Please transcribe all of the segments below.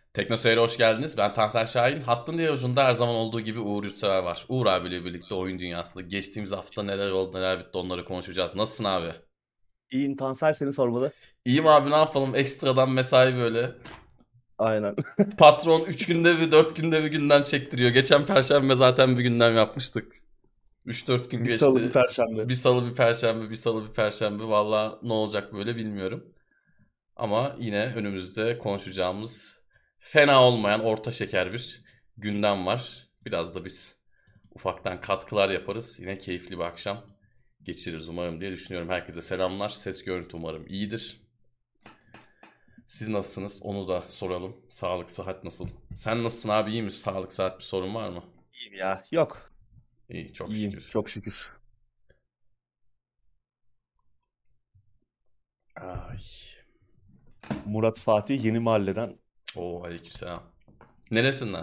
Teknoseyir'e hoş geldiniz. Ben Tansel Şahin. Hattın diğer ucunda her zaman olduğu gibi Uğur Yurtsever var. Uğur abiyle birlikte oyun dünyasında geçtiğimiz hafta neler oldu neler bitti onları konuşacağız. Nasılsın abi? İyiyim Tansel seni sormalı. İyiyim abi, ne yapalım, ekstradan mesai böyle. Aynen. Patron 3 günde bir 4 günde bir gündem çektiriyor. Geçen perşembe zaten bir gündem yapmıştık. 3-4 gün Bir salı bir geçti. perşembe. Bir salı bir perşembe, bir salı bir perşembe. Valla ne olacak böyle bilmiyorum. Ama yine önümüzde konuşacağımız fena olmayan orta şeker bir gündem var. Biraz da biz ufaktan katkılar yaparız. Yine keyifli bir akşam geçiririz umarım diye düşünüyorum. Herkese selamlar. Ses görüntü umarım iyidir. Siz nasılsınız? Onu da soralım. Sağlık, sıhhat nasıl? Sen nasılsın abi? İyi misin? Sağlık, sıhhat bir sorun var mı? İyiyim ya. Yok. İyi, çok İyiyim. şükür. Çok şükür. Ay. Murat Fatih Yeni Mahalle'den. Oo, aleykümselam. Neresinden?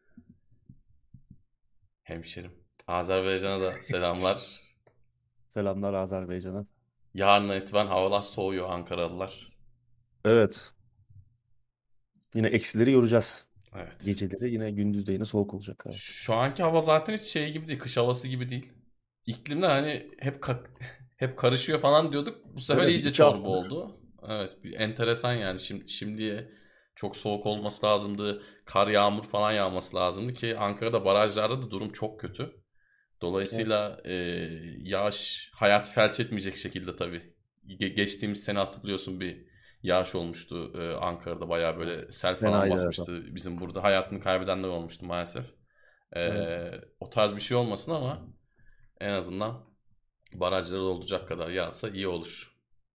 Hemşerim. Azerbaycan'a da selamlar. Selamlar Azerbaycan'a. Yarından itibaren havalar soğuyor Ankaralılar. Evet. Yine eksileri yoracağız. Evet. Geceleri yine gündüz de yine soğuk olacak. Evet. Şu anki hava zaten hiç şey gibi değil. Kış havası gibi değil. İklimler hani hep karışıyor falan diyorduk. Bu sefer Öyle bir iyice iki çorba haftadır. oldu. Evet, bir enteresan yani. Şimdiye çok soğuk olması lazımdı. Kar yağmur falan yağması lazımdı ki Ankara'da barajlarda da durum çok kötü. Evet. Dolayısıyla yağış hayat felç etmeyecek şekilde tabii. Geçtiğimiz sene hatırlıyorsun, bir yağış olmuştu Ankara'da, bayağı Evet. böyle sel falan Fenaydı evet. basmıştı. Bizim burada hayatını kaybedenler olmuştu maalesef. Evet. O tarz bir şey olmasın ama en azından barajları dolduracak kadar yağsa iyi olur.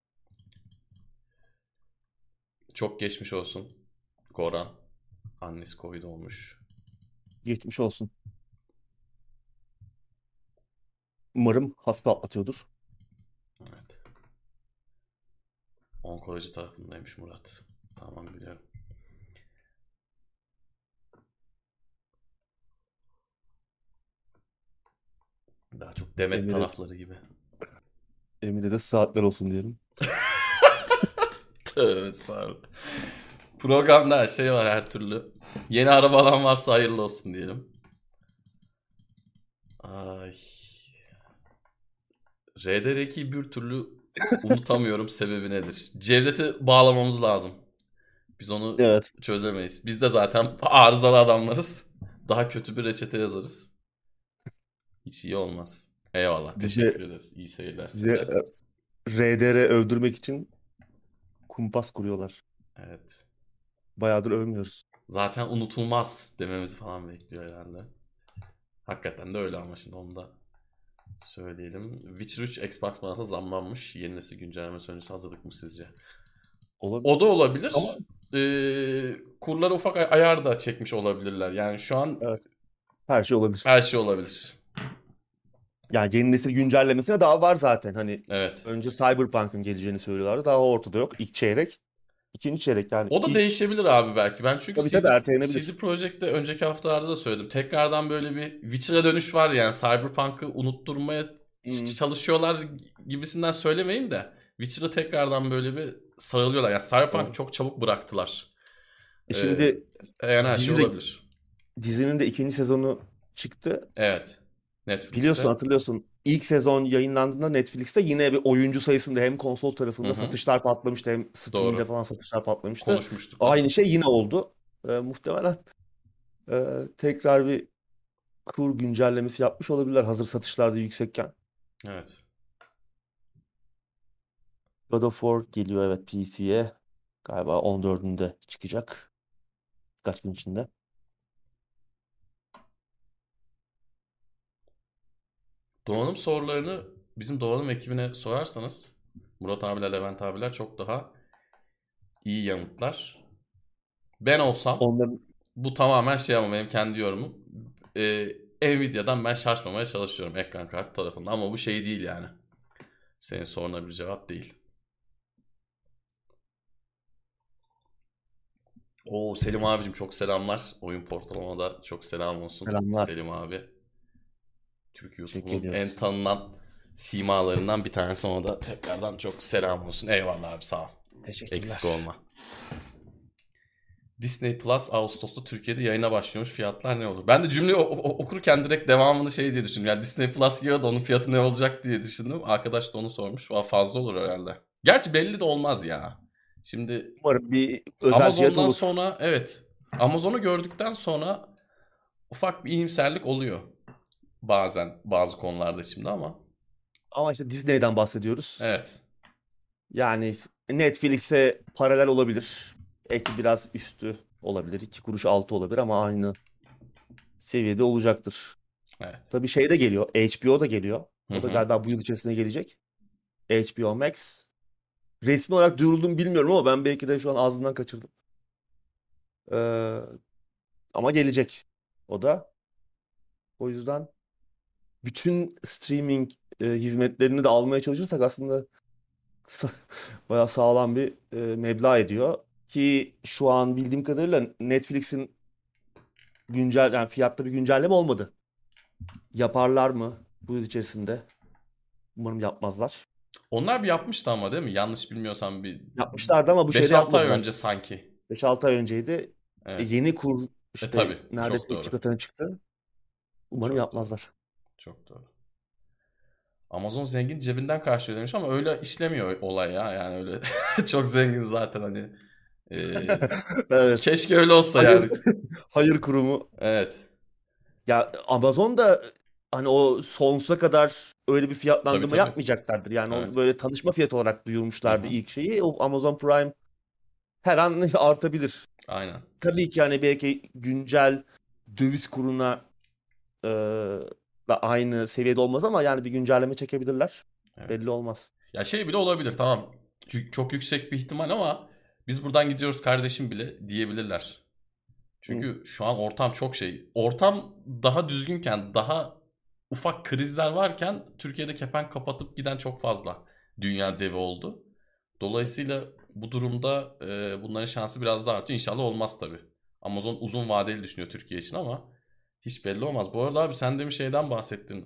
Çok geçmiş olsun Goran. Annesi Covid olmuş. Geçmiş olsun. Umarım hafif atlatıyordur. Evet. Onkoloji tarafındaymış Murat. Tamam, biliyorum. Daha çok Demet Emir'e tarafları gibi. Emir'e de saatler olsun diyelim. Tövbe estağfurullah. Programda her şey var, her türlü. Yeni araba alan varsa hayırlı olsun diyelim. Ay. RDR2'yi bir türlü unutamıyorum, sebebi nedir? Cevdet'i bağlamamız lazım. Biz onu Evet. çözemeyiz. Biz de zaten arızalı adamlarız. Daha kötü bir reçete yazarız. Hiç iyi olmaz. Eyvallah. Bize, Teşekkür ederiz. İyi seyirler bize size. RDR övdürmek için kumpas kuruyorlar. Evet. Bayağıdır övmüyoruz. Zaten unutulmaz dememizi falan bekliyor herhalde. Hakikaten de öyle ama şimdi onu da söyleyelim. Witcher 3 Xbox One'a zamlanmış. Yeni nesil güncelleme sonrası hazırlık mı sizce? O da Olabilir. Ama olabilir. Kurlara ufak ayar da çekmiş olabilirler. Yani şu an evet, her şey olabilir. her şey olabilir. Yani yeni nesil güncellemesine daha var zaten. Hani Evet. önce Cyberpunk'ın geleceğini söylüyorlardı. Daha ortada yok. İlk çeyrek. İkinci çeyrek yani O da ilk değişebilir abi belki. Ben çünkü tabii tabii CD ertelenebilir. Projekt'te önceki haftalarda da söyledim. Tekrardan böyle bir Witcher'a dönüş var yani. Cyberpunk'ı unutturmaya Hmm. çalışıyorlar gibisinden söylemeyeyim de. Witcher'ı tekrardan böyle bir sarılıyorlar. Yani Cyberpunk'ı Evet. çok çabuk bıraktılar. Ee, Şimdi Yani her şey dizi de, olabilir. dizinin de ikinci sezonu çıktı. Evet. Biliyorsun Netflix'te. hatırlıyorsun. İlk sezon yayınlandığında Netflix'te yine bir oyuncu sayısında hem konsol Hı tarafında hı. satışlar patlamıştı hem Steam'de Doğru. falan satışlar patlamıştı. Konuşmuştuk da. Aynı şey yine oldu. Muhtemelen tekrar bir kur güncellemesi yapmış olabilirler hazır satışlarda yüksekken. Evet. God of War geliyor evet PC'ye. Galiba 14'ünde çıkacak. Birkaç gün içinde. Donanım sorularını bizim donanım ekibine sorarsanız Murat abiler, Levent abiler çok daha iyi yanıtlar. Ben olsam, Onların bu tamamen şey ama benim kendi yorumum. Nvidia'dan ben şaşmamaya çalışıyorum ekran kartı tarafında ama bu şey değil yani. Senin soruna bir cevap değil. Oo, Selim abicim çok selamlar. Oyun Portalama'da da çok selam olsun. selamlar. Selim abi. Türk Teşekkür YouTube'unun en ediyoruz. tanınan simalarından bir tanesi, ona da tekrardan çok selam olsun. Eyvallah abi, sağ ol. Eksik Teşekkürler. olma. Disney Plus Ağustos'ta Türkiye'de yayına başlıyormuş. Fiyatlar ne olur? Ben de cümleyi okurken direkt devamını şey diye düşündüm. Yani Disney Plus ya da onun fiyatı ne olacak diye düşündüm. Arkadaş da onu sormuş. Fazla olur herhalde. Gerçi belli de olmaz ya. Şimdi Umarım bir özel fiyat Amazon'dan olur. sonra evet. Amazon'u gördükten sonra ufak bir iyimserlik oluyor. Bazen bazı konularda şimdi ama. Ama işte Disney'den bahsediyoruz. Evet. Yani Netflix'e paralel olabilir. Belki biraz üstü olabilir. 2 kuruş altı olabilir ama aynı seviyede olacaktır. Evet. Tabii şey de geliyor. HBO da geliyor. Hı O da hı. galiba bu yıl içerisinde gelecek. HBO Max. Resmi olarak duyuruldu mu bilmiyorum ama ben belki de şu an ağzından kaçırdım. Ee, ama gelecek o da. O yüzden bütün streaming hizmetlerini de almaya çalışırsak aslında bayağı sağlam bir meblağ ediyor. Ki şu an bildiğim kadarıyla Netflix'in yani fiyatta bir güncelleme olmadı. Yaparlar mı bu yıl içerisinde? Umarım yapmazlar. Onlar bir yapmıştı ama değil mi? Yanlış bilmiyorsam bir Yapmışlardı ama bu şeyde 5-6 ay yapmadılar. önce sanki. 5-6 ay önceydi. Evet. Yeni kur işte Tabii. Çok neredeyse iki doğru. katına çıktı. Umarım Çok doğru. yapmazlar. Çok doğru. Amazon zengin cebinden karşılıyor demiş ama öyle işlemiyor olay ya. Yani öyle çok zengin zaten hani. Ee, Evet. keşke öyle olsa Hayır, yani. hayır kurumu. Evet. Ya Amazon da hani o sonsuza kadar öyle bir Tabii fiyatlandırma tabii. yapmayacaklardır. Yani onu Evet. böyle tanışma fiyatı olarak Hı duyurmuşlardı hı. ilk şeyi. O Amazon Prime her an artabilir. Aynen. Tabii ki hani belki güncel döviz kuruna e, da aynı seviyede olmaz ama yani bir güncelleme çekebilirler. Evet. Belli olmaz. Ya şey bile olabilir tamam. Çok yüksek bir ihtimal ama biz buradan gidiyoruz kardeşim bile diyebilirler. Hı. Çünkü şu an ortam çok şey. Ortam daha düzgünken, daha ufak krizler varken Türkiye'de kepenk kapatıp giden çok fazla dünya devi oldu. Dolayısıyla bu durumda bunların şansı biraz daha artıyor. İnşallah olmaz tabii. Amazon uzun vadeli düşünüyor Türkiye için ama hiç belli olmaz. Bu arada abi sen demin şeyden bahsettin.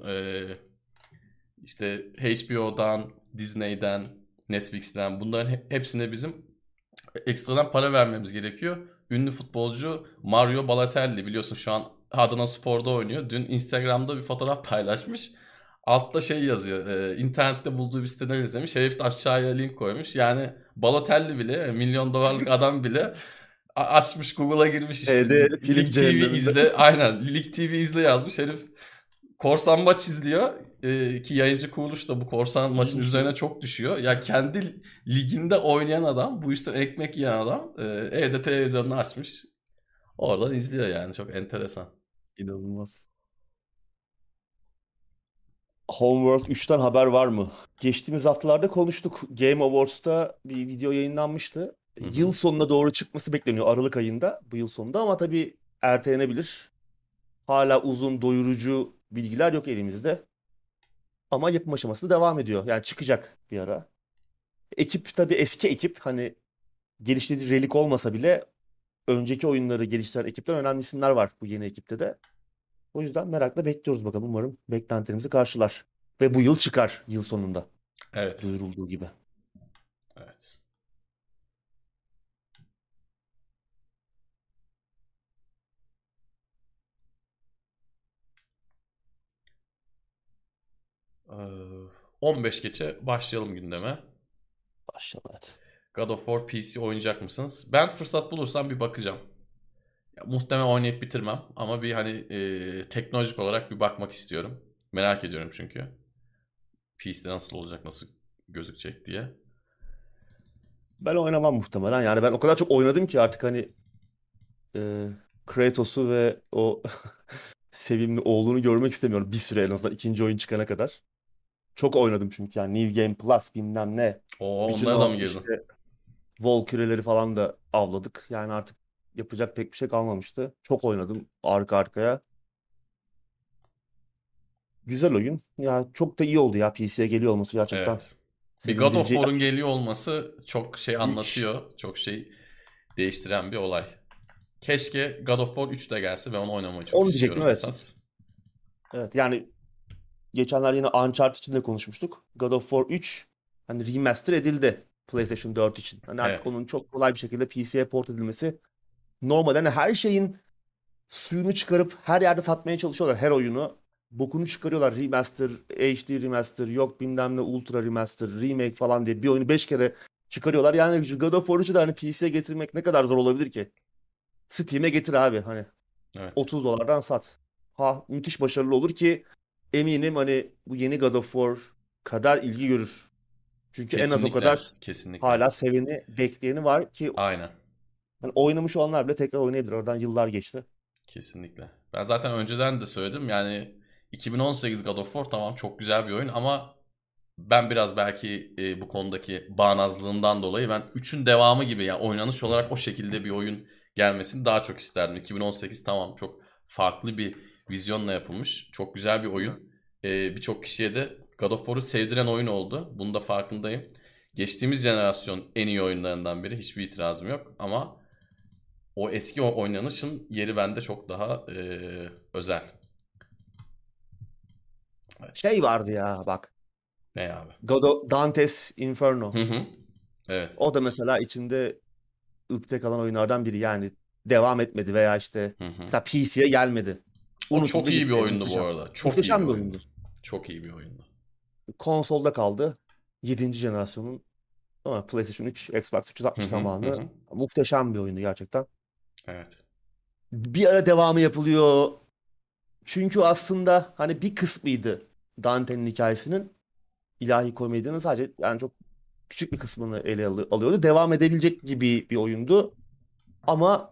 İşte HBO'dan, Disney'den, Netflix'ten bunların hepsine bizim ekstradan para vermemiz gerekiyor. Ünlü futbolcu Mario Balotelli biliyorsun şu an Adana Spor'da oynuyor. Dün Instagram'da bir fotoğraf paylaşmış. Altta şey yazıyor. İnternette bulduğu bir siteden izlemiş. Herif de aşağıya link koymuş. Yani Balotelli bile, milyon dolarlık adam bile açmış Google'a girmiş işte. Şeyde film Lig TV cehenneminde. izle. Aynen. Lig TV izle yazmış. Herif korsan maç izliyor. Ki yayıncı kuruluş da bu korsan maçın İyiymiş ya. üzerine çok düşüyor. Ya kendi liginde oynayan adam, bu işte ekmek yiyen adam evde televizyonunu açmış. Oradan izliyor yani çok enteresan. İnanılmaz. Homeworld 3'ten haber var mı? Geçtiğimiz haftalarda konuştuk. Game Awards'ta bir video yayınlanmıştı. Hı Yıl hı. sonuna doğru çıkması bekleniyor. Aralık ayında bu yıl sonunda ama tabii ertelenebilir. Hala uzun doyurucu bilgiler yok elimizde. Ama yapım aşaması devam ediyor. Yani çıkacak bir ara. Ekip tabii eski ekip. Hani geliştirici Relic olmasa bile önceki oyunları geliştiren ekipten önemli isimler var bu yeni ekipte de. O yüzden merakla bekliyoruz bakalım. Umarım beklentilerimizi karşılar. Ve bu yıl çıkar yıl sonunda Evet. duyurulduğu gibi. Evet. Ee, 15 geçe başlayalım gündeme. Başlayalım hadi. God of War PC oynayacak mısınız? Ben fırsat bulursam bir bakacağım. Ya, muhtemelen oynayıp bitirmem ama bir hani teknolojik olarak bir bakmak istiyorum. Merak ediyorum çünkü. PC'de nasıl olacak, nasıl gözükecek diye. Ben oynamam muhtemelen. Yani ben o kadar çok oynadım ki artık hani e, Kratos'u ve o sevimli oğlunu görmek istemiyorum. Bir süre en azından ikinci oyun çıkana kadar. Çok oynadım çünkü yani New Game Plus bilmem ne. Bütün Onlara da o mı girdin? işte Vol küreleri falan da avladık. Yani artık yapacak pek bir şey kalmamıştı. Çok oynadım arka arkaya. Güzel oyun. Ya çok da iyi oldu ya PC'ye geliyor olması gerçekten Evet. Bir God of sevindirici. War'un geliyor olması çok şey Bir iş. anlatıyor. Çok şey değiştiren bir olay. Keşke God of War 3 de gelse. Ben onu oynamayı çok Onu diyecektim istiyorum evet. esas. Evet yani geçenler yine Uncharted için de konuşmuştuk. God of War 3 hani remaster edildi PlayStation 4 için. Hani artık Evet. onun çok kolay bir şekilde PC'ye port edilmesi Normalde hani her şeyin suyunu çıkarıp her yerde satmaya çalışıyorlar her oyunu. Bokunu çıkarıyorlar. Remaster, HD remaster, yok bilmem ne ultra remaster, remake falan diye bir oyunu 5 kere çıkarıyorlar. Yani şu God of War 3'ü de hani PC'ye getirmek ne kadar zor olabilir ki? Steam'e getir abi hani Evet. 30 dolardan sat. Ha müthiş başarılı olur ki eminim hani bu yeni God of War kadar ilgi görür. Çünkü en az o Kesinlikle. kadar Kesinlikle. hala seveni, bekleyeni var ki Aynen. hani oynamış olanlar bile tekrar oynayabilir. Oradan yıllar geçti. Kesinlikle. Ben zaten önceden de söyledim. Yani 2018 God of War tamam çok güzel bir oyun ama ben biraz belki bu konudaki bağnazlığımdan dolayı ben 3'ün devamı gibi yani oynanış olarak o şekilde bir oyun gelmesini daha çok isterdim. 2018 tamam çok farklı bir vizyonla yapılmış. Çok güzel bir Evet. oyun. Birçok kişiye de God of War'u sevdiren oyun oldu. Bunun da farkındayım. Geçtiğimiz jenerasyon en iyi oyunlarından biri. Hiçbir itirazım yok ama o eski oynanışın yeri bende çok daha özel. Şey Evet. vardı ya bak. Ne abi? Dante's Inferno. Hı hı. Evet. O da mesela içinde ükte kalan oyunlardan biri. Yani devam etmedi veya işte Hı hı. mesela PC'ye gelmedi. O çok Unutuldu iyi bir gitti. oyundu bu Muhteşem. arada. Çok iyi bir Muhteşem bir oyundu. oyundu. Çok iyi bir oyundu. Konsolda kaldı. 7. jenerasyonun ama PlayStation 3, Xbox Hı 360 hı hı zamanı hı. muhteşem bir oyundu gerçekten. Evet. Bir ara devamı yapılıyor. Çünkü aslında hani bir kısmıydı Dante'nin hikayesinin. İlahi komedyanın sadece yani çok küçük bir kısmını ele alıyordu. Devam edebilecek gibi bir oyundu. Ama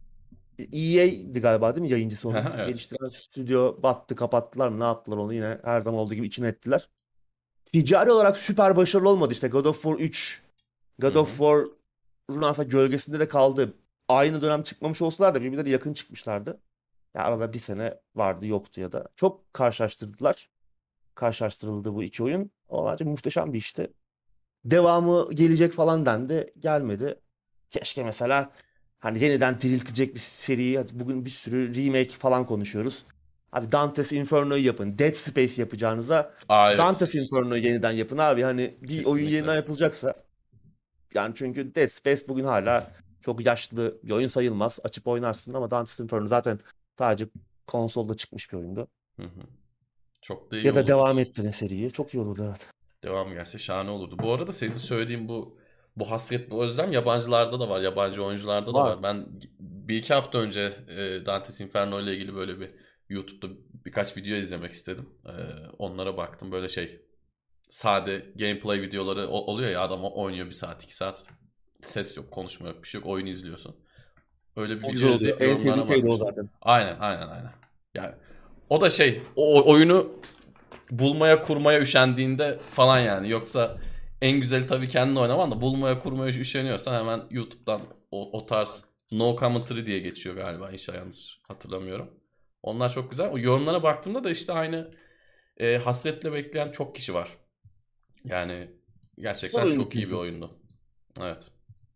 EA'di galiba değil mi yayıncısı Hı hı, onun? evet. Geliştiren stüdyo battı kapattılar mı ne yaptılar onu yine her zaman olduğu gibi içine ettiler. Ticari olarak süper başarılı olmadı işte God of War 3. Hı God of hı. War'un aslında gölgesinde de kaldı. Aynı dönem çıkmamış olsalar da birbirlerine yakın çıkmışlardı. Ya arada bir sene vardı yoktu ya da. Çok karşılaştırdılar. Karşılaştırıldı bu iki oyun. Ama bence muhteşem bir işti. Devamı gelecek falan dendi. Gelmedi. Keşke mesela hani yeniden diriltecek bir seriyi bugün bir sürü remake falan konuşuyoruz. Abi Dante's Inferno'yu yapın. Dead Space yapacağınıza Aa evet. Dante's Inferno'yu yeniden yapın abi. Hani bir oyun Kesinlikle. yeniden yapılacaksa yani çünkü Dead Space bugün hala çok yaşlı bir oyun sayılmaz. Açıp oynarsın ama Dante's Inferno zaten sadece konsolda çıkmış bir oyundu. Hı hı. Çok da iyi Ya da olurdu. devam ettirin seriyi. Çok iyi olurdu evet. Devam gelse şahane olurdu. Bu arada senin söylediğin bu hasret, bu özlem yabancılarda da var. Yabancı oyuncularda da Var. var. Ben bir iki hafta önce Dante's Inferno ile ilgili böyle bir YouTube'da birkaç video izlemek istedim. Onlara baktım. Böyle şey sade gameplay videoları oluyor ya, adam oynuyor bir saat 2 saat. Ses yok, konuşma yok, bir şey yok. Oyunu izliyorsun. Öyle bir O güzel video oluyor. izleyip En sevdiğim yorumlarına şey de o bakmıştım. zaten. Aynen aynen aynen. Yani o da şey o oyunu bulmaya kurmaya üşendiğinde falan yani. Yoksa en güzeli tabii kendin oynaman da bulmaya kurmaya üşeniyorsan hemen YouTube'dan o tarz no commentary diye geçiyor galiba, inşallah yanlış hatırlamıyorum. Onlar çok güzel. O yorumlara baktığımda da işte aynı hasretle bekleyen çok kişi var. Yani Güzel gerçekten oyundu çok iyi bir çünkü. oyundu. Evet.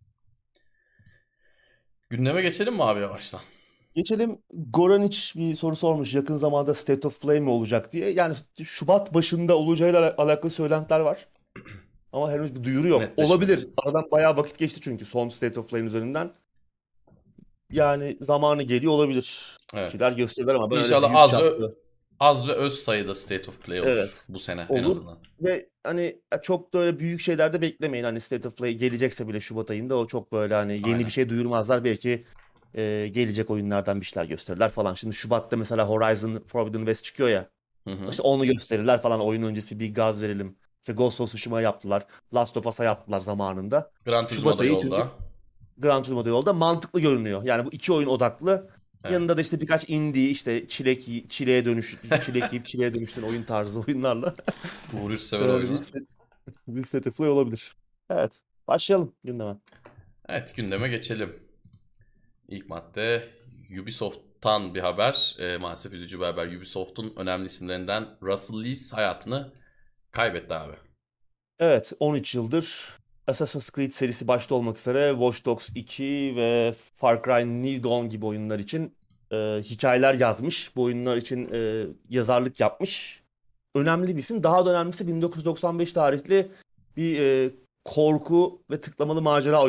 Gündeme geçelim mi abi yavaştan? Geçelim. Goranic bir soru sormuş. Yakın zamanda State of Play mi olacak diye. Yani Şubat başında olacağıyla alakalı söylentiler var. Ama henüz bir duyuru yok. Netleşmedi. Olabilir. Aradan bayağı vakit geçti çünkü son State of Play'in üzerinden. Yani zamanı geliyor olabilir. Bir şeyler Evet. gösterirler ama ben öyle İnşallah büyük çaplı. az ve öz sayıda State of Play olur Evet. bu sene en Olur. azından. Ve hani çok da öyle büyük şeyler de beklemeyin. Hani State of Play gelecekse bile Şubat ayında o çok böyle hani yeni bir Aynen. şey duyurmazlar. Belki gelecek oyunlardan bir şeyler gösterirler falan. Şimdi Şubat'ta mesela Horizon Forbidden West çıkıyor ya. Hı hı. İşte onu gösterirler falan. Oyun öncesi bir gaz verelim. İşte Ghost of Tsushima yaptılar. Last of Us'a yaptılar zamanında. Gran Turismo Şubat da ayı çünkü yolda. Gran Turismo yolda mantıklı görünüyor. Yani bu iki oyun odaklı. Evet. Yanında da işte birkaç indie işte çilek yiyip çileğe dönüştüğün oyun tarzı oyunlarla Uğur sever oyunu. bir set of play olabilir. Evet. Başlayalım gündeme. Evet, gündeme geçelim. İlk madde Ubisoft'tan bir haber. Maalesef üzücü bir haber. Ubisoft'un önemli isimlerinden Russell Lees hayatını kaybetti abi. Evet 13 yıldır Assassin's Creed serisi başta olmak üzere Watch Dogs 2 ve Far Cry New Dawn gibi oyunlar için hikayeler yazmış. Bu oyunlar için yazarlık yapmış. Önemli bir isim. Daha da önemlisi 1995 tarihli bir korku ve tıklamalı macera oyunu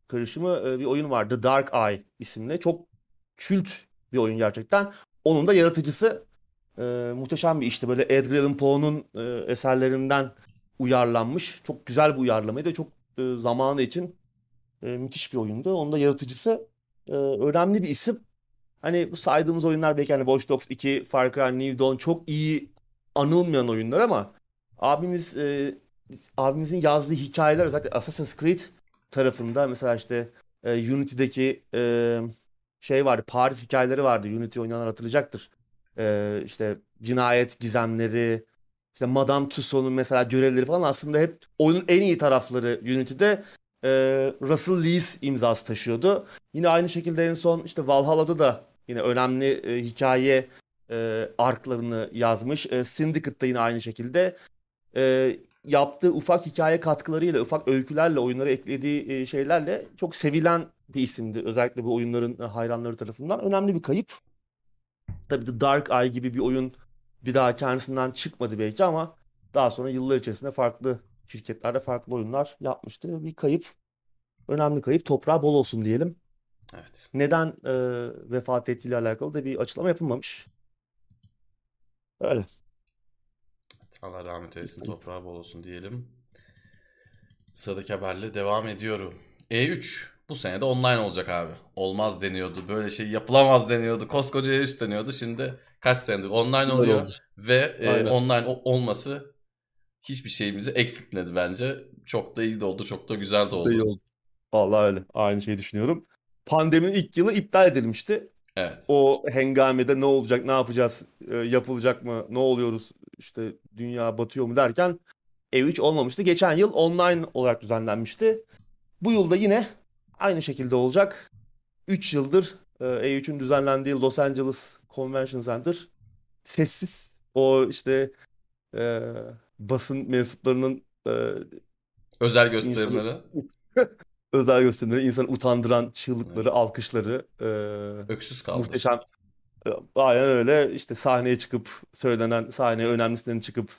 karışımı bir oyun var. The Dark Eye isimli. Çok kült bir oyun gerçekten. Onun da yaratıcısı muhteşem bir işti. Böyle Edgar Allan Poe'nun eserlerinden uyarlanmış. Çok güzel bir uyarlamaydı. Çok zamanı için müthiş bir oyundu. Onun da yaratıcısı önemli bir isim. Hani bu saydığımız oyunlar belki hani Watch Dogs 2, Far Cry New Dawn çok iyi anılmayan oyunlar ama abimiz abimizin yazdığı hikayeler özellikle Assassin's Creed tarafında mesela işte Unity'deki şey vardı, Paris hikayeleri vardı. Unity oynayanlar hatırlayacaktır. İşte cinayet gizemleri, işte Madame Tussauds'un mesela görevleri falan aslında hep oyunun en iyi tarafları Unity'de e, Russell Lees imzası taşıyordu. Yine aynı şekilde en son işte Valhalla'da da yine önemli hikaye arklarını yazmış. Syndicate'da yine aynı şekilde yaptığı ufak hikaye katkılarıyla, ufak öykülerle, oyunlara eklediği şeylerle çok sevilen bir isimdi. Özellikle bu oyunların hayranları tarafından. Önemli bir kayıp. Tabii The Dark Eye gibi bir oyun bir daha kendisinden çıkmadı belki ama daha sonra yıllar içerisinde farklı şirketlerde farklı oyunlar yapmıştı. Bir kayıp, önemli kayıp. Toprağı bol olsun diyelim. Evet. Neden vefat ettiğiyle alakalı da bir açıklama yapılmamış. Öyle. Allah rahmet eylesin, toprağı bol olsun diyelim. Sıradaki haberle devam ediyorum. E3 bu sene de online olacak abi. Olmaz deniyordu. Böyle şey yapılamaz deniyordu. Koskoca E3 deniyordu. Şimdi kaç senedir online Güzel oluyor oldu. ve Aynen. online olması hiçbir şeyimizi eksiltmedi bence. Çok da iyi de oldu, çok da güzel de Bu da iyi oldu. oldu. Vallahi öyle. Aynı şeyi düşünüyorum. Pandeminin ilk yılı iptal edilmişti. Evet. O hengamede ne olacak, ne yapacağız, yapılacak mı, ne oluyoruz, işte dünya batıyor mu derken E3 olmamıştı. Geçen yıl online olarak düzenlenmişti. Bu yılda yine aynı şekilde olacak. 3 yıldır E3'ün düzenlendiği Los Angeles Convention Center sessiz. O işte e, basın mensuplarının Özel insanı gösterimleri. özel gösterimleri, insanı utandıran Evet. çığlıkları, alkışları Öksüz kaldılar. muhteşem. Aynen öyle. İşte sahneye çıkıp söylenen, sahneye önemlisinden çıkıp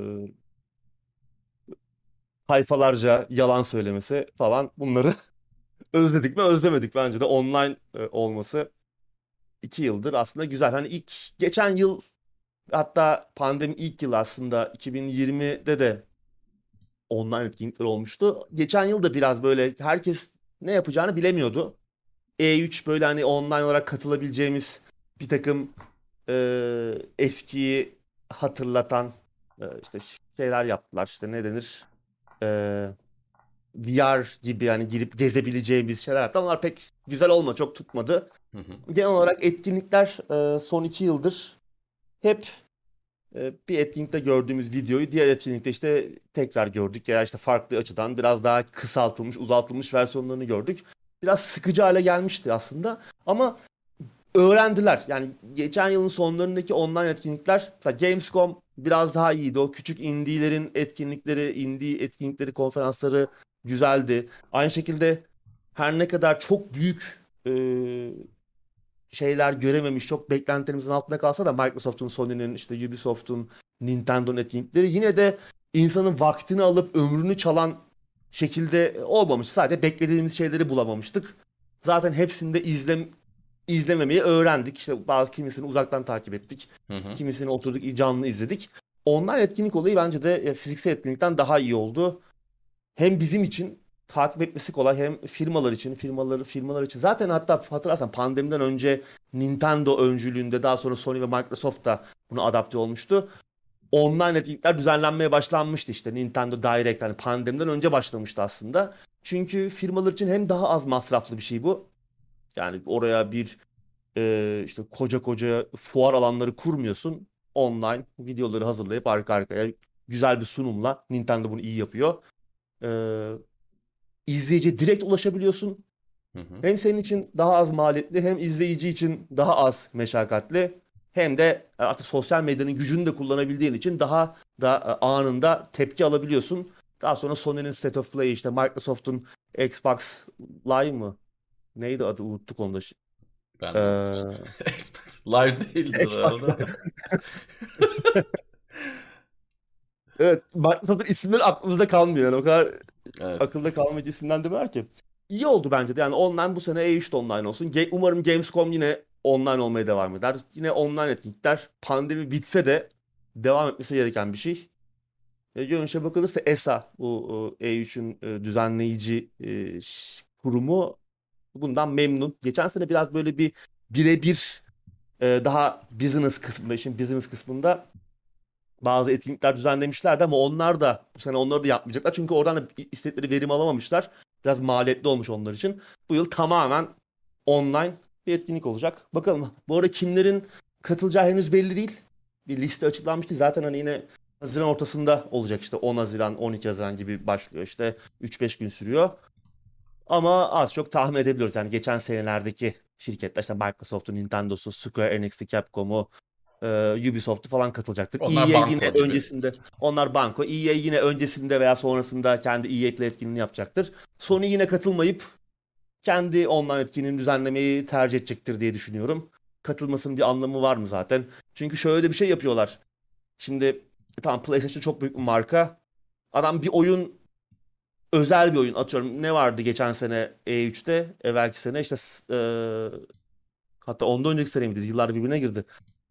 sayfalarca yalan söylemesi falan bunları özledik mi özlemedik bence de online olması 2 yıldır aslında güzel. Hani ilk geçen yıl hatta pandemi ilk yıl aslında 2020'de de online etkinlikler olmuştu. Geçen yıl da biraz böyle herkes ne yapacağını bilemiyordu. E3 böyle hani online olarak katılabileceğimiz bir takım eskiyi hatırlatan işte şeyler yaptılar. İşte ne denir? E, VR gibi yani girip gezebileceğimiz şeyler yaptılar. Onlar pek güzel olmadı, çok tutmadı. Hı hı. Genel olarak etkinlikler son 2 yıldır hep bir etkinlikte gördüğümüz videoyu diğer etkinlikte işte tekrar gördük ya işte farklı açıdan biraz daha kısaltılmış, uzatılmış versiyonlarını gördük. Biraz sıkıcı hale gelmişti aslında ama öğrendiler. Yani geçen yılın sonlarındaki online etkinlikler mesela Gamescom biraz daha iyiydi. O küçük indie'lerin etkinlikleri, indie etkinlikleri, konferansları güzeldi. Aynı şekilde her ne kadar çok büyük şeyler görememiş, çok beklentilerimizin altında kalsa da Microsoft'un, Sony'nin, işte Ubisoft'un, Nintendo'nun etkinlikleri yine de insanın vaktini alıp ömrünü çalan şekilde olmamış. Sadece beklediğimiz şeyleri bulamamıştık. Zaten hepsinde izlememeyi öğrendik. İşte bazı kimisini uzaktan takip ettik. Hı hı. Kimisini oturduk canlı izledik. Online etkinlik olayı bence de fiziksel etkinlikten daha iyi oldu. Hem bizim için takip etmesi kolay hem firmalar için, firmalar için. Zaten hatta hatırlarsan pandemiden önce Nintendo öncülüğünde daha sonra Sony ve Microsoft da buna adapte olmuştu. Online etkinlikler düzenlenmeye başlanmıştı işte Nintendo Direct hani pandemiden önce başlamıştı aslında. Çünkü firmalar için hem daha az masraflı bir şey bu. Yani oraya bir işte koca koca fuar alanları kurmuyorsun. Online videoları hazırlayıp arka arkaya güzel bir sunumla Nintendo bunu iyi yapıyor. Ee, izleyiciye direkt ulaşabiliyorsun. Hı hı. Hem senin için daha az maliyetli hem izleyici için daha az meşakkatli. Hem de artık sosyal medyanın gücünü de kullanabildiğin için daha da anında tepki alabiliyorsun. Daha sonra Sony'nin State of Play işte Microsoft'un Xbox Live mı? Neydi adı unuttuk onu da. Ben de unuttum. Ee, Xbox Live değildir Xbox. herhalde. Evet, Microsoft'un isimleri aklımızda kalmıyor. Yani o kadar Evet. akılda kalmayıcı isimlendirmeler ki. iyi oldu bence de. Yani online bu sene E3 de online olsun. Umarım Gamescom yine online olmaya devam eder. Yine online etkinlikler pandemi bitse de devam etmesi gereken bir şey. Görünüşe bakılırsa ESA bu E3'ün düzenleyici kurumu bundan memnun. Geçen sene biraz böyle bir birebir daha business kısmında, işin business kısmında bazı etkinlikler düzenlemişlerdi ama onlar da bu sene onları da yapmayacaklar. Çünkü oradan da istedikleri verim alamamışlar. Biraz maliyetli olmuş onlar için. Bu yıl tamamen online bir etkinlik olacak. Bakalım. Bu arada kimlerin katılacağı henüz belli değil. Bir liste açıklanmıştı. Zaten hani yine Haziran ortasında olacak işte 10 Haziran, 12 Haziran gibi başlıyor işte 3-5 gün sürüyor. Ama az çok tahmin edebiliyoruz. Yani geçen senelerdeki şirketler işte Microsoft'un, Nintendo'su, Square Enix'i, Capcom'u, Ubisoft'u falan katılacaktır. Onlar EA yine banko gibi. öncesinde, onlar banko. EA yine öncesinde veya sonrasında kendi EA Play etkinliğini yapacaktır. Sony yine katılmayıp kendi online etkinliğini düzenlemeyi tercih edecektir diye düşünüyorum. Katılmasının bir anlamı var mı zaten? Çünkü şöyle de bir şey yapıyorlar. Şimdi tamam, PlayStation çok büyük bir marka. Adam bir oyun, özel bir oyun atıyorum. Ne vardı geçen sene E3'te? Evvelki sene işte hatta ondan önceki sene miydi? Yıllar birbirine girdi.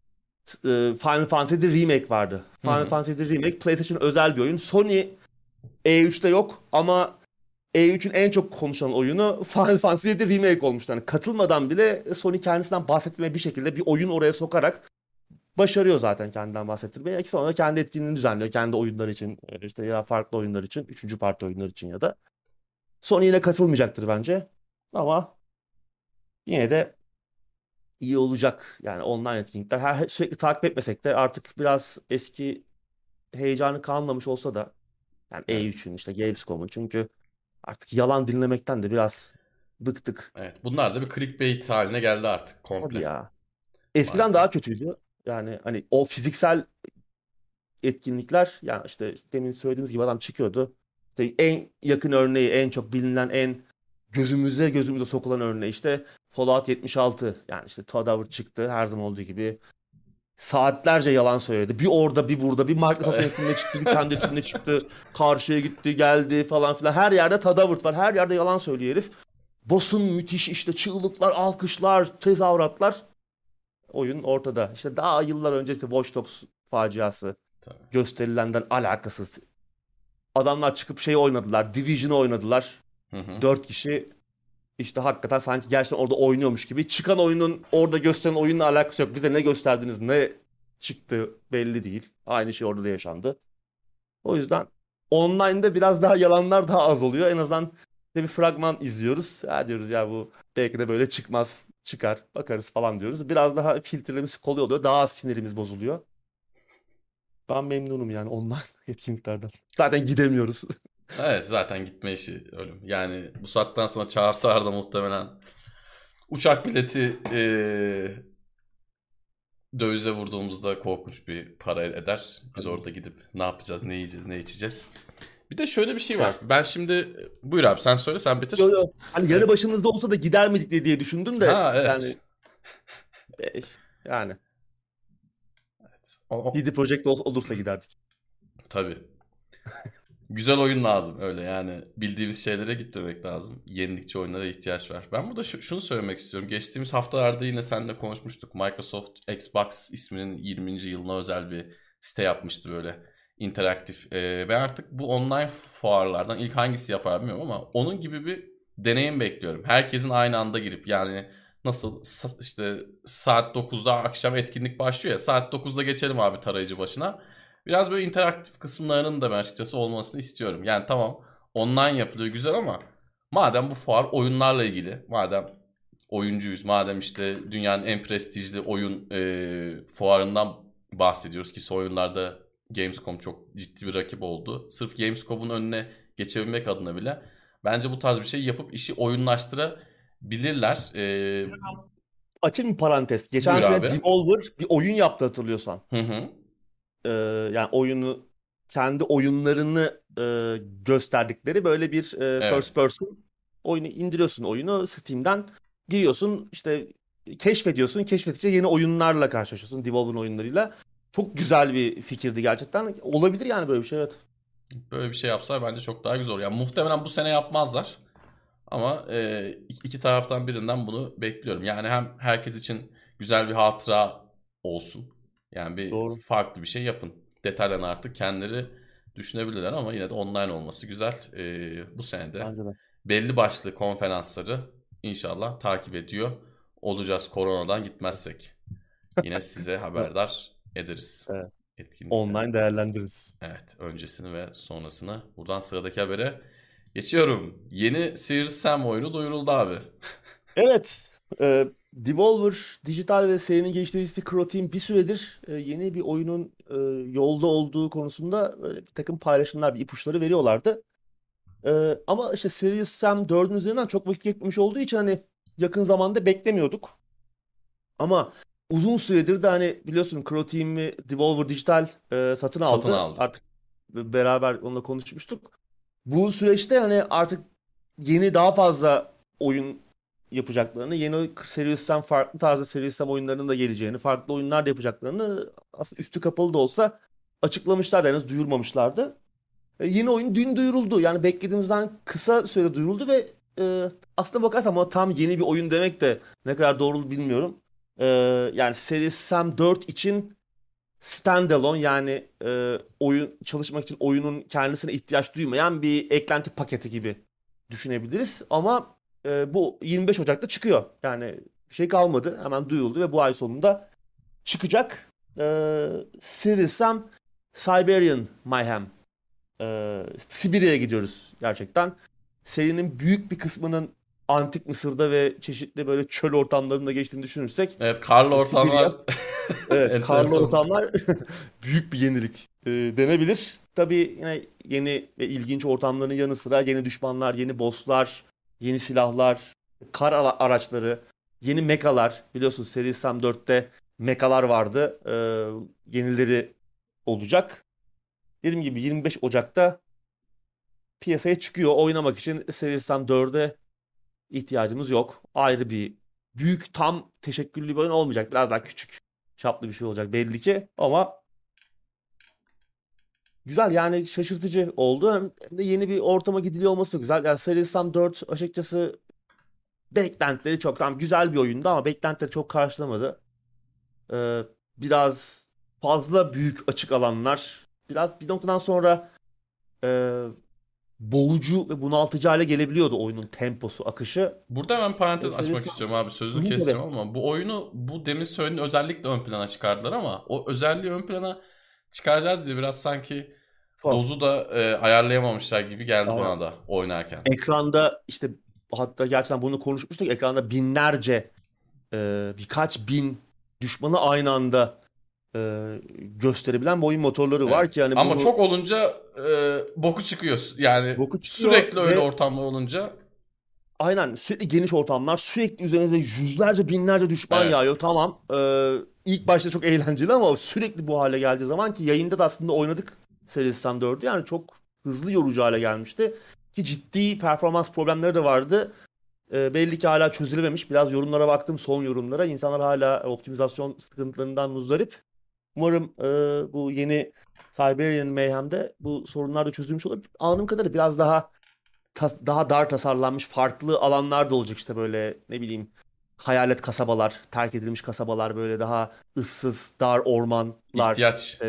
Final Fantasy Remake vardı. Hı Final hı. Fantasy Remake PlayStation özel bir oyun. Sony E3'te yok ama E3'ün en çok konuşulan oyunu Final Fantasy 7 Remake olmuştu. Yani katılmadan bile Sony kendisinden bahsetmeye bir şekilde bir oyun oraya sokarak başarıyor zaten kendinden bahsettirmeyi. Sonra kendi etkinliğini düzenliyor. Kendi oyunlar için işte ya farklı oyunlar için, üçüncü parti oyunlar için ya da. Sony yine katılmayacaktır bence. Ama yine de iyi olacak. Yani online etkinlikler. Sürekli takip etmesek de artık biraz eski heyecanı kalmamış olsa da yani Evet. E3'ün işte Gamescom'un, çünkü artık yalan dinlemekten de biraz bıktık. Evet. Bunlar da bir clickbait haline geldi artık Hadi komple. ya. Eskiden Maalesef. daha kötüydü. Yani hani o fiziksel etkinlikler, yani işte demin söylediğimiz gibi adam çıkıyordu. İşte en yakın örneği, en çok bilinen, en gözümüze sokulan örneği işte Fallout 76. Yani işte Todd Howard çıktı her zaman olduğu gibi. Saatlerce yalan söyledi. Bir orada bir burada, bir Microsoft etkinliğine çıktı, bir kendi etkinliğine çıktı. Karşıya gitti, geldi falan filan. Her yerde Todd Howard var. Her yerde yalan söylüyor herif. Boss'un müthiş işte çığlıklar, alkışlar, tezahüratlar. Oyun ortada. İşte daha yıllar önce işte Watch Dogs faciası Tabii. gösterilenden alakasız. Adamlar çıkıp şey oynadılar. Division'ı oynadılar. Hı hı. 4 kişi işte hakikaten sanki gerçekten orada oynuyormuş gibi. Çıkan oyunun orada gösteren oyunla alakası yok. Bize ne gösterdiniz, ne çıktı belli değil. Aynı şey orada da yaşandı. O yüzden online'da biraz daha yalanlar daha az oluyor. En azından işte bir fragman izliyoruz. Ha diyoruz ya, bu belki de böyle çıkmaz. Çıkar, bakarız falan diyoruz. Biraz daha filtrelemesi kolay oluyor. Daha az sinirimiz bozuluyor. Ben memnunum yani online etkinliklerden. Zaten gidemiyoruz. Evet, zaten gitme işi ölüm. Yani bu saatten sonra çağırsalar da muhtemelen uçak bileti dövize vurduğumuzda korkunç bir para eder. Biz Hadi. orada gidip ne yapacağız, ne yiyeceğiz, ne içeceğiz. Bir de şöyle bir şey Ya, var. Ben şimdi buyur abi sen söyle sen bitir. yo yo. Hani yanı başımızda olsa da gider miydik diye düşündüm de Ha evet. yani e, yani O, CD Projekt olursa giderdik. tabii. Güzel oyun lazım öyle yani bildiğimiz şeylere gitmemek lazım. Yenilikçi oyunlara ihtiyaç var. Ben burada şunu söylemek istiyorum. Geçtiğimiz haftalarda yine seninle konuşmuştuk. Microsoft Xbox isminin 20. yılına özel bir site yapmıştı böyle interaktif. Ve artık bu online fuarlardan ilk hangisi yapar bilmiyorum ama onun gibi bir deneyim bekliyorum. Herkesin aynı anda girip yani nasıl işte saat 9'da akşam etkinlik başlıyor ya saat 9'da geçelim abi tarayıcı başına. Biraz böyle interaktif kısımlarının da ben açıkçası olmasını istiyorum. Yani tamam online yapılıyor güzel ama madem bu fuar oyunlarla ilgili, madem oyuncuyuz, madem işte dünyanın en prestijli oyun fuarından bahsediyoruz ki son oyunlarda Gamescom çok ciddi bir rakip oldu. Sırf Gamescom'un önüne geçebilmek adına bile bence bu tarz bir şey yapıp işi oyunlaştırabilirler. Açayım bir parantez. Geçen Buyur sene abi. Devolver bir oyun yaptı hatırlıyorsan. Hı hı. Ee, Yani oyunu, kendi oyunlarını gösterdikleri böyle bir Evet. first person oyunu indiriyorsun, oyunu Steam'den giriyorsun işte, keşfediyorsun, keşfedince yeni oyunlarla karşılaşıyorsun, Devolver'ın oyunlarıyla. Çok güzel bir fikirdi gerçekten. Olabilir yani böyle bir şey, evet. Böyle bir şey yapsalar bence çok daha güzel olur. Yani muhtemelen bu sene yapmazlar. Ama iki taraftan birinden bunu bekliyorum. Yani hem herkes için güzel bir hatıra olsun. Yani bir Doğru. farklı bir şey yapın. Detaylarını artık kendileri düşünebilirler ama yine de online olması güzel. Bu sene de Bence de. belli başlı konferansları inşallah takip ediyor olacağız koronadan Evet. gitmezsek. Yine size haberdar ederiz Evet. etkinlikleri. Online değerlendiririz. Evet, öncesini ve sonrasını. Buradan sıradaki habere geçiyorum. Yeni Serious Sam oyunu duyuruldu abi. Evet. Devolver Dijital ve serinin geliştiricisi Croteam bir süredir yeni bir oyunun yolda olduğu konusunda böyle bir takım paylaşımlar, bir ipuçları veriyorlardı. Ama işte Serious Sam 4'ün üzerinden çok vakit geçmiş olduğu için hani yakın zamanda beklemiyorduk. Ama uzun süredir de hani biliyorsun Croteam'i Devolver Dijital satın Satın aldı. aldı. Artık beraber onunla konuşmuştuk. Bu süreçte hani artık yeni daha fazla oyun yapacaklarını, yeni Serious farklı tarzda Serious oyunlarının da geleceğini, farklı oyunlar da yapacaklarını aslında üstü kapalı da olsa açıklamışlardı, henüz duyurmamışlardı. Yeni oyun dün duyuruldu. Yani beklediğimizden kısa süre duyuruldu ve aslına bakarsan ama tam yeni bir oyun demek de ne kadar doğru bilmiyorum. E, Yani Serious Sam 4 için standalone, yani oyun çalışmak için oyunun kendisine ihtiyaç duymayan bir eklenti paketi gibi düşünebiliriz. Ama bu 25 Ocak'ta çıkıyor. Yani bir şey kalmadı. Hemen duyuldu ve bu ay sonunda çıkacak. Serious Sam Siberian Mayhem. Sibirya'ya gidiyoruz gerçekten. Serinin büyük bir kısmının Antik Mısır'da ve çeşitli böyle çöl ortamlarında geçtiğini düşünürsek Evet, karlı Sibirya, ortamlar evet, karlı enteresan olacak. ortamlar büyük bir yenilik denebilir. Tabii yine yeni ve ilginç ortamların yanı sıra yeni düşmanlar, yeni bosslar, yeni silahlar, kar araçları, yeni mekalar. Biliyorsunuz Seri Sam 4'te mekalar vardı. Yenileri olacak. Dediğim gibi 25 Ocak'ta piyasaya çıkıyor. Oynamak için Seri Sam 4'e ihtiyacımız yok. Ayrı bir büyük tam teşekküllü bir oyun olmayacak. Biraz daha küçük çaplı bir şey olacak belli ki. Ama güzel, yani şaşırtıcı oldu. Hem de yeni bir ortama gidiliyor olması da güzel. Yani Serious Sam 4 açıkçası beklentileri çok, tam güzel bir oyundu ama beklentileri çok karşılamadı. Ee, Biraz fazla büyük açık alanlar. Biraz bir noktadan sonra e, boğucu ve bunaltıcı hale gelebiliyordu oyunun temposu, akışı. Burada hemen parantez Serious açmak Sam... istiyorum abi. Hı Sözünü hı, tabii. keseceğim ama bu oyunu bu demin söylediğin özellikle ön plana çıkardılar ama o özelliği ön plana çıkaracağız diye biraz sanki Çok. dozu da ayarlayamamışlar gibi geldi Aynen. bana da oynarken. Ekranda işte, hatta gerçekten bunu konuşmuştuk. Ekranda binlerce, birkaç bin düşmanı aynı anda gösterebilen bir oyun motorları var Evet. ki yani Ama bunu çok olunca boku çıkıyor. Yani boku çıkıyor sürekli öyle ve ortamlar olunca aynen sürekli geniş ortamlar, sürekli üzerinize yüzlerce binlerce düşman evet. yağıyor. Tamam. İlk başta çok eğlenceli ama sürekli bu hale geldiği zaman, ki yayında da aslında oynadık Serisinden 4'ü, yani çok hızlı yorucu hale gelmişti. Ki ciddi performans problemleri de vardı. Belli ki hala çözülememiş. Biraz yorumlara baktım, son yorumlara. İnsanlar hala optimizasyon sıkıntılarından muzdarip. Umarım bu yeni Siberian Mayhem'de bu sorunlar da çözülmüş olur. Anladığım kadarıyla biraz daha daha dar tasarlanmış farklı alanlar da olacak, işte böyle ne bileyim hayalet kasabalar, terk edilmiş kasabalar, böyle daha ıssız, dar ormanlar. ihtiyaç.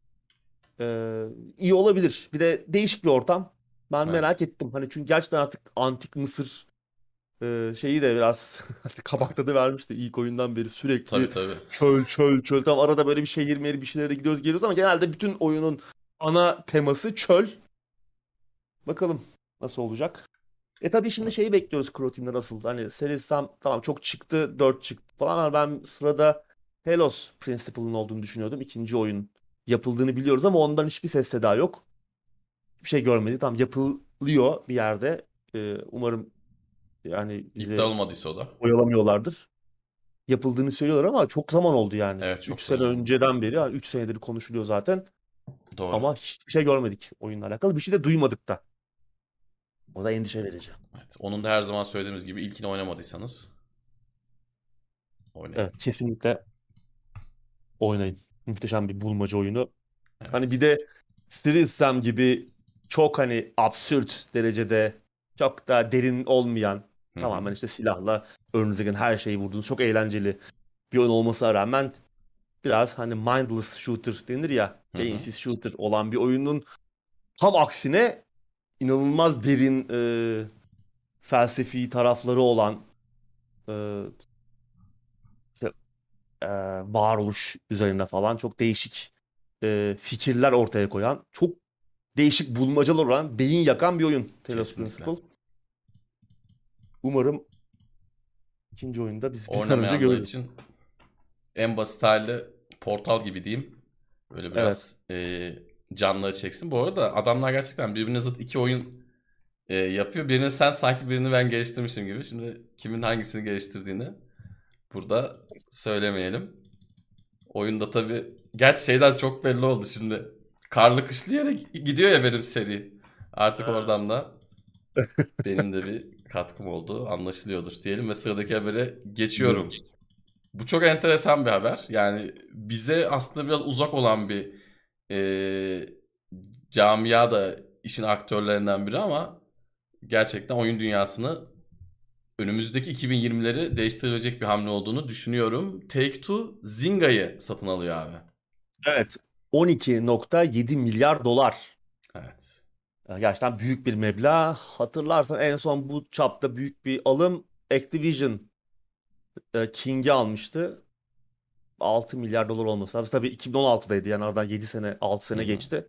İyi olabilir. Bir de değişik bir ortam. Ben Evet. merak ettim. Hani çünkü gerçekten artık Antik Mısır şeyi de biraz kabak tadı vermişti ilk oyundan beri, Tabii sürekli tabii. çöl çöl çöl. Tam arada böyle bir şehir meri bir şeylere de gidiyoruz geliyoruz ama genelde bütün oyunun ana teması çöl. Bakalım nasıl olacak. Tabii şimdi Evet. şeyi bekliyoruz Croteam'de nasıl. Hani Series Sam tamam çok çıktı, 4 çıktı falan ama ben sırada Helos Principle'ın olduğunu düşünüyordum. İkinci oyun yapıldığını biliyoruz ama ondan hiçbir ses seda yok. Bir şey görmedik. Tamam, yapılıyor bir yerde. Umarım yani İptal bizi olmadıysa o da. oyalamıyorlardır. Yapıldığını söylüyorlar ama çok zaman oldu yani. Evet, 3 çok sene zaman oldu. önceden beri, yani 3 senedir konuşuluyor zaten. Doğru. Ama hiçbir şey görmedik oyunla alakalı. Bir şey de duymadık da. O da endişe verici. Evet. Onun da her zaman söylediğimiz gibi ilkini oynamadıysanız oynayın. Evet, kesinlikle oynayın. Muhteşem bir bulmaca oyunu. Hani bir Evet. de Serious Sam gibi çok hani absürt derecede çok da derin olmayan, Hı hı. tamamen işte silahla önünüze gelen her şeyi vurduğunuz çok eğlenceli bir oyun olmasına rağmen biraz hani mindless shooter denir ya, Hı hı. beyinsiz shooter olan bir oyunun tam aksine inanılmaz derin felsefi tarafları olan e, işte, e, varoluş üzerine falan çok değişik fikirler ortaya koyan, çok değişik bulmacalar olan, beyin yakan bir oyun Talos Kesinlikle. Principle. Umarım ikinci oyunda biz bir an önce Oynamayanlar görürüz. için en basit hali Portal gibi diyeyim. Böyle Evet. biraz canları çeksin. Bu arada adamlar gerçekten birbirine zıt iki oyun yapıyor. Birini sen sanki birini ben geliştirmişim gibi. Şimdi kimin hangisini geliştirdiğini burada söylemeyelim. Oyunda tabii gerçi şeyden çok belli oldu şimdi. Karlı kışlı yere gidiyor ya benim seri. Artık Ha. oradan da benim de bir katkım olduğu anlaşılıyordur diyelim ve sıradaki habere Biliyorum. geçiyorum. Bu çok enteresan bir haber. Yani bize aslında biraz uzak olan bir e, camia da işin aktörlerinden biri ama gerçekten oyun dünyasını önümüzdeki 2020'leri değiştirecek bir hamle olduğunu düşünüyorum. Take-Two Zynga'yı satın alıyor abi. Evet. 12,7 milyar dolar. Evet. Gerçekten büyük bir meblağ. Hatırlarsan en son bu çapta büyük bir alım Activision King'i almıştı. 6 milyar dolar olması lazım. Tabii 2016'daydı, yani aradan 7 sene 6 Hı sene hı. geçti.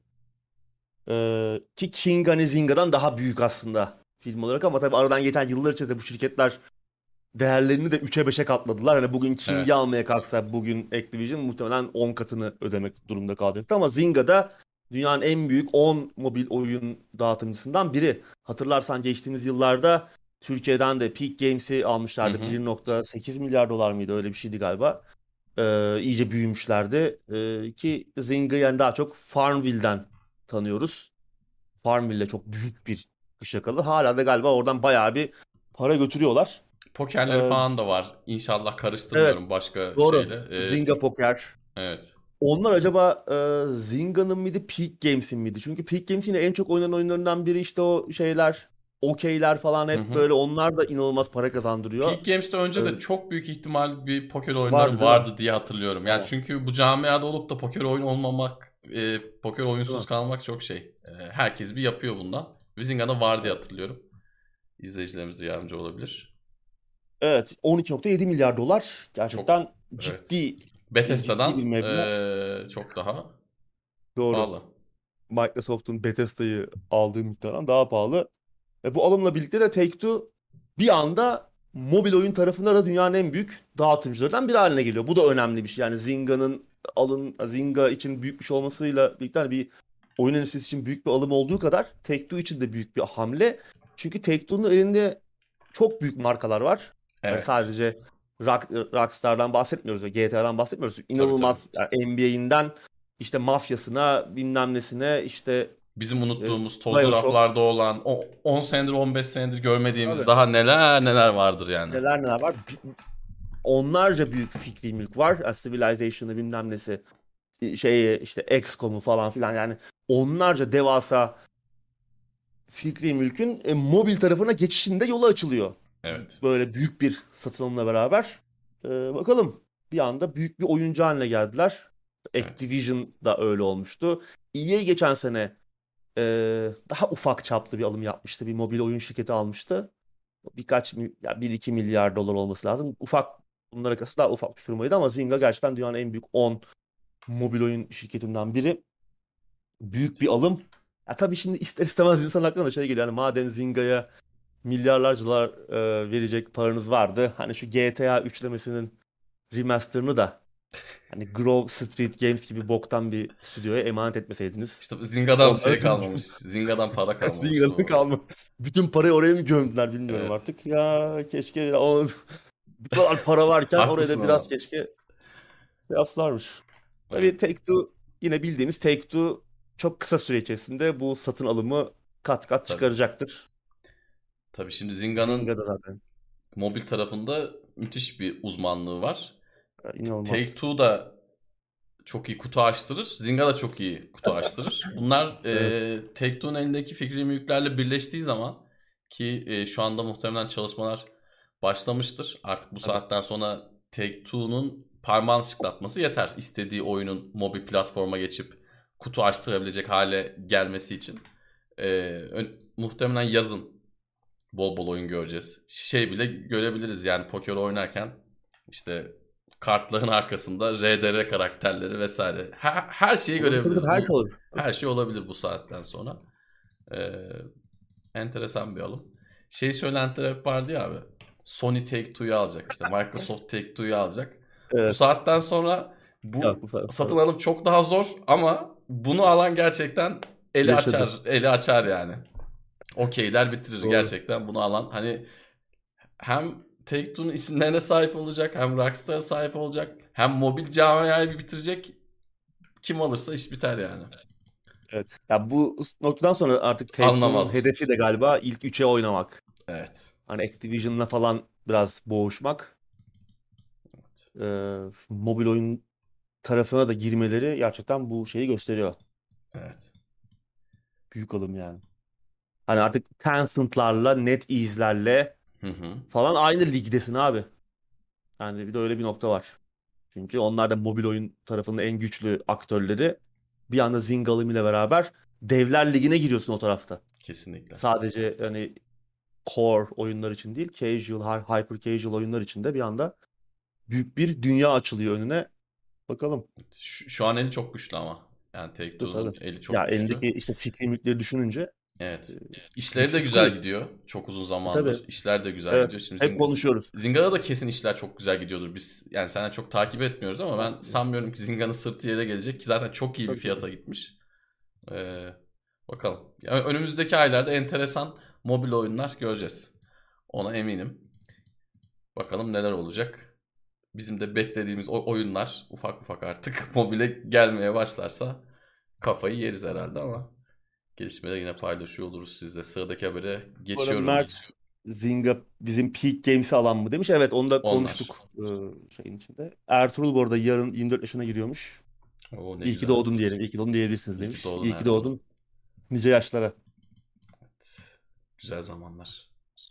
Ki King hani Zinga'dan daha büyük aslında film olarak, ama tabii aradan geçen yıllar içerisinde bu şirketler değerlerini de 3'e 5'e katladılar. Hani bugün King'i Evet. almaya kalksa bugün Activision muhtemelen 10 katını ödemek durumunda kalacaktı. Ama Zynga da dünyanın en büyük 10 mobil oyun dağıtımcısından biri. Hatırlarsan geçtiğimiz yıllarda Türkiye'den de Peak Games'i Hı almışlardı. hı. 1,8 milyar dolar mıydı, öyle bir şeydi galiba. İyice büyümüşlerdi. Ki Zynga'yı yani daha çok Farmville'den tanıyoruz. Farmville'le çok büyük bir iş yakaladı. Hala da galiba oradan bayağı bir para götürüyorlar. Pokerleri Ee, falan da var. İnşallah evet, karıştırmıyorum başka doğru. şeyle. Zynga Poker. Evet. Onlar acaba Zynga'nın mıydı, Peak Games'in miydi? Çünkü Peak Games'in yine en çok oynanan oyunlarından biri işte o şeyler, okeyler falan, Hı hep hı. böyle onlar da inanılmaz para kazandırıyor. Peak Games'te önce Ee, de çok büyük ihtimal bir poker oyunları vardı değil mi? vardı diye hatırlıyorum. Yani Tamam. çünkü bu camiada olup da poker oyun olmamak, poker Değil oyunsuz mi? kalmak çok şey. Herkes bir yapıyor bundan. Vizinga'da var diye Evet. hatırlıyorum. İzleyicilerimiz de yardımcı olabilir. Evet, 12,7 milyar dolar Çok, gerçekten evet. ciddi bir Bethesda'dan meblağ. çok daha Doğru. pahalı. Microsoft'un Bethesda'yı aldığı miktardan daha pahalı. Ve bu alımla birlikte de Take-Two bir anda mobil oyun tarafında da dünyanın en büyük dağıtımcılarından biri haline geliyor. Bu da önemli bir şey. Yani Zynga için büyük bir şey olmasıyla birlikte hani bir oyun endüstrisi için büyük bir alım olduğu kadar Take-Two için de büyük bir hamle. Çünkü Take-Two'nun elinde çok büyük markalar var. Hani Evet. sadece Rockstar'dan bahsetmiyoruz ya, GTA'dan bahsetmiyoruz. Tabii tabii. İnanılmaz, yani NBA'inden işte mafyasına, bilmem nesine, işte Bizim unuttuğumuz tozlu BioShock. raflarda olan o 10 senedir 15 senedir görmediğimiz Tabii. daha neler neler vardır yani. Neler neler var. Onlarca büyük fikri mülk var. Yani Civilization'ı, bilmem nesi, şeyi işte XCOM'u falan filan, yani onlarca devasa fikri mülkün mobil tarafına geçişinde yolu açılıyor. Evet. Böyle büyük bir satın alımla beraber. Bakalım, bir anda büyük bir oyuncu haline geldiler. Evet. Activision da öyle olmuştu. EA geçen sene daha ufak çaplı bir alım yapmıştı. Bir mobil oyun şirketi almıştı. Ya 1-2 milyar dolar olması lazım. Bunlar arası daha ufak bir firmaydı, ama Zynga gerçekten dünyanın en büyük 10 mobil oyun şirketinden biri. Büyük bir alım. Ya tabii şimdi ister istemez insan aklına da şey geliyor. Yani madem Zynga'ya milyarlarca dolar verecek paranız vardı, hani şu GTA üçlemesinin remasterını da hani Grove Street Games gibi boktan bir stüdyoya emanet etmeseydiniz. İşte Zinga'dan Onlara şey Türk kalmamış. Zinga'dan para kalmamış Zynga'nın doğru. kalma. Bütün parayı oraya mı gömdüler bilmiyorum Evet. artık. Ya keşke bu kadar para varken oraya Haklısın da biraz ama. keşke yaslarmış. Tabii Evet. Take-Two, yine bildiğimiz Take-Two çok kısa süre içerisinde bu satın alımı kat kat Tabii. çıkaracaktır. Tabii şimdi Zinga'nın Zynga da zaten mobil tarafında müthiş bir uzmanlığı var. inanılmaz. Take-Two da çok iyi kutu açtırır. Zynga da çok iyi kutu açtırır. Bunlar Evet. Take-Two'nun elindeki fikri mülklerle birleştiği zaman ki şu anda muhtemelen çalışmalar başlamıştır. Artık bu saatten sonra Take-Two'nun parmağını şıklatması yeter. İstediği oyunun mobil platforma geçip kutu açtırabilecek hale gelmesi için. Muhtemelen yazın bol bol oyun göreceğiz. Şey bile görebiliriz yani poker oynarken işte kartların arkasında RDR karakterleri vesaire. Her şeyi görebiliriz. Her şey olur. Her şey olabilir bu saatten sonra. Enteresan bir alım. Şey söylentiler hep vardı ya abi. Sony Take-Two'yu alacak, işte Microsoft Take-Two'yu alacak. Evet. Bu saatten sonra bu saatten satın alım çok daha zor ama bunu alan gerçekten eli açar yani. Okey der bitirir. Doğru. Gerçekten bunu alan hani hem Take-Two'nun isimlerine sahip olacak, hem Rockstar'a sahip olacak, hem mobil camiayı bitirecek. Kim alırsa iş biter yani. Evet. Ya bu noktadan sonra artık Take-Two'nun hedefi de galiba ilk 3'e oynamak. Evet. Hani Activision'la falan biraz boğuşmak. Evet. Mobil oyun tarafına da girmeleri gerçekten bu şeyi gösteriyor. Evet. Büyük alım yani. Hani artık Tencent'larla, NetEase'lerle falan aynı ligdesin abi. Yani bir de öyle bir nokta var. Çünkü onlar da mobil oyun tarafının en güçlü aktörleri. Bir anda Zynga ile beraber Devler Ligi'ne giriyorsun o tarafta. Kesinlikle. Sadece hani core oyunlar için değil, casual, hyper casual oyunlar için de bir anda büyük bir dünya açılıyor önüne. Bakalım. Şu an eli çok güçlü ama. Yani Take-Two'nun eli çok güçlü. Elindeki işte fikri mülkleri düşününce. Evet. İşleri de güzel gidiyor. Çok uzun zamandır. İşler de güzel gidiyor. Şimdi hep konuşuyoruz. Zynga'da da kesin işler çok güzel gidiyordur. Biz yani senden çok takip etmiyoruz ama ben sanmıyorum ki Zynga'nın sırtı yere gelecek ki zaten çok iyi bir fiyata gitmiş. Bakalım. Yani önümüzdeki aylarda enteresan mobil oyunlar göreceğiz. Ona eminim. Bakalım neler olacak. Bizim de beklediğimiz oyunlar ufak ufak artık mobile gelmeye başlarsa kafayı yeriz herhalde ama gelişmeleri yine paylaşıyor oluruz sizle. Sıradaki habere geçiyorum. Mert Zynga bizim Peak Games'i alan mı demiş. Evet, onu da konuştuk şeyin içinde. Ertuğrul bu arada yarın 24 yaşına giriyormuş. İyi ki doğdun diyelim. İyi ki doğdun diyebilirsiniz demiş. İyi ki doğdun. Nice yaşlara. Evet. Güzel zamanlar.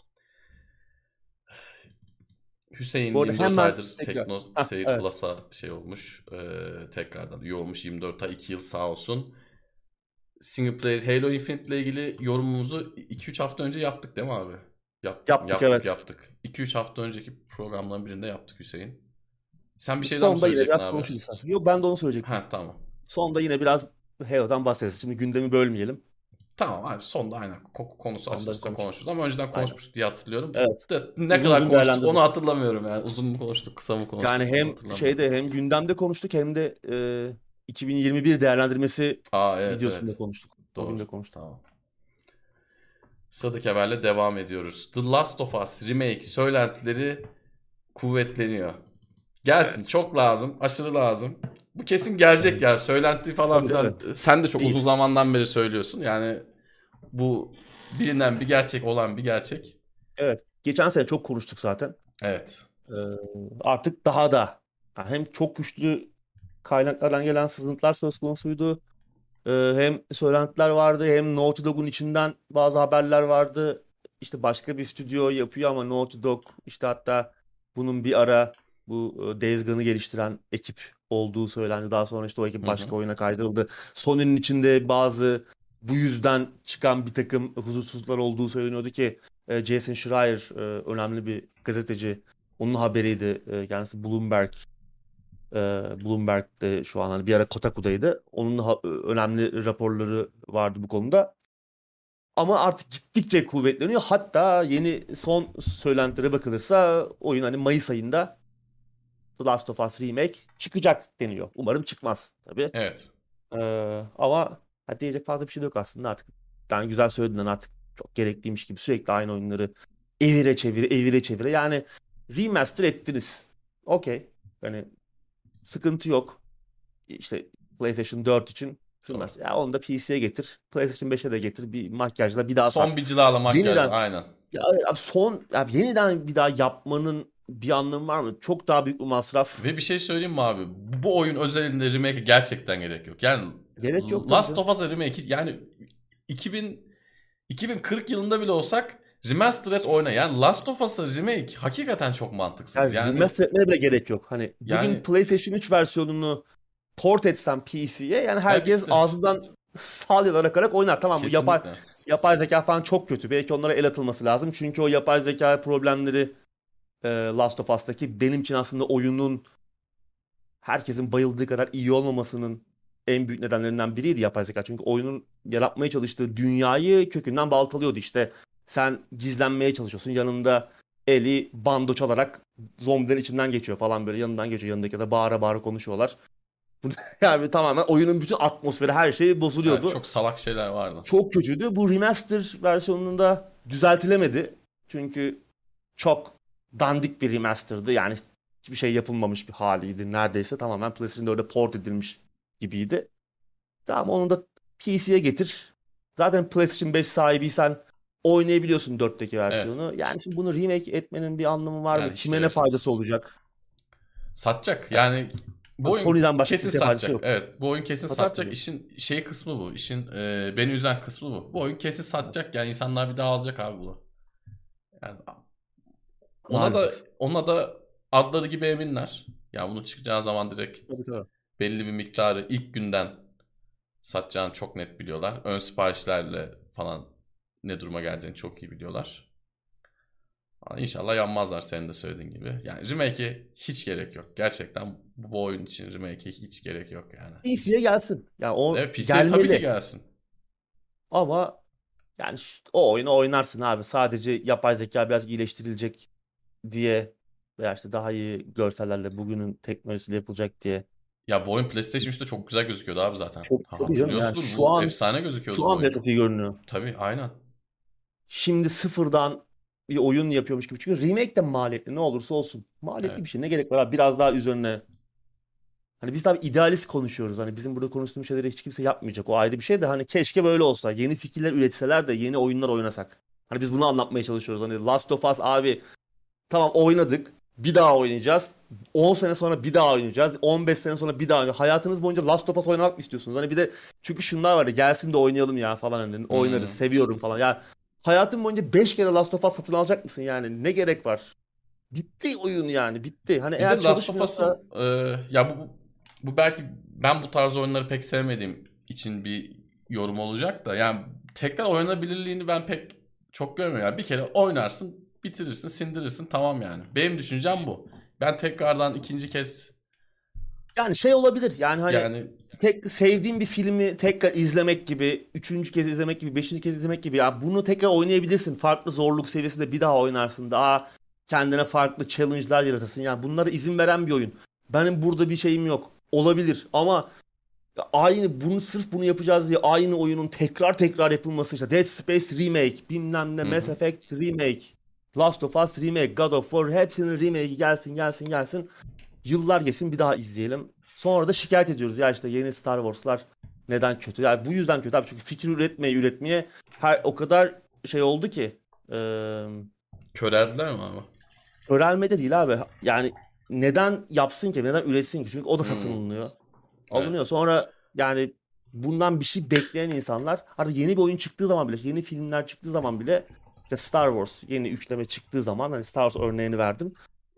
Hüseyin 24 aydır Tekno Seyir Plus'a şey olmuş. Tekrardan üye olmuş. 24 ay 2 yıl sağ olsun. Single player Halo Infinite ile ilgili yorumumuzu 2-3 hafta önce yaptık değil mi abi? Yaptık. 2-3 hafta önceki programların birinde yaptık Hüseyin. Sen bir şeyden mi söyleyecektin abi? Sonda yine biraz konuşuruz. Yok, ben de onu söyleyecektim. Tamam. Sonda yine biraz Halo'dan bahsederiz. Şimdi gündemi bölmeyelim. Tamam, hadi sonda aynen konusu açılırsa konuşuruz ama önceden konuşmuştuk diye hatırlıyorum. Evet. Ne kadar konuştuk onu hatırlamıyorum yani. Uzun mu konuştuk, kısa mı konuştuk? Yani hem gündemde konuştuk hem de 2021 değerlendirmesi videosunda konuştuk. Doğru. O gün de konuştuk. Tamam. Sıradaki haberle devam ediyoruz. The Last of Us Remake söylentileri kuvvetleniyor. Gelsin, çok lazım, aşırı lazım. Bu kesin gelecek yani, söylenti falan filan. Sen de çok uzun zamandan beri söylüyorsun. Yani bu bilinen bir gerçek, olan bir gerçek. Evet. Geçen sene çok konuştuk zaten. Evet. Artık daha da hem çok güçlü kaynaklardan gelen sızıntılar söz konusuydu. Hem söylentiler vardı, hem Naughty Dog'un içinden bazı haberler vardı. İşte başka bir stüdyo yapıyor ama Naughty Dog işte hatta bunun bir ara bu Days Gone'ı geliştiren ekip olduğu söylendi. Daha sonra işte o ekip başka oyuna kaydırıldı. Sony'nin içinde bazı bu yüzden çıkan bir takım huzursuzluklar olduğu söyleniyordu ki Jason Schreier önemli bir gazeteci. Onun haberiydi. Kendisi Bloomberg'de şu an, hani bir ara Kotaku'daydı. Onun önemli raporları vardı bu konuda. Ama artık gittikçe kuvvetleniyor. Hatta yeni son söylentilere bakılırsa oyun hani Mayıs ayında The Last of Us Remake çıkacak deniyor. Umarım çıkmaz tabii. Evet. Ama diyecek fazla bir şey yok aslında artık. Yani güzel söylediğinden artık çok gerekliymiş gibi sürekli aynı oyunları evire çevire. Yani remaster ettiniz. Okey. Yani sıkıntı yok. İşte PlayStation 4 için ya onu da PC'ye getir. PlayStation 5'e de getir. Bir makyajla bir daha sat. Son bir cilala makyaj, aynen. Yeniden bir daha yapmanın bir anlamı var mı? Çok daha büyük bir masraf. Ve bir şey söyleyeyim mi abi? Bu oyun özelinde remake gerçekten gerek yok. Yani gerek yok. Last of Us remake yani 2040 yılında bile olsak Remastered oyna. Yani Last of Us'a remake hakikaten çok mantıksız. Yani Yani remaster etmeye bile gerek yok. Hani bugün yani PlayStation 3 versiyonunu port etsen PC'ye, yani herkes bitti. ağzından salyalar akarak oynar. Tamam, bu Kesinlikle. yapay zeka falan çok kötü. Belki onlara el atılması lazım. Çünkü o yapay zeka problemleri Last of Us'taki benim için aslında oyunun herkesin bayıldığı kadar iyi olmamasının en büyük nedenlerinden biriydi yapay zeka. Çünkü oyunun yaratmaya çalıştığı dünyayı kökünden baltalıyordu işte. Sen gizlenmeye çalışıyorsun. Yanında Ellie bando çalarak zombilerin içinden geçiyor falan, böyle yanından geçiyor. Yanındaki de bağıra bağıra konuşuyorlar. Yani tamamen oyunun bütün atmosferi, her şey Evet, bozuluyordu. çok salak şeyler vardı. Çok kötüydü. Bu remaster versiyonunda düzeltilemedi. Çünkü çok dandik bir remaster'dı. Yani hiçbir şey yapılmamış bir haliydi neredeyse. Tamamen PlayStation 4'e port edilmiş gibiydi. Tamam, onu da PC'ye getir. Zaten PlayStation 5 sahibiysen oynayabiliyorsun 4'teki Evet. versiyonu. Yani şimdi bunu remake etmenin bir anlamı var mı? Yani hiç Kime ne gerek yok. faydası olacak? Satacak. Sen, Yani bu oyun Sony'den başka kesin kimseye faydası satacak. yok. Evet, bu oyun kesin Satar satacak. tabii. İşin şey kısmı bu. İşin beni üzen kısmı bu. Bu oyun kesin satacak. Yani insanlar bir daha alacak abi bunu. Yani ona da Maalesef. ona da adları gibi eminler. Yani bunun çıkacağı zaman direkt Tabii tabii. belli bir miktarı ilk günden satacağını çok net biliyorlar. Ön siparişlerle falan ne duruma geleceğini çok iyi biliyorlar. Ama İnşallah yanmazlar senin de söylediğin gibi. Yani remake'e hiç gerek yok. Gerçekten bu oyun için remake'e hiç gerek yok yani. PC'ye gelsin. Yani o Evet, PC'ye tabii ki gelmeli. gelsin. Ama yani o oyunu oynarsın abi. Sadece yapay zeka biraz iyileştirilecek diye veya işte daha iyi görsellerle bugünün teknolojisiyle yapılacak diye. Ya bu oyun PlayStation 3'te çok güzel gözüküyordu abi zaten. Çok Ha, tabii canım. Yani hatırlıyorsundur, şu bu an efsane gözüküyordu şu bu an bile oyun. çok iyi görünüyor. Tabii, aynen. Şimdi sıfırdan bir oyun yapıyormuş gibi. Çünkü remake de maliyetli, ne olursa olsun. Maliyetli bir Evet. şey. Ne gerek var abi? Biraz daha üzerine. Hani biz tabii idealist konuşuyoruz. Hani bizim burada konuştuğumuz şeyleri hiç kimse yapmayacak. O ayrı bir şey de, hani keşke böyle olsa. Yeni fikirler üretseler de yeni oyunlar oynasak. Hani biz bunu anlatmaya çalışıyoruz. Hani Last of Us abi, tamam oynadık. Bir daha oynayacağız. 10 sene sonra bir daha oynayacağız. 15 sene sonra bir daha oynayacağız. Hayatınız boyunca Last of Us oynamak mı istiyorsunuz? Hani bir de çünkü şunlar var ya, gelsin de oynayalım ya falan, hani oynarız, Hmm. seviyorum falan. Ya hayatın boyunca 5 kere Last of Us satın alacak mısın yani? Ne gerek var? Bitti oyun yani, bitti. Hani Bir de eğer Last of çalışmıyorsa, Us'ın ya bu belki ben bu tarz oyunları pek sevmediğim için bir yorum olacak da, yani tekrar oynanabilirliğini ben pek çok görmüyorum. Yani bir kere oynarsın, bitirirsin, sindirirsin, tamam yani. Benim düşüncem bu. Ben tekrardan ikinci kez yani şey olabilir yani, hani yani tek sevdiğim bir filmi tekrar izlemek gibi, üçüncü kez izlemek gibi, beşinci kez izlemek gibi, ya bunu tekrar oynayabilirsin. Farklı zorluk seviyesinde bir daha oynarsın. Daha kendine farklı challenge'lar yaratırsın. Yani bunlara izin veren bir oyun. Benim burada bir şeyim yok. Olabilir ama aynı bunu, sırf bunu yapacağız diye aynı oyunun tekrar tekrar yapılması, işte Dead Space remake, bilmem ne, hı Mass hı. Effect remake, Last of Us remake, God of War, hepsinin remake'i gelsin gelsin gelsin. Yıllar geçsin, bir daha izleyelim. Sonra da şikayet ediyoruz. Ya işte yeni Star Wars'lar neden kötü? Yani bu yüzden kötü abi. Çünkü fikir üretmeye her o kadar şey oldu ki. Eee Köreldiler mi ama? Körelmede değil abi. Yani neden yapsın ki? Neden üretsin ki? Çünkü o da satın Hmm, alınıyor. evet. Alınıyor. Sonra yani bundan bir şey bekleyen insanlar artık yeni bir oyun çıktığı zaman bile, yeni filmler çıktığı zaman bile, işte Star Wars yeni üçleme çıktığı zaman, hani Star Wars örneğini verdim.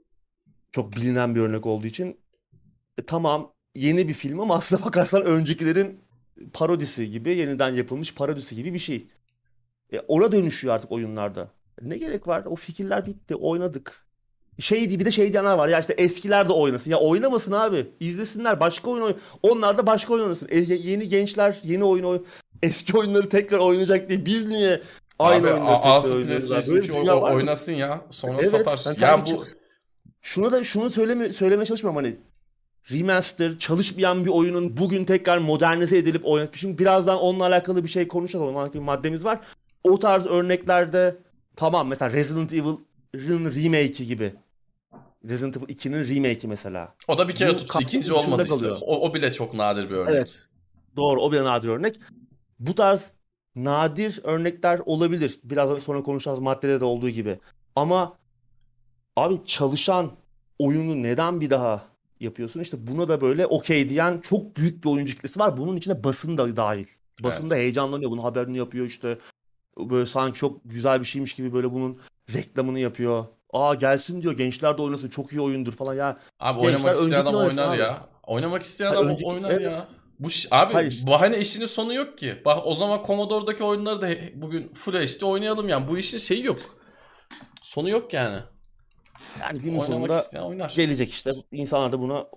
Çok bilinen bir örnek olduğu için. Tamam, yeni bir film ama aslına bakarsan öncekilerin parodisi gibi, yeniden yapılmış parodisi gibi bir şey. Ona dönüşüyor artık oyunlarda. Ne gerek var? O fikirler bitti. Oynadık. Bir de şey diyenler var ya, işte eskiler de oynasın. Ya oynamasın abi. İzlesinler. Başka oyun oyn. Onlar da başka oyun oynasın. Yeni gençler yeni eski oyunları tekrar oynayacak diye biz niye aynı Abi oyunları tekrar alsın oynuyoruz abi? PlayStation Böyle 3'ü bir dünya var mı? oynasın ya. Sonra Evet. satar. Ben Ya sadece bu şunu söylemeye çalışmıyorum, hani remaster, çalışmayan bir oyunun bugün tekrar modernize edilip oynatmış. Şimdi birazdan onunla alakalı bir şey konuşalım. Onunla alakalı bir maddemiz var. O tarz örneklerde tamam, mesela Resident Evil'ın remake'i gibi. Resident Evil 2'nin remake'i mesela. o da bir kere Bu tuttu. İkinci kapsamın olmadı dışında işte. kalıyor. O bile çok nadir bir örnek. Evet. Doğru, o bir nadir örnek. Bu tarz nadir örnekler olabilir. Biraz sonra konuşacağımız maddede de olduğu gibi. Ama abi, çalışan oyunu neden bir daha yapıyorsun? İşte buna da böyle okey diyen çok büyük bir oyuncu kitlesi var. Bunun içine basın da dahil. Basın da Evet. heyecanlanıyor. Bunun haberini yapıyor işte. böyle sanki çok güzel bir şeymiş gibi böyle bunun reklamını yapıyor. Aa gelsin diyor, gençler de oynasın, çok iyi oyundur falan ya. Abi Gençler oynamak isteyen öncekini adam oynasın oynar abi. ya. Oynamak isteyen Hayır, adam önceki oynar ya. evet. Abi Hayır. bahane işinin sonu yok ki. Bak o zaman Commodore'daki oyunları da bugün Full HD oynayalım yani. Bu işin şeyi yok. Sonu yok yani. Yani günün Oynamak sonunda isteyen oynar. gelecek işte. İnsanlar da buna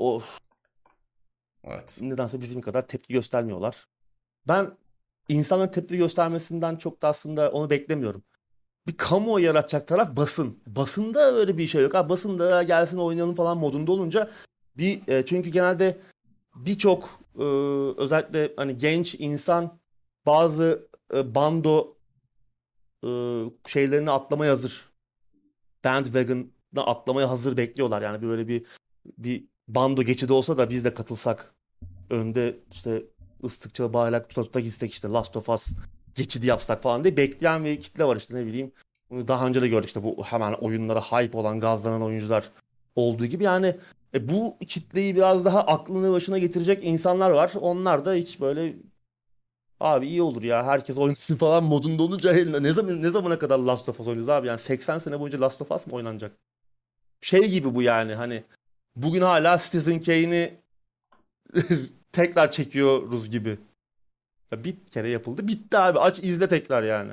Evet. nedense bizim kadar tepki göstermiyorlar. Ben insanların tepki göstermesinden çok da aslında onu beklemiyorum. Bir kamuoyu yaratacak taraf basın. Basında öyle bir şey yok. Ha, basında gelsin oynayalım falan modunda olunca çünkü genelde birçok özellikle hani genç insan bazı bando e, şeylerini atlamaya hazır. Bandwagon'da atlamaya hazır bekliyorlar. Yani böyle bir bando geçidi olsa da biz de katılsak. Önde işte ıslıkçı bayrak tuta gitsek, işte Last of Us geçidi yapsak falan diye bekleyen bir kitle var, işte ne bileyim. Bunu daha önce de gördük, işte bu hemen oyunlara hype olan, gazlanan oyuncular olduğu gibi. Yani bu kitleyi biraz daha aklını başına getirecek insanlar var. Onlar da hiç böyle abi iyi olur ya herkes oynasın falan modunda olunca ne zamana kadar Last of Us oynayacağız abi? Yani 80 sene boyunca Last of Us mı oynanacak? Şey gibi bu yani, hani bugün hala Citizen Kane'i tekrar çekiyoruz gibi. Ya bir kere yapıldı. Bitti abi. Aç izle tekrar yani.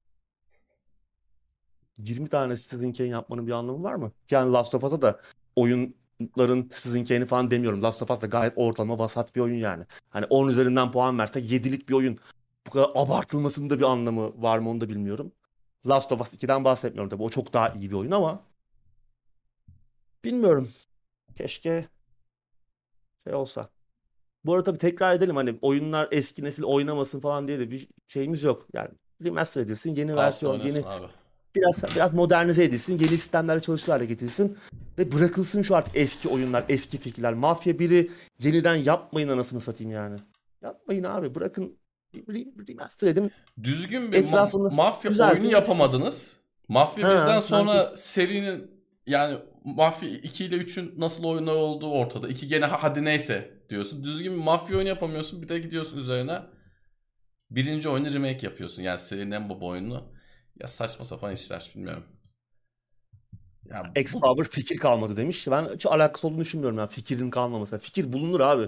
20 tane Citizen Kane yapmanın bir anlamı var mı? Yani Last of Us'a da oyunların Citizen Kane'i falan demiyorum. Last of Us da gayet ortalama vasat bir oyun yani. Hani 10 üzerinden puan versek 7'lik bir oyun. Bu kadar abartılmasının da bir anlamı var mı onu da bilmiyorum. Last of Us 2'den bahsetmiyorum tabii. O çok daha iyi bir oyun ama bilmiyorum. Keşke şey olsa. Bu arada tabii tekrar edelim, hani oyunlar eski nesil oynamasın falan diye de bir şeyimiz yok. Yani remaster edilsin, yeni Alsın versiyon, yeni oynasın abi. biraz modernize edilsin, yeni sistemlerle çalışır hale getirilsin ve bırakılsın şu artık eski oyunlar, eski fikirler. Mafya biri yeniden yapmayın, anasını satayım yani. Yapmayın abi, bırakın, remaster edin, Düzgün bir etrafını mafya oyunu düzeltin gitsin. yapamadınız. Mafya birden Ha sanki sonra serinin yani Mafya 2 ile 3'ün nasıl oyunlar olduğu ortada. 2 gene hadi neyse diyorsun. Düzgün bir mafya oyunu yapamıyorsun. Bir de gidiyorsun üzerine birinci oyunu remake yapıyorsun. Yani serinin en baba oyununu. Ya saçma sapan işler bilmiyorum. Ya bu X-Power fikir kalmadı demiş. Ben hiç alakası olduğunu düşünmüyorum yani, fikrin kalmaması. Fikir bulunur abi.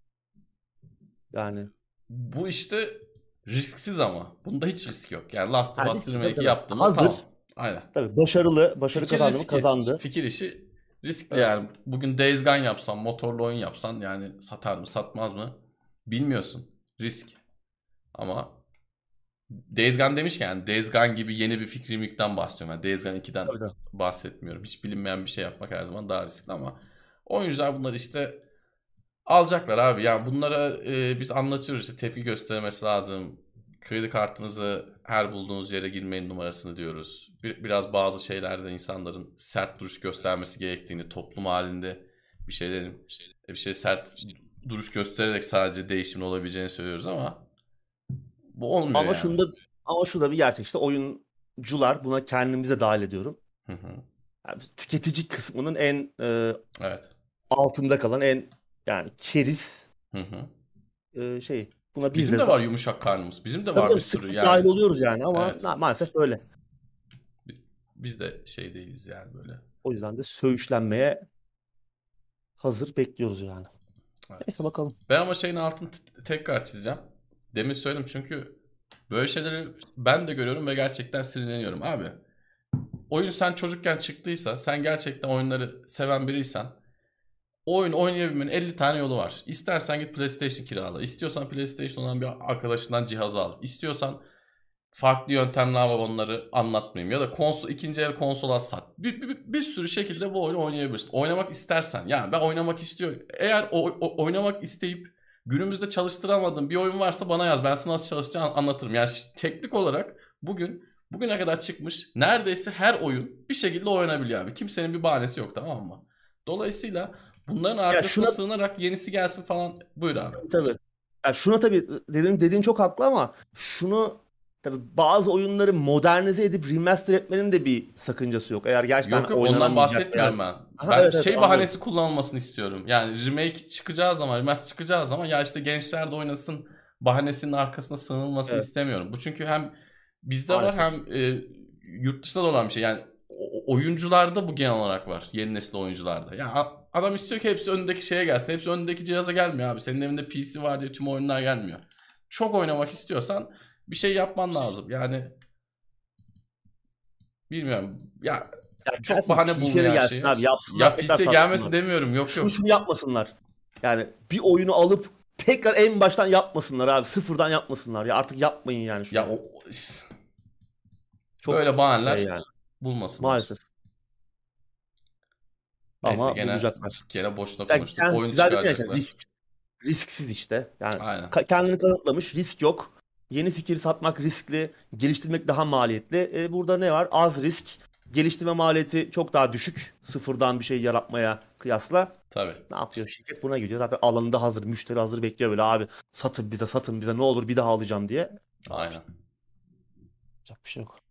Yani bu işte risksiz ama. Bunda hiç risk yok. Yani Last of Us riskli tabii remake'i tabii. yaptı mı Hazır. tamam. Aynen. Tabii başarı Fikir kazandı mı riski. kazandı. Fikir işi riskli Evet. yani. Bugün Days Gone yapsan, motorlu oyun yapsan yani satar mı satmaz mı bilmiyorsun. Risk. Ama Days Gone demişken yani Days Gone gibi yeni bir fikri mülkten bahsediyorum. Yani Days Gone 2'den Tabii tabii. bahsetmiyorum. Hiç bilinmeyen bir şey yapmak her zaman daha riskli ama oyuncular bunları işte alacaklar abi. Yani bunlara biz anlatıyoruz işte tepki göstermesi lazım. Kredi kartınızı her bulduğunuz yere girmeyin numarasını diyoruz. Biraz bazı şeylerde insanların sert duruş göstermesi gerektiğini, toplum halinde bir şey sert duruş göstererek sadece değişimin olabileceğini söylüyoruz ama bu olmuyor Ama yani. şunda ama şu da bir gerçek, işte oyuncular, buna kendimizi de dahil ediyorum. Hı hı. Yani tüketici kısmının en Evet. altında kalan, en yani keriz Hı hı. şey. Buna biz Bizim de de var yumuşak karnımız. Bizim de tabii var bir tabii sık sürü sık dahil yani. oluyoruz yani, ama Evet. maalesef öyle. Biz, biz de şey değiliz yani böyle. O yüzden de söğüşlenmeye hazır bekliyoruz yani. Neyse Evet. bakalım. Ben ama şeyin altını tekrar çizeceğim. Demin söyledim çünkü böyle şeyleri ben de görüyorum ve gerçekten sinirleniyorum abi. Oyun sen çocukken çıktıysa, sen gerçekten oyunları seven biriysen o oyun oynayabilmenin 50 tane yolu var. İstersen git PlayStation kirala. İstiyorsan PlayStation olan bir arkadaşından cihaz al. İstiyorsan farklı yöntemler var onları anlatmayayım. Ya da ikinci el konsola sat. Bir sürü şekilde bu oyunu oynayabilirsin. Oynamak istersen. Yani ben oynamak istiyorum. Eğer oynamak isteyip günümüzde çalıştıramadığın bir oyun varsa bana yaz. Ben sana nasıl çalışacağını anlatırım. Yani teknik olarak bugüne kadar çıkmış neredeyse her oyun bir şekilde oynanabiliyor abi. Kimsenin bir bahanesi yok, tamam mı? Dolayısıyla bunların Ya arkasına şuna sığınarak yenisi gelsin falan. Buyur abi. tabii. Ya şuna tabii, dediğin çok haklı ama şunu tabii, bazı oyunları modernize edip remaster etmenin de bir sakıncası yok. Eğer gerçekten Yok yok, ondan oynanamayacak veya bahsetmiyorum ben. aha, Ben evet evet şey anlıyorum. bahanesi kullanılmasını istiyorum. Yani remake çıkacağı zaman, remaster çıkacağı zaman ya işte gençler de oynasın bahanesinin arkasına sığınılmasını Evet. istemiyorum. Bu çünkü hem bizde var Maalesef. hem yurt dışında da olan bir şey. Yani oyuncularda bu genel olarak var. Yeni nesil oyuncularda. Yani adam istiyor ki hepsi önündeki şeye gelsin. Hepsi önündeki cihaza gelmiyor abi. Senin evinde PC var diye tüm oyunlar gelmiyor. Çok oynamak istiyorsan bir şey yapman lazım. Yani bilmiyorum. Ya Ya çok gelsin bahane bulunuyor PC'ye her gelsin şeye. abi, yapsınlar Ya tekrar PC'ye gelmesin satsınlar. demiyorum. Yok Şunu yok. şunu yapmasınlar. Yani bir oyunu alıp tekrar en baştan yapmasınlar abi. Sıfırdan yapmasınlar. Ya artık yapmayın yani Ya şunu. Çok böyle bahaneler yani bulmasınlar. maalesef. Neyse Ama gene bulacaklar. boşuna Yani konuştuk. Oyun güzel dedin ya işte, çıkaracaklar. risksiz işte. Yani Aynen. kendini kanıtlamış, risk yok. Yeni fikir satmak riskli, geliştirmek daha maliyetli. Burada ne var? Az risk, geliştirme maliyeti çok daha düşük. Sıfırdan bir şey yaratmaya kıyasla. Tabii. Ne yapıyor şirket? Buna gidiyor. Zaten alanında hazır, müşteri hazır bekliyor böyle, abi satın bize ne olur bir daha alacağım diye. Ne Aynen. yapacak? Yapacak bir şey yok.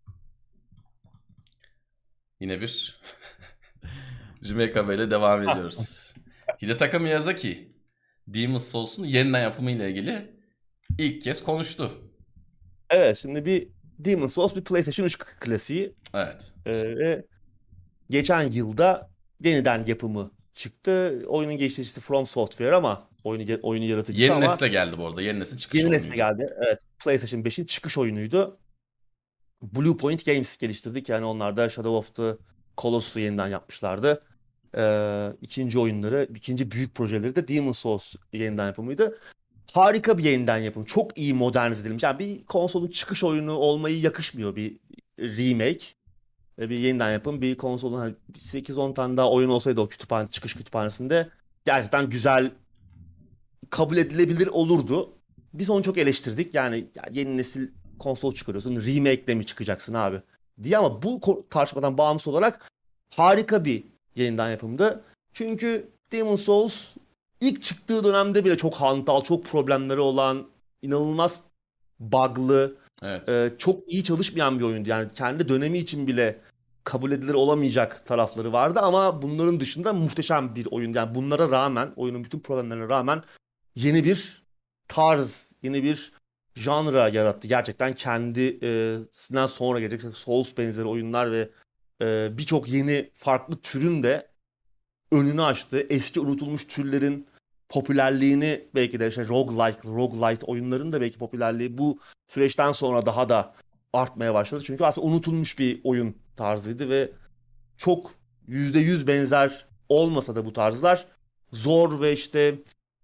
Yine bir Jimmy ile devam ediyoruz. Hidetaka Miyazaki Demon's Souls'un yeniden yapımı ile ilgili ilk kez konuştu. Evet, şimdi bir Demon's Souls bir PlayStation 3 klasiği. Evet. Ve geçen yılda yeniden yapımı çıktı. Oyunun geliştiricisi From Software ama oyunu yaratıcısı Yeni ama nesle geldi bu arada. Yeni nesil çıkış yeni nesle oyunuydu. geldi. Evet, PlayStation 5'in çıkış oyunuydu. Blue Point Games geliştirdik. Yani onlar da Shadow of the Colossus'u yeniden yapmışlardı. İkinci oyunları, ikinci büyük projeleri de Demon's Souls yeniden yapımıydı. Harika bir yeniden yapım. Çok iyi modernize edilmiş. Yani bir konsolun çıkış oyunu olmayı yakışmıyor bir remake. Bir yeniden yapım, bir konsolun hani 8-10 tane daha oyun olsaydı o çıkış kütüphanesinde gerçekten güzel, kabul edilebilir olurdu. Biz onu çok eleştirdik. Yani ya yeni nesil konsol çıkarıyorsun, remake'le mi çıkacaksın abi diye, ama bu tartışmadan bağımsız olarak harika bir yeniden yapımdı. Çünkü Demon's Souls ilk çıktığı dönemde bile çok hantal, çok problemleri olan, inanılmaz bug'lı, Evet. çok iyi çalışmayan bir oyundu. Yani kendi dönemi için bile kabul edilir olamayacak tarafları vardı ama bunların dışında muhteşem bir oyun. Yani bunlara rağmen, oyunun bütün problemlerine rağmen yeni bir tarz, yeni bir janra yarattı. Gerçekten kendisinden sonra gelecek Souls benzeri oyunlar ve birçok yeni farklı türün de önünü açtı. Eski unutulmuş türlerin popülerliğini, belki de işte roguelite oyunların da belki popülerliği bu süreçten sonra daha da artmaya başladı. Çünkü aslında unutulmuş bir oyun tarzıydı ve çok %100 benzer olmasa da bu tarzlar zor ve işte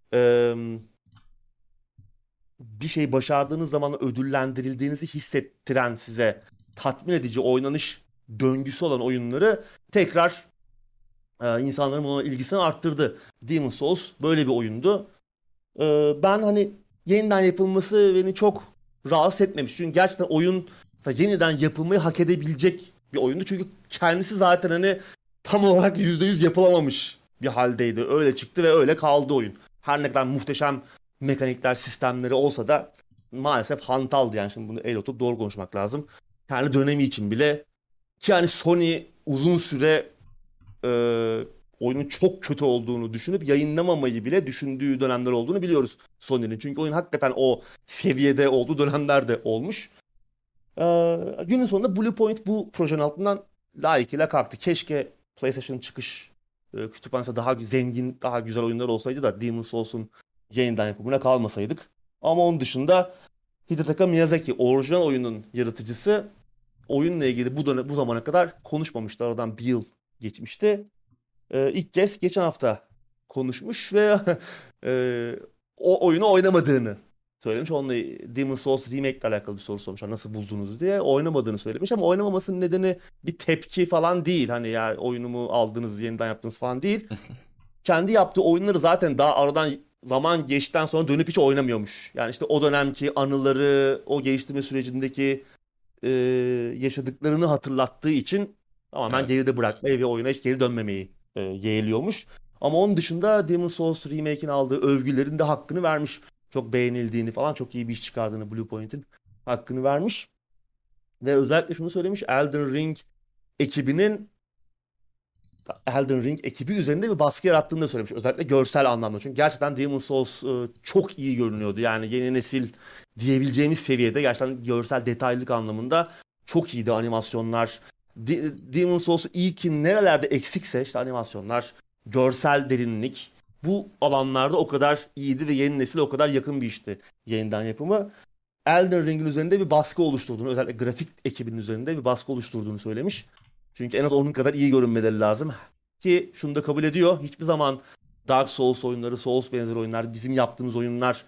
bir şey başardığınız zaman ödüllendirildiğinizi hissettiren, size tatmin edici oynanış döngüsü olan oyunları tekrar insanların buna ilgisini arttırdı. Demon's Souls böyle bir oyundu. Ben hani yeniden yapılması beni çok rahatsız etmemiş. Çünkü gerçekten oyun yeniden yapılmayı hak edebilecek bir oyundu. Çünkü kendisi zaten hani tam olarak %100 yapılamamış bir haldeydi. Öyle çıktı ve öyle kaldı oyun. Her ne kadar muhteşem mekanikler, sistemleri olsa da maalesef hantaldı. Yani şimdi bunu el oturup doğru konuşmak lazım. Kendi dönemi için bile, ki hani Sony uzun süre e, oyunun çok kötü olduğunu düşünüp yayınlamamayı bile düşündüğü dönemler olduğunu biliyoruz Sony'nin. Çünkü oyun hakikaten o seviyede olduğu dönemler de olmuş. Günün sonunda Blue Point bu projenin altından layıkıyla kalktı. Keşke PlayStation çıkış kütüphanesi daha zengin, daha güzel oyunlar olsaydı da Demon's Souls'un yeniden yapımına kalmasaydık. Ama onun dışında Hidetaka Miyazaki, orijinal oyunun yaratıcısı, oyunla ilgili bu zamana kadar konuşmamıştı. Aradan bir yıl geçmişti. İlk kez geçen hafta konuşmuş ve e, o oyunu oynamadığını söylemiş. Onunla Demon's Souls Remake ile alakalı bir soru sormuşlar. Nasıl buldunuz diye. Oynamadığını söylemiş ama oynamamasının nedeni bir tepki falan değil. Hani ya oyunumu aldınız, yeniden yaptınız falan değil. Kendi yaptığı oyunları zaten daha aradan zaman geçtikten sonra dönüp hiç oynamıyormuş. Yani işte o dönemki anıları, o geliştirme sürecindeki e, yaşadıklarını hatırlattığı için tamamen Evet. geride bırakmayı ve oyuna hiç geri dönmemeyi yeğliyormuş. Ama onun dışında Demon's Souls Remake'in aldığı övgülerin de hakkını vermiş. Çok beğenildiğini falan, çok iyi bir iş çıkardığını Blue Point'in hakkını vermiş. Ve özellikle şunu söylemiş: Elden Ring ekibinin Elden Ring ekibi üzerinde bir baskı yarattığını da söylemiş. Özellikle görsel anlamda. Çünkü gerçekten Demon's Souls çok iyi görünüyordu. Yani yeni nesil diyebileceğimiz seviyede gerçekten görsel detaylılık anlamında çok iyiydi animasyonlar. Demon's Souls ilkin nerelerde eksikse işte animasyonlar, görsel derinlik bu alanlarda o kadar iyiydi ve yeni nesil o kadar yakın bir işti yeniden yapımı. Elden Ring'in üzerinde bir baskı oluşturduğunu, özellikle grafik ekibinin üzerinde bir baskı oluşturduğunu söylemiş. Çünkü en az onun kadar iyi görünmeleri lazım. Ki şunu da kabul ediyor. Hiçbir zaman Dark Souls oyunları, Souls benzeri oyunlar, bizim yaptığımız oyunlar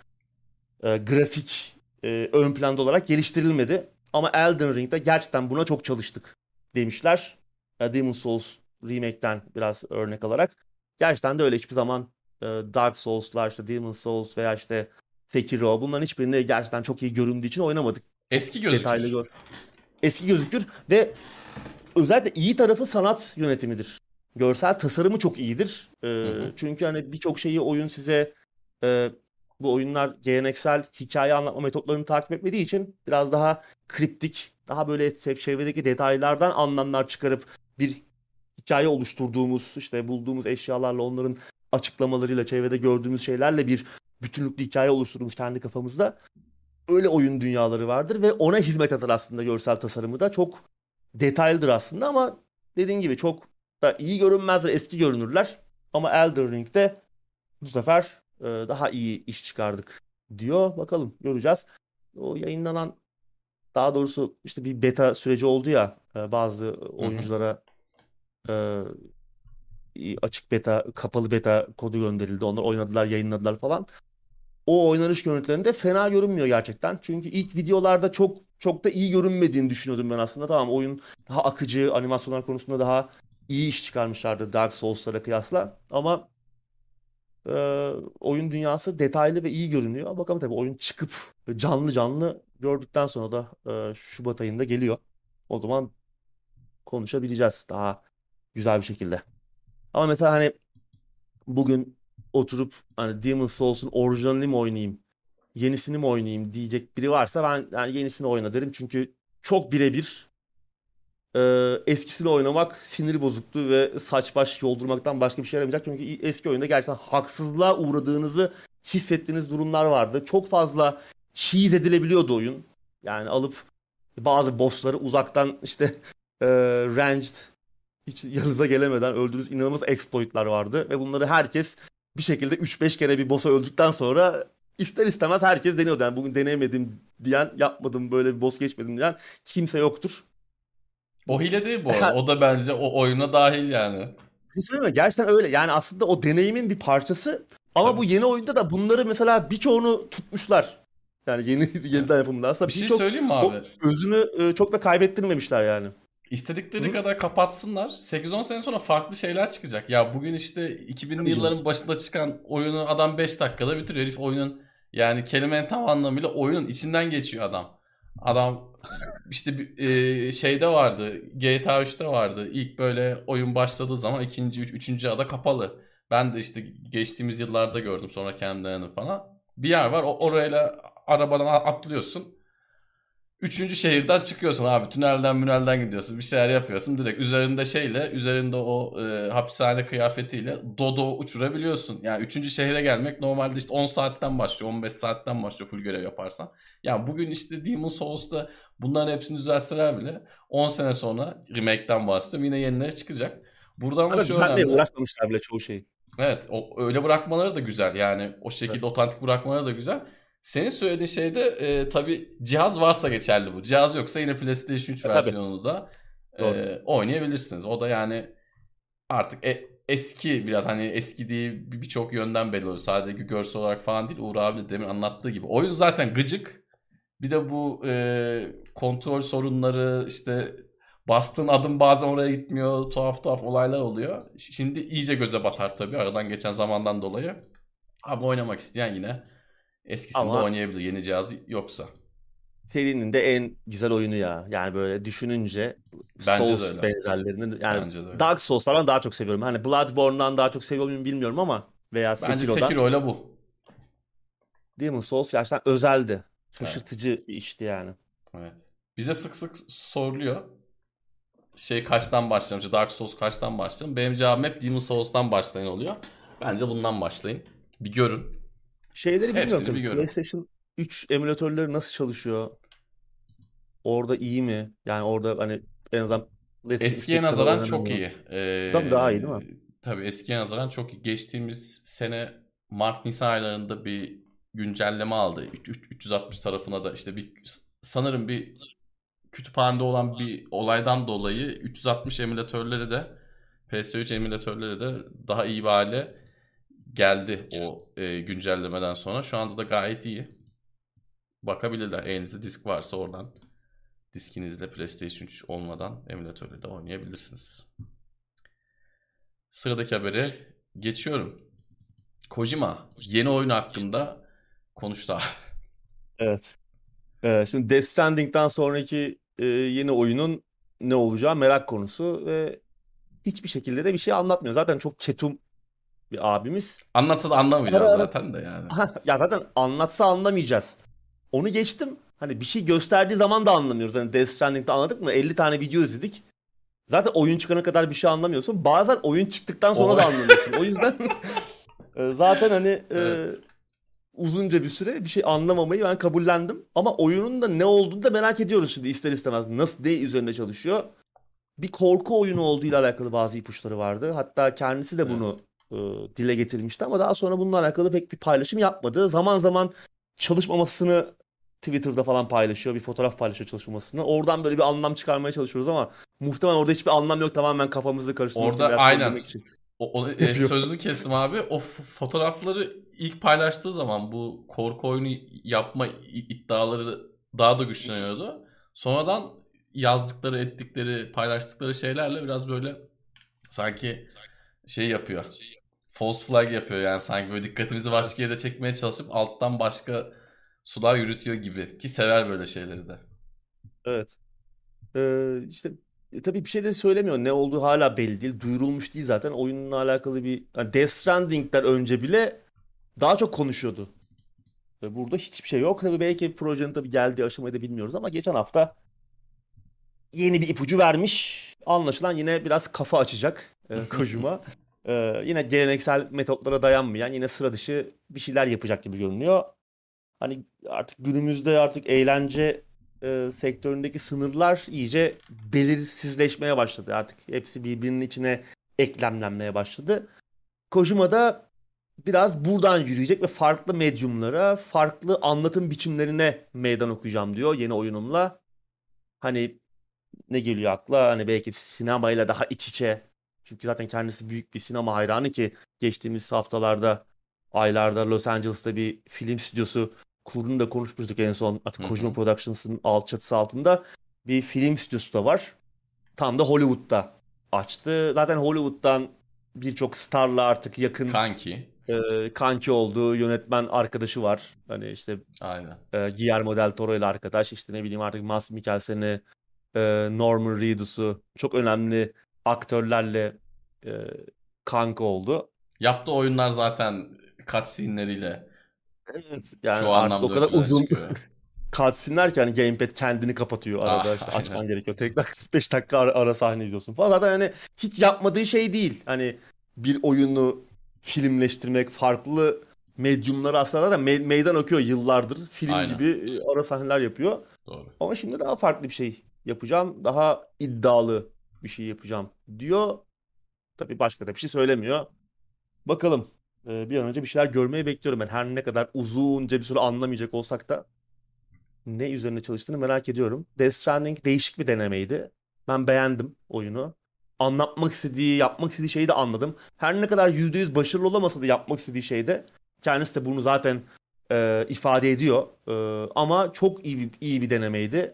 grafik ön planda olarak geliştirilmedi. Ama Elden Ring'de gerçekten buna çok çalıştık demişler. Demon's Souls Remake'den biraz örnek alarak. Gerçekten de öyle, hiçbir zaman Dark Souls'lar, işte Demon's Souls veya işte Sekiro, bunların hiçbirini gerçekten çok iyi göründüğü için oynamadık. Çok Eski detaylı gözükür. eski gözükür ve özellikle iyi tarafı sanat yönetimidir. Görsel tasarımı çok iyidir. Hı hı. Çünkü hani birçok şeyi oyun size e, bu oyunlar geleneksel hikaye anlatma metotlarını takip etmediği için biraz daha kriptik, daha böyle çevredeki detaylardan anlamlar çıkarıp bir hikaye oluşturduğumuz, işte bulduğumuz eşyalarla, onların açıklamalarıyla, çevrede gördüğümüz şeylerle bir bütünlüklü hikaye oluşturduğumuz kendi kafamızda öyle oyun dünyaları vardır ve ona hizmet eder aslında görsel tasarımı da. Çok detaylıdır aslında ama dediğin gibi çok da iyi görünmezler, eski görünürler. Ama Elden Ring'de bu sefer daha iyi iş çıkardık diyor. Bakalım, göreceğiz. O yayınlanan, daha doğrusu işte bir beta süreci oldu ya, bazı Hı hı. oyunculara e, açık beta, kapalı beta kodu gönderildi. Onlar oynadılar, yayınladılar falan. O oynanış görüntülerinde fena görünmüyor gerçekten. Çünkü ilk videolarda çok çok da iyi görünmediğini düşünüyordum ben aslında. Tamam, oyun daha akıcı, animasyonlar konusunda daha iyi iş çıkarmışlardı Dark Souls'lara kıyasla. Ama e, oyun dünyası detaylı ve iyi görünüyor. Bakalım, tabii oyun çıkıp canlı canlı gördükten sonra da Şubat ayında geliyor. O zaman konuşabileceğiz daha güzel bir şekilde. Ama mesela hani bugün oturup hani Demon's Souls'un orijinalini mi oynayayım, yenisini mi oynayayım diyecek biri varsa ben yani yenisini oyna derim. Çünkü çok birebir, eskisini oynamak sinir bozukluğu ve saç baş yoldurmaktan başka bir şey yaramayacak. Çünkü eski oyunda gerçekten haksızlığa uğradığınızı hissettiğiniz durumlar vardı. Çok fazla cheese edilebiliyordu oyun. Yani alıp bazı bossları uzaktan işte ranged, hiç yanınıza gelemeden öldüğünüz inanılmaz exploit'lar vardı. Ve bunları herkes bir şekilde 3-5 kere bir boss'a öldükten sonra ister istemez herkes deniyordu. Yani bugün deneyemedim diyen, yapmadım böyle bir boss geçmedim diyen kimse yoktur. O hile değil bu arada. O da bence o oyuna dahil yani. Bir şey söyleyeyim mi? Gerçekten öyle. Yani aslında o deneyimin bir parçası. Ama Tabii. bu yeni oyunda da bunları mesela birçoğunu tutmuşlar. Yani Evet. yeniden yapımında. Bir Aslında şey birçok söyleyeyim mi o abi? özünü çok da kaybettirmemişler yani. İstedikleri Hı? kadar kapatsınlar. 8-10 sene sonra farklı şeyler çıkacak. Ya bugün işte 2000'li Tabii canım. yılların başında çıkan oyunu adam 5 dakikada bitiriyor. Herif oyunun, yani kelimenin tam anlamıyla oyunun içinden geçiyor adam. Adam işte şeyde vardı. GTA 3'te vardı. İlk böyle oyun başladığı zaman üçüncü ada kapalı. Ben de işte geçtiğimiz yıllarda gördüm sonra kendilerini falan. Bir yer var. Orayla arabadan atlıyorsun. Üçüncü şehirden çıkıyorsun abi. Tünelden münelden gidiyorsun. Bir şeyler yapıyorsun. Direkt üzerinde üzerinde o hapishane kıyafetiyle Dodo uçurabiliyorsun. Yani üçüncü şehre gelmek normalde işte 10 saatten başlıyor. 15 saatten başlıyor full görev yaparsan. Yani bugün işte Demon's Souls'ta bunların hepsini düzelseler bile 10 sene sonra remake'den bahsediyorum. Yine yenileri çıkacak. Burada ama Ama şu düzeltmeye önemli. uğraşmamışlar bile çoğu şeyi. Evet, öyle bırakmaları da güzel. Yani o Evet. şekilde otantik bırakmaları da güzel. Senin söylediğin şeyde tabii cihaz varsa geçerli bu. Cihaz yoksa yine PlayStation 3 Tabii. versiyonunu da Doğru. oynayabilirsiniz. O da yani artık eski, biraz hani eski diye birçok yönden belli oluyor. Sadece görsel olarak falan değil. Uğur abi de demin anlattığı gibi. Oyun zaten gıcık. Bir de bu kontrol sorunları, işte bastığın adım bazen oraya gitmiyor. Tuhaf tuhaf olaylar oluyor. Şimdi iyice göze batar tabii aradan geçen zamandan dolayı. Ama oynamak isteyen yine eskisinde Ama oynayabilir, yeni cihazı yoksa. serinin de en güzel oyunu ya. Yani böyle düşününce Bence de Souls öyle. benzerlerini, yani Bence de öyle. Dark Souls'lardan daha çok seviyorum. Hani Bloodborne'dan daha çok seviyor muyum bilmiyorum ama veya Bence Sekiro'dan. Sekiro'yla bu. Demon's Souls gerçekten özeldi. Evet. Şaşırtıcı bir işti yani. Evet. Bize sık sık soruluyor. şey kaçtan başlayalım? İşte Dark Souls kaçtan başlayalım? Benim cevabım hep Demon Souls'tan başlayın oluyor. Bence bundan başlayın. Bir görün. Şeyleri bilmiyorum Hepsini bir tabii. görün. PlayStation 3 emülatörleri nasıl çalışıyor? Orada iyi mi? Yani orada hani en azından PlayStation Eskiye 3'teki kadar nazaran çok oynanamıyor. iyi. Tabii daha iyi değil mi? Tabii eskiye nazaran çok iyi. Geçtiğimiz sene Mart-Nisan aylarında bir güncelleme aldı. 360 tarafına da işte sanırım bir kütüphanede olan bir olaydan dolayı 360 emülatörleri de PS3 emülatörleri de daha iyi bir hale geldi o güncellemeden sonra. Şu anda da gayet iyi. Bakabilirler. Elinizde disk varsa oradan diskinizle PlayStation 3 olmadan emülatörle de oynayabilirsiniz. Sıradaki habere geçiyorum. Kojima yeni oyun hakkında konuştu abi. Evet. Şimdi Death Stranding'den sonraki yeni oyunun ne olacağı merak konusu ve hiçbir şekilde de bir şey anlatmıyor. Zaten çok ketum bir abimiz. Anlatsa da Ara anlamayacağız ara zaten de yani. ya zaten anlatsa anlamayacağız. Onu geçtim. Hani bir şey gösterdiği zaman da anlamıyoruz. Hani Death Stranding'de anladık mı? 50 tane video izledik. Zaten oyun çıkana kadar bir şey anlamıyorsun. Bazen oyun çıktıktan sonra O da anlamıyorsun. O yüzden zaten hani evet. uzunca bir süre bir şey anlamamayı ben kabullendim. Ama oyunun da ne olduğunu da merak ediyoruz şimdi ister istemez. Nasıl, ne üzerine çalışıyor? Bir korku oyunu olduğu ile alakalı bazı ipuçları vardı. Hatta kendisi de Evet. bunu e, dile getirmişti ama daha sonra bununla alakalı pek bir paylaşım yapmadı. Zaman zaman çalışmamasını Twitter'da falan paylaşıyor. Bir fotoğraf paylaşıyor çalışmamasını. Oradan böyle bir anlam çıkarmaya çalışıyoruz ama muhtemelen orada hiçbir anlam yok. Tamamen kafamızı karıştırmak için Orada veya aynen trollemek için yapıyor. sözünü kestim abi. O fotoğrafları ilk paylaştığı zaman bu korku oyunu yapma iddiaları daha da güçleniyordu. Sonradan yazdıkları, ettikleri, paylaştıkları şeylerle biraz böyle sanki şey yapıyor. False flag yapıyor yani sanki böyle dikkatimizi Evet. başka yere çekmeye çalışıp alttan başka sular yürütüyor gibi. Ki sever böyle şeyleri de. Evet. İşte tabii bir şey de söylemiyor. Ne olduğu hala belli değil. Duyurulmuş değil zaten. Oyunla alakalı bir yani Death Stranding'den önce bile daha çok konuşuyordu. Ve burada hiçbir şey yok. Tabii belki projenin tabii geldiği aşamayı da bilmiyoruz ama geçen hafta yeni bir ipucu vermiş. Anlaşılan yine biraz kafa açacak Kojima. Yine geleneksel metotlara dayanmayan, yine sıra dışı bir şeyler yapacak gibi görünüyor. Hani artık günümüzde artık eğlence sektöründeki sınırlar iyice belirsizleşmeye başladı. Artık hepsi birbirinin içine eklemlenmeye başladı. Kojima da biraz buradan yürüyecek ve farklı medyumlara, farklı anlatım biçimlerine meydan okuyacağım diyor yeni oyunumla. Hani ne geliyor akla? Hani belki sinemayla daha iç içe. Çünkü zaten kendisi büyük bir sinema hayranı ki geçtiğimiz haftalarda, aylarda Los Angeles'ta bir film stüdyosu kurduğunu da konuşmuştuk en son. Artık Hı Kojima hı. Productions'ın alt çatısı altında bir film stüdyosu da var. Tam da Hollywood'da açtı. Zaten Hollywood'dan birçok starla artık yakın Kanki. kanki olduğu yönetmen arkadaşı var. Hani işte Aynen. Guillermo del Toro ile arkadaş. İşte ne bileyim artık Mads Mikkelsen'i, Norman Reedus'u çok önemli aktörlerle e, kanka oldu. Yaptığı oyunlar zaten cutscene'leriyle Evet, yani çoğu artık o anlamda ön kadar plana uzun çıkıyor. cutscene'ler ki hani gamepad kendini kapatıyor Ah arada işte aynen. açman gerekiyor. Tekrar 45 dakika ara sahne izliyorsun falan. Zaten hani hiç yapmadığı şey değil. Hani bir oyunu filmleştirmek, farklı medyumları aslında da meydan okuyor yıllardır. Film Aynen. gibi ara sahneler yapıyor. Doğru. Ama şimdi daha farklı bir şey yapacağım. Daha iddialı bir şey yapacağım diyor. Tabii başka da bir şey söylemiyor. Bakalım. Bir an önce bir şeyler görmeyi bekliyorum ben. Her ne kadar uzunca bir süre anlamayacak olsak da ne üzerine çalıştığını merak ediyorum. Death Stranding değişik bir denemeydi. Ben beğendim oyunu. Anlatmak istediği, yapmak istediği şeyi de anladım. Her ne kadar %100 başarılı olamasa da yapmak istediği şeyde kendisi de bunu zaten ifade ediyor. Ama çok iyi bir denemeydi.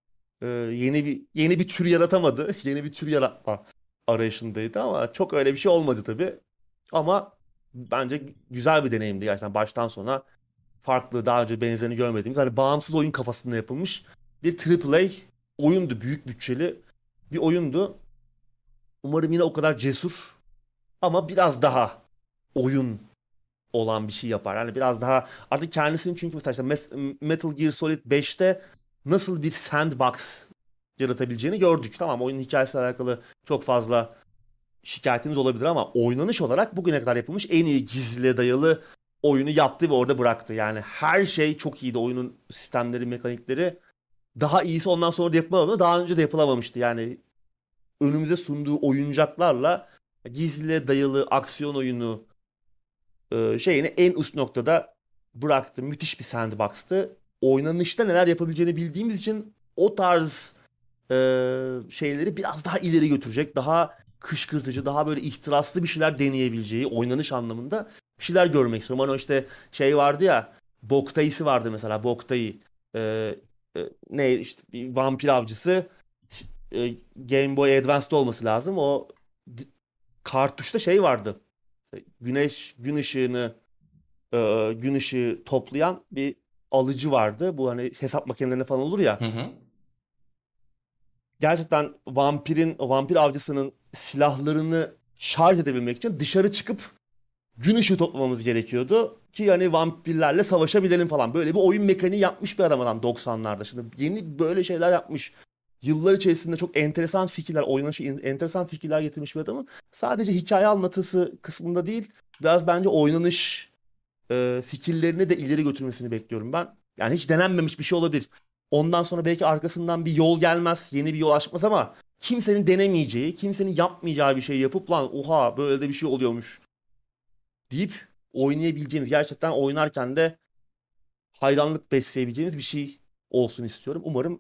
Yeni bir tür yaratamadı. Yeni bir tür yaratma arayışındaydı ama çok öyle bir şey olmadı tabii. Ama bence güzel bir deneyimdi gerçekten baştan sona. Farklı, daha önce benzerini görmediğimiz hani bağımsız oyun kafasında yapılmış bir AAA oyundu. Büyük bütçeli bir oyundu. Umarım yine o kadar cesur ama biraz daha oyun olan bir şey yapar. Yani biraz daha artık kendisini, çünkü mesela işte Metal Gear Solid 5'te nasıl bir sandbox yaratabileceğini gördük. Tamam, oyunun hikayesiyle alakalı çok fazla şikayetimiz olabilir ama oynanış olarak bugüne kadar yapılmış en iyi gizliliğe dayalı oyunu yaptı ve orada bıraktı. Yani her şey çok iyiydi. Oyunun sistemleri, mekanikleri. Daha iyisi ondan sonra da yapılamadı. Daha önce de yapılamamıştı. Yani önümüze sunduğu oyuncaklarla gizliliğe dayalı aksiyon oyunu şeyini en üst noktada bıraktı. Müthiş bir sandbox'tı. Oynanışta neler yapabileceğini bildiğimiz için o tarz şeyleri biraz daha ileri götürecek, daha kışkırtıcı, daha böyle ihtiraslı bir şeyler deneyebileceği oynanış anlamında bir şeyler görmek istiyorum. Hani o işte şey vardı ya, Boktayi'si vardı mesela, Boktayi. Ne işte, bir vampir avcısı, Game Boy Advance'da olması lazım. O d- kartuşta şey vardı. Gün ışığını gün ışığı toplayan bir alıcı vardı. Bu hani hesap makinelerinde falan olur Hı ya. hı. Gerçekten vampir avcısının silahlarını şarj edebilmek için dışarı çıkıp gün ışığı toplamamız gerekiyordu ki yani vampirlerle savaşabilelim falan. Böyle bir oyun mekaniği yapmış bir adam adam 90'larda. Şimdi yeni böyle şeyler yapmış. Yıllar içerisinde çok enteresan fikirler, oynanışı enteresan fikirler getirmiş bir adamın sadece hikaye anlatısı kısmında değil, biraz bence oynanış fikirlerini de ileri götürmesini bekliyorum ben. Yani hiç denenmemiş bir şey olabilir. Ondan sonra belki arkasından bir yol gelmez, yeni bir yol açmaz ama kimsenin denemeyeceği, kimsenin yapmayacağı bir şey yapıp lan oha böyle de bir şey oluyormuş deyip oynayabileceğimiz, gerçekten oynarken de hayranlık besleyebileceğimiz bir şey olsun istiyorum. Umarım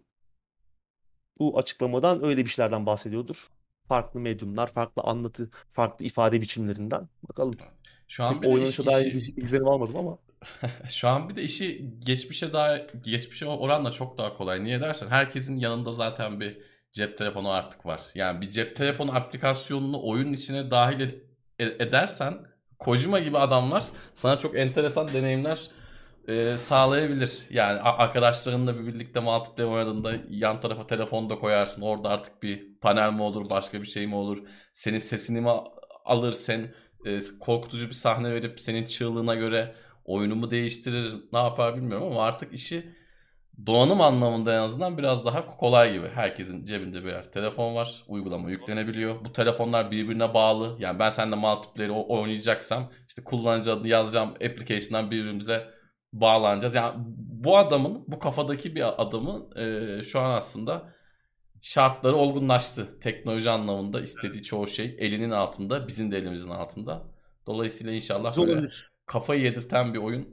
bu açıklamadan öyle bir şeylerden bahsediyordur. Farklı medyumlar, farklı anlatı, farklı ifade biçimlerinden. Bakalım. Şu an Pek bir de oynanışa dair işi bir izlenim almadım ama. şu an bir de işi geçmişe oranla çok daha kolay. Niye dersen herkesin yanında zaten bir cep telefonu artık var. Yani bir cep telefonu aplikasyonunu oyunun içine dahil edersen Kojima gibi adamlar sana çok enteresan deneyimler sağlayabilir. Yani arkadaşlarınla birlikte multiplayer oynadığında yan tarafa telefonu da koyarsın. Orada artık bir panel mi olur, başka bir şey mi olur? Senin sesini mi alır, sen korkutucu bir sahne verip senin çığlığına göre oyunumu değiştirir, ne yapar bilmiyorum ama artık işi donanım anlamında en azından biraz daha kolay gibi. Herkesin cebinde birer telefon var. Uygulama yüklenebiliyor. Bu telefonlar birbirine bağlı. Yani ben seninle multiplayer oynayacaksam işte kullanıcı adını yazacağım. Application'dan birbirimize bağlanacağız. Yani bu kafadaki bir adamın şu an aslında şartları olgunlaştı. Teknoloji anlamında istediği çoğu şey elinin altında, bizim de elimizin altında. Dolayısıyla inşallah Güzel böyle olabilir. kafayı yedirten bir oyun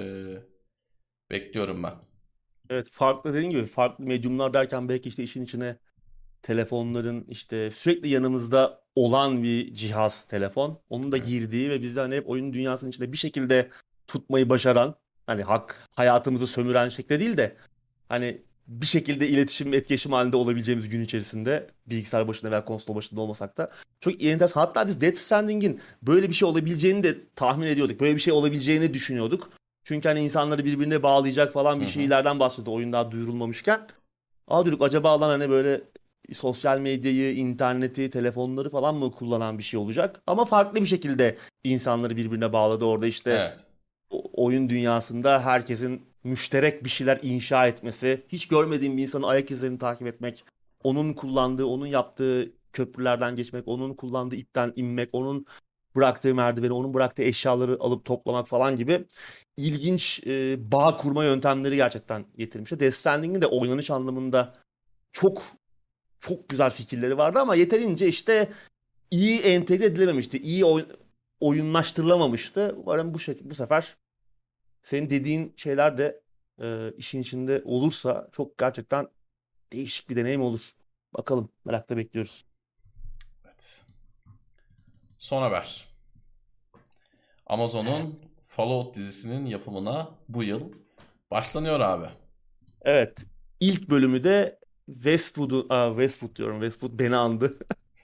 bekliyorum ben. Evet, farklı dediğin gibi farklı medyumlar derken belki işte işin içine telefonların işte sürekli yanımızda olan bir cihaz telefon. Onun da Evet. girdiği ve bizi hani hep oyun dünyasının içinde bir şekilde tutmayı başaran, hani hayatımızı sömüren şekilde değil de hani bir şekilde iletişim, etkileşim halinde olabileceğimiz gün içerisinde bilgisayar başında veya konsol başında olmasak da çok iyi enteresan. Hatta biz Death Stranding'in böyle bir şey olabileceğini de tahmin ediyorduk. Böyle bir şey olabileceğini düşünüyorduk. Çünkü hani insanları birbirine bağlayacak falan Hı bir hı. şeylerden bahsediyordu oyun daha duyurulmamışken. Aa diyorduk, acaba lan hani böyle sosyal medyayı, interneti, telefonları falan mı kullanan bir şey olacak? Ama farklı bir şekilde insanları birbirine bağladı. Orada işte Evet. oyun dünyasında herkesin müşterek bir şeyler inşa etmesi, hiç görmediğim bir insanın ayak izlerini takip etmek, onun kullandığı, onun yaptığı köprülerden geçmek, onun kullandığı ipten inmek, onun bıraktığı merdiveni, onun bıraktığı eşyaları alıp toplamak falan gibi ilginç bağ kurma yöntemleri gerçekten getirmişti. Death Stranding'in de oynanış anlamında çok çok güzel fikirleri vardı ama yeterince işte iyi entegre edilememişti. İyi oyunlaştırılamamıştı. Umarım bu sefer senin dediğin şeyler de işin içinde olursa çok gerçekten değişik bir deneyim olur. Bakalım, merakla bekliyoruz. Evet. Son haber. Amazon'un Fallout dizisinin yapımına bu yıl başlanıyor abi. Evet. İlk bölümü de Westwood diyorum. Westwood beni andı.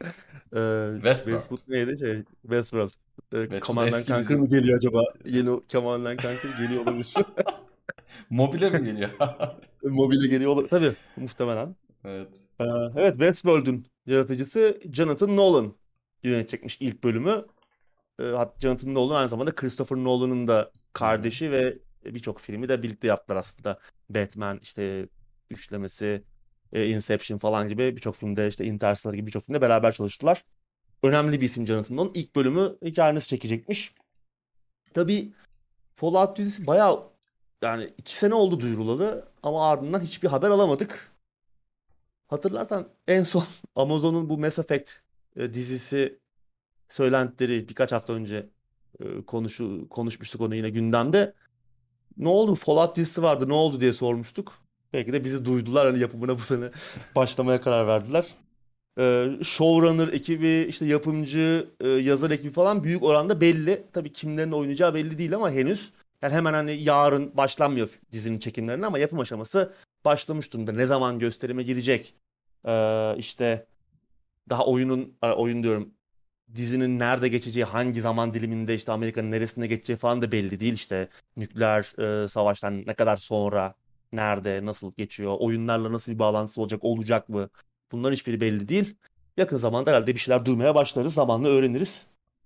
Westwood Westworld. neydi? Westworld. Westworld Command and eski Conquer mı bizim geliyor acaba? Yeni Command and Conquer geliyor olabilir. mobile mi geliyor? Mobile geliyor olabilir. Tabii, muhtemelen. Evet. Ee, evet, Westworld'un yaratıcısı Jonathan Nolan yönetecekmiş ilk bölümü. Jonathan Nolan aynı zamanda Christopher Nolan'ın da Hı hı. kardeşi ve birçok filmi de birlikte yaptılar aslında. Batman işte üçlemesi, Inception falan gibi birçok filmde, işte Interstellar gibi birçok filmde beraber çalıştılar. Önemli bir isim Jonathan Nolan. İlk bölümü kendisi çekecekmiş. Tabii Fallout dizisi bayağı, yani 2 sene oldu duyurulalı ama ardından hiçbir haber alamadık. Hatırlarsan en son Amazon'un bu Mass Effect dizisi söylentileri birkaç hafta önce konuşmuştuk onu yine gündemde. Ne oldu? Fallout dizisi vardı, ne oldu diye sormuştuk. Belki de bizi duydular, hani yapımına bu sene başlamaya karar verdiler. Showrunner ekibi, işte yapımcı, yazar ekibi falan büyük oranda belli. Tabii kimlerin oynayacağı belli değil ama henüz. Yani hemen hani yarın başlanmıyor dizinin çekimlerine ama yapım aşaması başlamış durumda. Ne zaman gösterime girecek? İşte daha oyun diyorum, dizinin nerede geçeceği, hangi zaman diliminde, işte Amerika'nın neresinde geçeceği falan da belli değil. İşte nükleer savaştan ne kadar sonra, nerede, nasıl geçiyor, oyunlarla nasıl bir bağlantısı olacak mı? Bunların hiçbiri belli değil. Yakın zamanda herhalde bir şeyler duymaya başlarız, zamanla öğreniriz.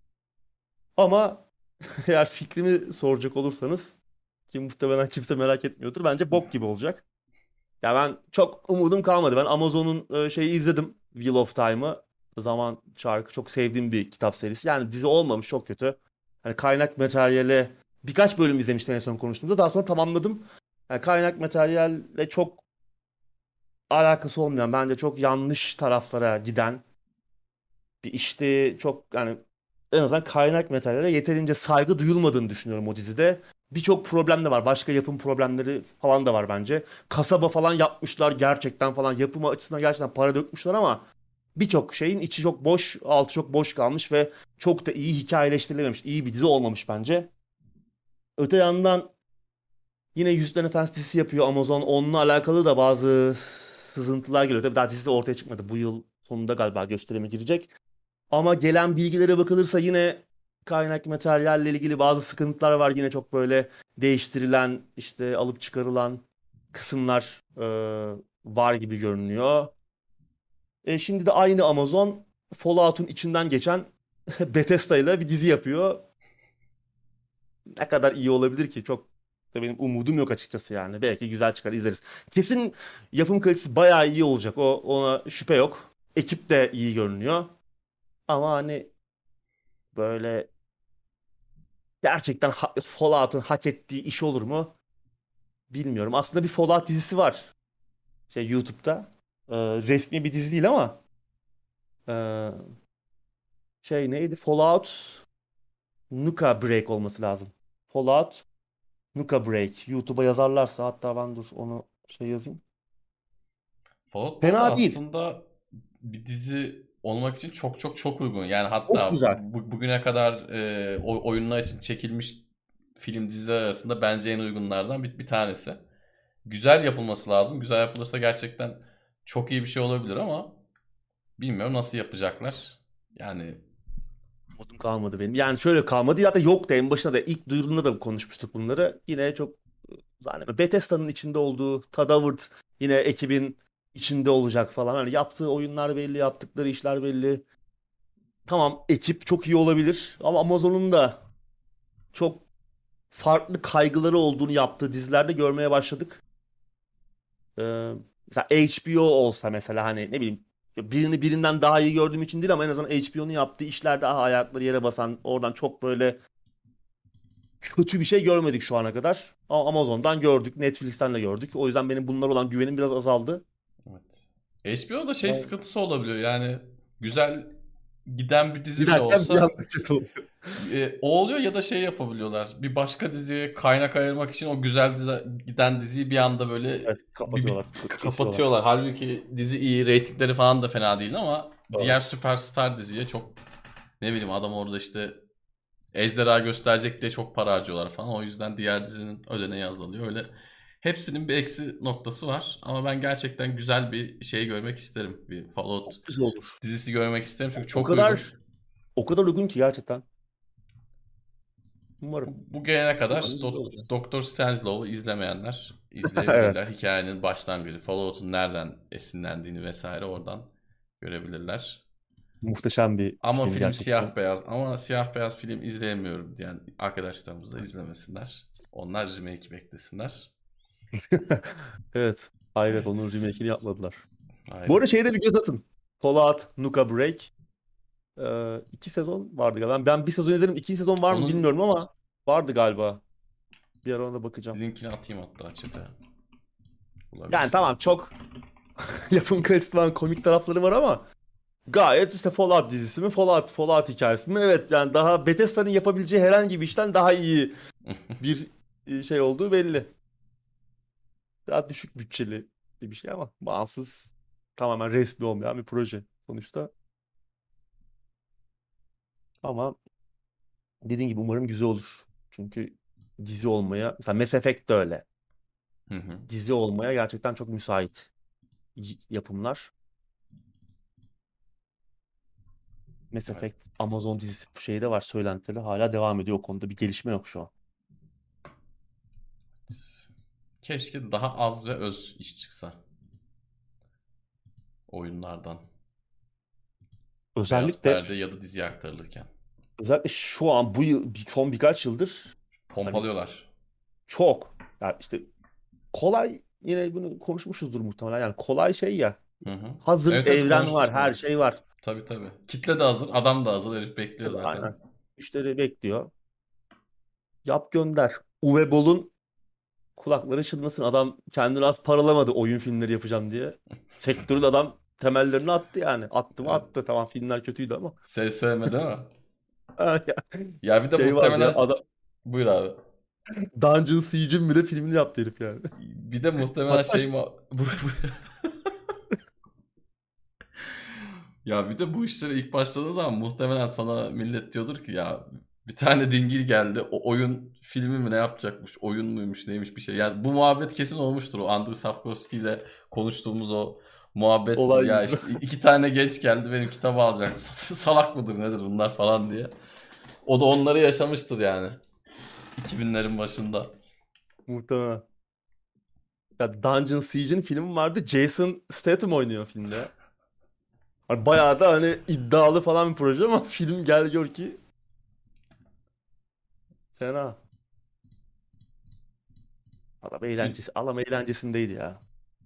Ama eğer fikrimi soracak olursanız, ki muhtemelen kimse merak etmiyordur, bence bok gibi olacak. Ya ben çok umudum kalmadı. Ben Amazon'un şeyi izledim. Wheel of Time'ı. Zaman Çarkı çok sevdiğim bir kitap serisi. Yani dizi olmamış, çok kötü. Hani kaynak materyale birkaç bölüm izlemiştim en son konuştuğumda. Daha sonra tamamladım. Yani kaynak materyalle çok alakası olmayan, bence çok yanlış taraflara giden bir işti. Çok, yani en azından kaynak materyale yeterince saygı duyulmadığını düşünüyorum o dizide. Birçok problem de var. Başka yapım problemleri falan da var bence. Kasaba falan yapmışlar gerçekten falan. Yapımı açısından gerçekten para dökmüşler ama birçok şeyin içi çok boş, altı çok boş kalmış ve çok da iyi hikayeleştirilememiş. İyi bir dizi olmamış bence. Öte yandan yine Yüzüklerin Efendisi dizisi yapıyor Amazon. Onunla alakalı da bazı sızıntılar geliyor. Tabii daha dizisi ortaya çıkmadı. Bu yıl sonunda galiba gösterime girecek. Ama gelen bilgilere bakılırsa yine kaynak materyalle ilgili bazı sıkıntılar var. Yine çok böyle değiştirilen, işte alıp çıkarılan kısımlar var gibi görünüyor. Şimdi de aynı Amazon Fallout'un içinden geçen Bethesda ile bir dizi yapıyor. Ne kadar iyi olabilir ki? Çok da benim umudum yok açıkçası yani. Belki güzel çıkar, izleriz. Kesin yapım kalitesi bayağı iyi olacak. Ona şüphe yok. Ekip de iyi görünüyor. Ama hani böyle gerçekten Fallout'un hak ettiği iş olur mu? Bilmiyorum. Aslında bir Fallout dizisi var. YouTube'da. Resmi bir dizi değil ama e, neydi? Fallout Nuka Break olması lazım. Fallout Nuka Break. YouTube'a yazarlarsa, hatta ben dur onu yazayım. Fallout bu arada Fena değil. aslında bir dizi olmak için çok çok çok uygun. Yani Çok hatta güzel. bugüne kadar oyunlar için çekilmiş film diziler arasında bence en uygunlardan bir tanesi. Güzel yapılması lazım. Güzel yapılırsa gerçekten çok iyi bir şey olabilir ama bilmiyorum nasıl yapacaklar. Yani Umudum kalmadı benim. Yani şöyle kalmadı ya da yoktu, en başında da ilk duyurduğunda da konuşmuştuk bunları. Yine çok zannediyorum Bethesda'nın içinde olduğu, Tadaward yine ekibin içinde olacak falan. Hani yaptığı oyunlar belli, yaptıkları işler belli. Tamam, ekip çok iyi olabilir ama Amazon'un da çok farklı kaygıları olduğunu yaptığı dizilerde görmeye başladık. Ee, Mesela HBO olsa, mesela hani ne bileyim, birini birinden daha iyi gördüğüm için değil ama en azından HBO'nun yaptığı işlerde ayakları yere basan, oradan çok böyle kötü bir şey görmedik şu ana kadar. Ama Amazon'dan gördük, Netflix'ten de gördük. O yüzden benim bunlar olan güvenim biraz azaldı. evet. HBO'da şey Evet. sıkıntısı olabiliyor. Yani güzel giden bir dizi bile Giderken bir olsa anda kötü oluyor. o oluyor ya da şey yapabiliyorlar. Bir başka diziye kaynak ayırmak için o güzel giden diziyi bir anda böyle Evet, kapatıyorlar, kesiyorlar. kapatıyorlar. Halbuki dizi iyi, reytingleri falan da fena değil ama Doğru. diğer süperstar diziye çok, ne bileyim, adam orada işte ejderha gösterecek diye çok para harcıyorlar falan. O yüzden diğer dizinin ödeneği azalıyor. Öyle hepsinin bir eksi noktası var ama ben gerçekten güzel bir şey görmek isterim. Bir Fallout Çok güzel olur. dizisi görmek isterim çünkü O çok uygun. kadar o kadar uygun ki gerçekten. Umarım. Bu gelene kadar Umarım güzel olur. Doktor Strangelove'u izlemeyenler Evet. izleyebilirler. Hikayenin başlangıcı, Fallout'un nereden esinlendiğini vesaire oradan görebilirler. Muhteşem bir Ama film film gerçekten. siyah beyaz. Ama siyah beyaz film izleyemiyorum diyen arkadaşlarımız da izlemesinler. Onlar remake beklesinler. Evet. Hayret, onun Evet. remake'ini yapmadılar. Bu Aynen. arada şeyde bir göz atın. Fallout Nuka Break. 2 sezon vardı galiba. Ben bir sezon izledim. 2 sezon var mı Onun bilmiyorum ama vardı galiba. Bir ara ona bakacağım. linkini atayım hatta chat'e. Yani Bulabilirsen. tamam, çok yapım kalitesi falan, komik tarafları var ama gayet işte Fallout dizisi mi, Fallout hikayesi mi? Evet, yani daha Bethesda'nın yapabileceği herhangi bir işten daha iyi bir şey olduğu belli. Daha düşük bütçeli bir şey ama bağımsız, tamamen resmi olmayan bir proje sonuçta. Ama dediğim gibi umarım güzel olur. Çünkü dizi olmaya, mesela Mass Effect de öyle. Hı hı. Dizi olmaya gerçekten çok müsait yapımlar. Mass Evet. Effect Amazon dizisi bu şeyde var, söylentileri hala devam ediyor, o konuda bir gelişme yok şu an. Keşke daha az ve öz iş çıksa oyunlardan. Beyaz Özellikle perde ya da diziye aktarılırken. özellikle şu an bu yıl, son birkaç yıldır hani Pompalıyorlar. çok, yani işte kolay, yine bunu konuşmuşuzdur muhtemelen, yani kolay şey ya, Hı hı. hazır Evet evet, evren var, konuştuk her bunu. şey var. Tabii tabii. Kitle de hazır, adam da hazır. Herif bekliyor Tabii, zaten. aynen. Müşteri bekliyor. Yap gönder. Uwe Boll'un kulakları çınlasın. Adam kendini az paralamadı oyun filmleri yapacağım diye. Sektörün adam temellerini attı yani. Attı mı Evet. attı. Tamam, filmler kötüydü ama. Sevmedi ama. Ya bir de Şey vardı ya muhtemelen... adam, Buyur abi. Dungeon Siege'in bile filmini yaptı herif yani. Bir de muhtemelen Hatta şey Ya bir de bu işlere ilk başladığın zaman muhtemelen sana millet diyordur ki ya bir tane dingil geldi, o oyun filmi mi ne yapacakmış, oyun muymuş neymiş bir şey. Yani bu muhabbet kesin olmuştur, o Andrew Sapkowski ile konuştuğumuz o muhabbettir. olay Ya yüzünden. işte iki tane genç geldi benim kitabı alacak, salak mıdır nedir bunlar falan diye. O da onları yaşamıştır yani 2000'lerin başında. Muhtemelen. Ya Dungeon Siege'in filmi vardı. Jason Statham oynuyor filmde. Hani bayağı da hani iddialı falan bir proje ama film gel gör ki fena. Gün, Adam eğlencesindeydi ya.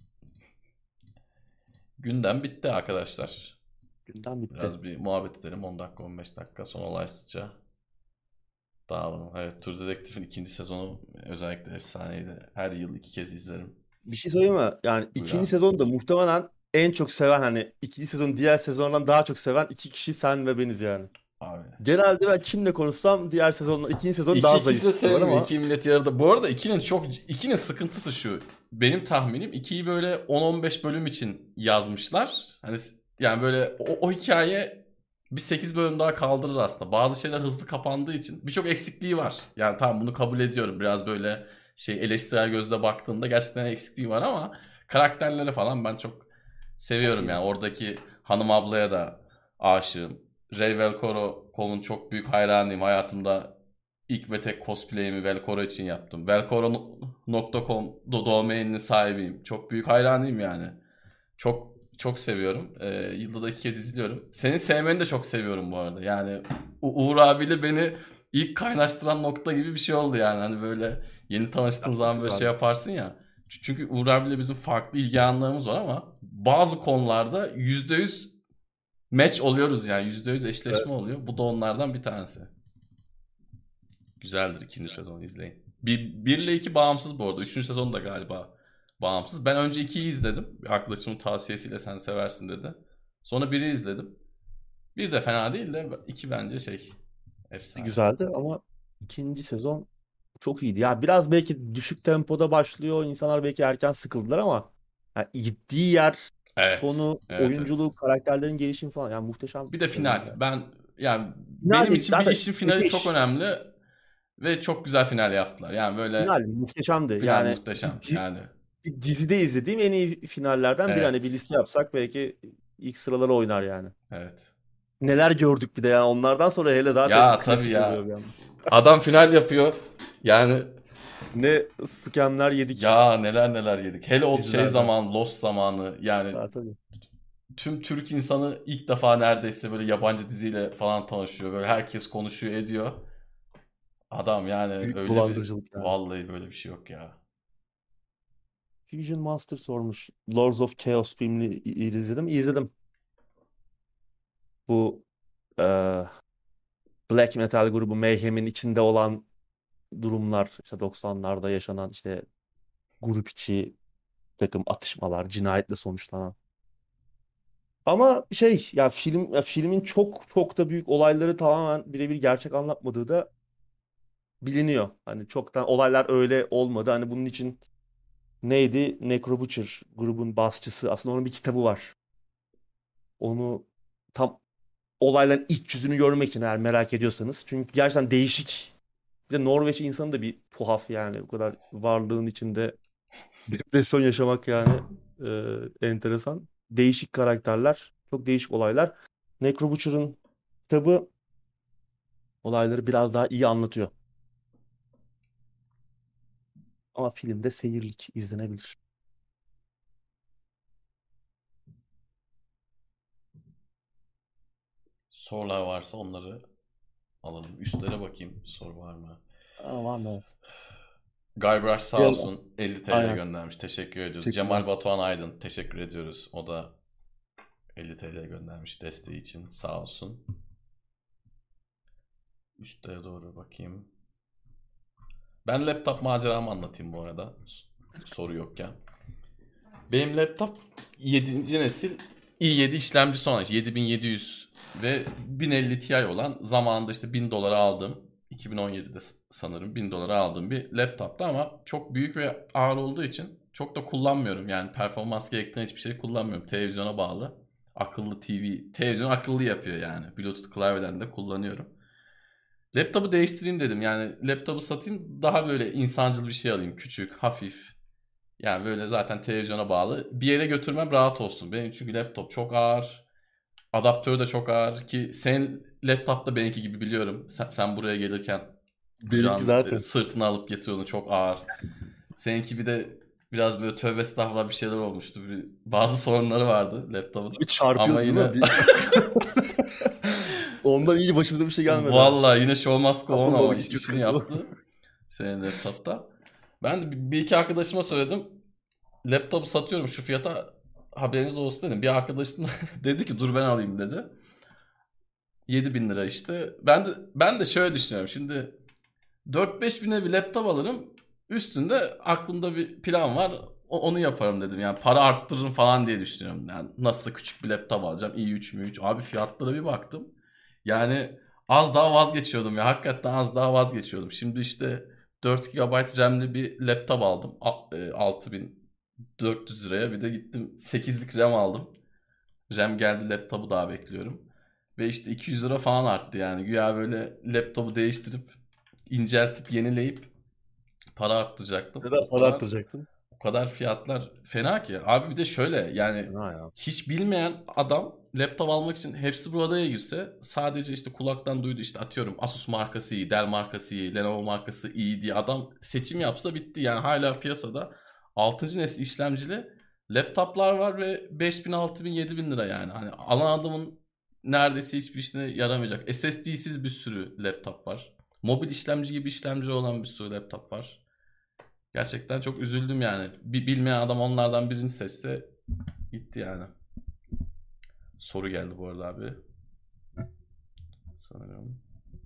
gündem bitti arkadaşlar. Günden bitti. Biraz bir muhabbet edelim, 10 dakika 15 dakika sonra olaysızca dağılalım. Evet, True Detective'in ikinci sezonu özellikle efsaneydi. Her yıl 2 kez izlerim. Bir şey söyleyeyim mi? Yani Buyur ikinci abi. sezon da muhtemelen en çok seven, hani ikinci sezon diğer sezondan daha çok seven iki kişi sen ve beniz yani. Abi. Genelde ben kimle konuşsam diğer sezonla ikinci sezon İki daha kimse zayıf diyorlar sevmiyor. ama İki millet yarıda. Bu arada ikinin sıkıntısı şu. Benim tahminim 2'yi böyle 10-15 bölüm için yazmışlar. Hani yani böyle o hikaye bir 8 bölüm daha kaldırır aslında. Bazı şeyler hızlı kapandığı için birçok eksikliği var. Yani tamam, bunu kabul ediyorum. Biraz böyle şey, eleştirel gözle baktığında gerçekten eksikliği var ama karakterleri falan ben çok çok seviyorum yani. iyiydi. Oradaki hanım ablaya da aşığım. Ray Velcoro'nun çok büyük hayranıyım. Hayatımda ilk ve tek cosplay'imi Velcoro için yaptım. Velcoro.com domaininin sahibiyim. Çok büyük hayranıyım yani. Çok çok seviyorum. Yılda da 2 kez izliyorum. Senin sevmeni de çok seviyorum bu arada. Yani Uğur abiyle beni ilk kaynaştıran nokta gibi bir şey oldu yani. Hani böyle yeni tanıştığın Ya çok zaman böyle şey güzeldi. yaparsın ya. Çünkü Uğur abiyle bizim farklı ilgi alanlarımız var ama bazı konularda %100 match oluyoruz yani. %100 eşleşme Evet. oluyor. Bu da onlardan bir tanesi. Güzeldir, ikinci sezonu izleyin. Bir ile 2 bağımsız bu arada. Üçüncü sezon da galiba bağımsız. Ben önce 2'yi izledim. Bir arkadaşımın tavsiyesiyle sen seversin dedi. Sonra 1'i izledim. Bir de fena değil de 2 bence şey, efsane. Güzeldi ama ikinci sezon çok iyiydi. Ya biraz belki düşük tempoda başlıyor. İnsanlar belki erken sıkıldılar ama yani gittiği yer, Evet. sonu, Evet evet. oyunculuk, karakterlerin gelişimi falan, yani muhteşem Bir de sezon final. yani. Yani Final benim de için bir zaten işin finali çok müthiş. önemli ve çok güzel final yaptılar. Yani böyle Final muhteşemdi. final Yani muhteşem yani. bir dizide izlediğim en iyi finallerden biri. Hani bir Evet. liste yapsak belki ilk sıralara oynar yani. Evet. Neler gördük bir de yani onlardan sonra, hele zaten Ya tabii klasik oluyor ya. bir anda. Adam final yapıyor. Yani Ne scamler yedik ya neler neler yedik. Hele o şey dizilerden. zaman, Lost zamanı yani, Ha, tabii. tüm Türk insanı ilk defa neredeyse böyle yabancı diziyle falan tanışıyor. Böyle herkes konuşuyor ediyor. Adam yani Büyük öyle bir, dolandırıcılık yani. vallahi böyle bir şey yok ya. Fusion Master sormuş. Lords of Chaos filmini izledim. İzledim. Bu eee, Black Metal grubu Mayhem'in içinde olan durumlar, işte 90'larda yaşanan işte grup içi takım atışmalar, cinayetle sonuçlanan. Ama şey ya filmin çok çok da büyük olayları tamamen birebir gerçek anlatmadığı da biliniyor. Hani çoktan olaylar öyle olmadı. Hani bunun için neydi? Necro Butcher grubun basçısı. Aslında onun bir kitabı var. Onu tam olayların iç yüzünü görmek için eğer merak ediyorsanız. Çünkü gerçekten değişik. Bir de Norveç insanı da bir tuhaf yani. Bu kadar varlığın içinde depresyon yaşamak yani enteresan. Değişik karakterler, çok değişik olaylar. Necro Butcher'ın kitabı olayları biraz daha iyi anlatıyor. Ama filmde seyirlik izlenebilir. Sorular varsa onları alalım. Üstlere bakayım. Soru var mı? Aa, var mı? Guybrush sağ Diğer- olsun 50 TL Aynen. göndermiş. Teşekkür ediyoruz. Teşekkürler. Cemal Batuhan Aydın teşekkür ediyoruz. O da 50 TL göndermiş desteği için. Sağ olsun. Üstlere doğru bakayım. Ben laptop maceramı anlatayım bu arada. Soru yokken. Benim laptop 7. nesil i7 işlemcisi olan 7700 ve 1050 Ti olan zamanında işte 1000 dolara aldığım 2017'de sanırım 1000 dolara aldığım bir laptoptu ama çok büyük ve ağır olduğu için çok da kullanmıyorum. Yani performans gerektiren hiçbir şey kullanmıyorum. Televizyona bağlı. Akıllı TV. Televizyon akıllı yapıyor yani. Bluetooth klavyeden de kullanıyorum. Laptopu değiştireyim dedim. Yani laptopu satayım daha böyle insancıl bir şey alayım. Küçük, hafif. Yani böyle zaten televizyona bağlı. Bir yere götürmem rahat olsun. Benim çünkü laptop çok ağır. Adaptörü de çok ağır ki senin laptop da benimki gibi biliyorum. Sen buraya gelirken Benimki zaten. sırtına alıp getiriyordun çok ağır. Seninki bir de biraz böyle tövbe estağfurullah bir şeyler olmuştu. Bazı sorunları vardı laptopun. Bir Ama çarpıyordu değil yine mi? Ondan iyi başımıza bir şey gelmedi ha. vallahi yine show must go on Kapına doğru ama gideceğiz işini kapına. yaptı senin laptopta. Ben de bir iki arkadaşıma söyledim. Laptopu satıyorum şu fiyata haberiniz olsun dedim. Bir arkadaşım dedi ki dur ben alayım dedi. 7.000 lira işte. Ben de şöyle düşünüyorum. Şimdi 4-5 bine bir laptop alırım. Üstünde aklımda bir plan var. Onu yaparım dedim. Yani para arttırırım falan diye düşünüyorum. Yani nasıl küçük bir laptop alacağım. i3 mü 3. Abi fiyatlara bir baktım. Yani az daha vazgeçiyordum ya. Hakikaten az daha vazgeçiyordum. Şimdi işte 4 GB RAM'li bir laptop aldım. 6400 liraya. Bir de gittim 8'lik RAM aldım. RAM geldi, laptopu daha bekliyorum. Ve işte 200 lira falan arttı yani. Güya böyle laptopu değiştirip inceltip yenileyip para arttıracaktım. Ne kadar para arttıracaktın? O kadar fiyatlar fena ki. Abi bir de şöyle yani Fena ya. hiç bilmeyen adam laptop almak için hepsi buradaya girse sadece işte kulaktan duydu işte atıyorum Asus markası iyi, Dell markası iyi, Lenovo markası iyi diye adam seçim yapsa bitti. Yani hala piyasada 6. nesil işlemcili laptoplar var ve 5000, 6000, 7000 lira yani. Hani alan adamın neredeyse hiçbir işine yaramayacak. SSD'siz bir sürü laptop var. Mobil işlemci gibi işlemci olan bir sürü laptop var. Gerçekten çok üzüldüm yani. Bilmeyen adam onlardan birini seçse gitti yani. Soru geldi bu arada abi. Sanırım.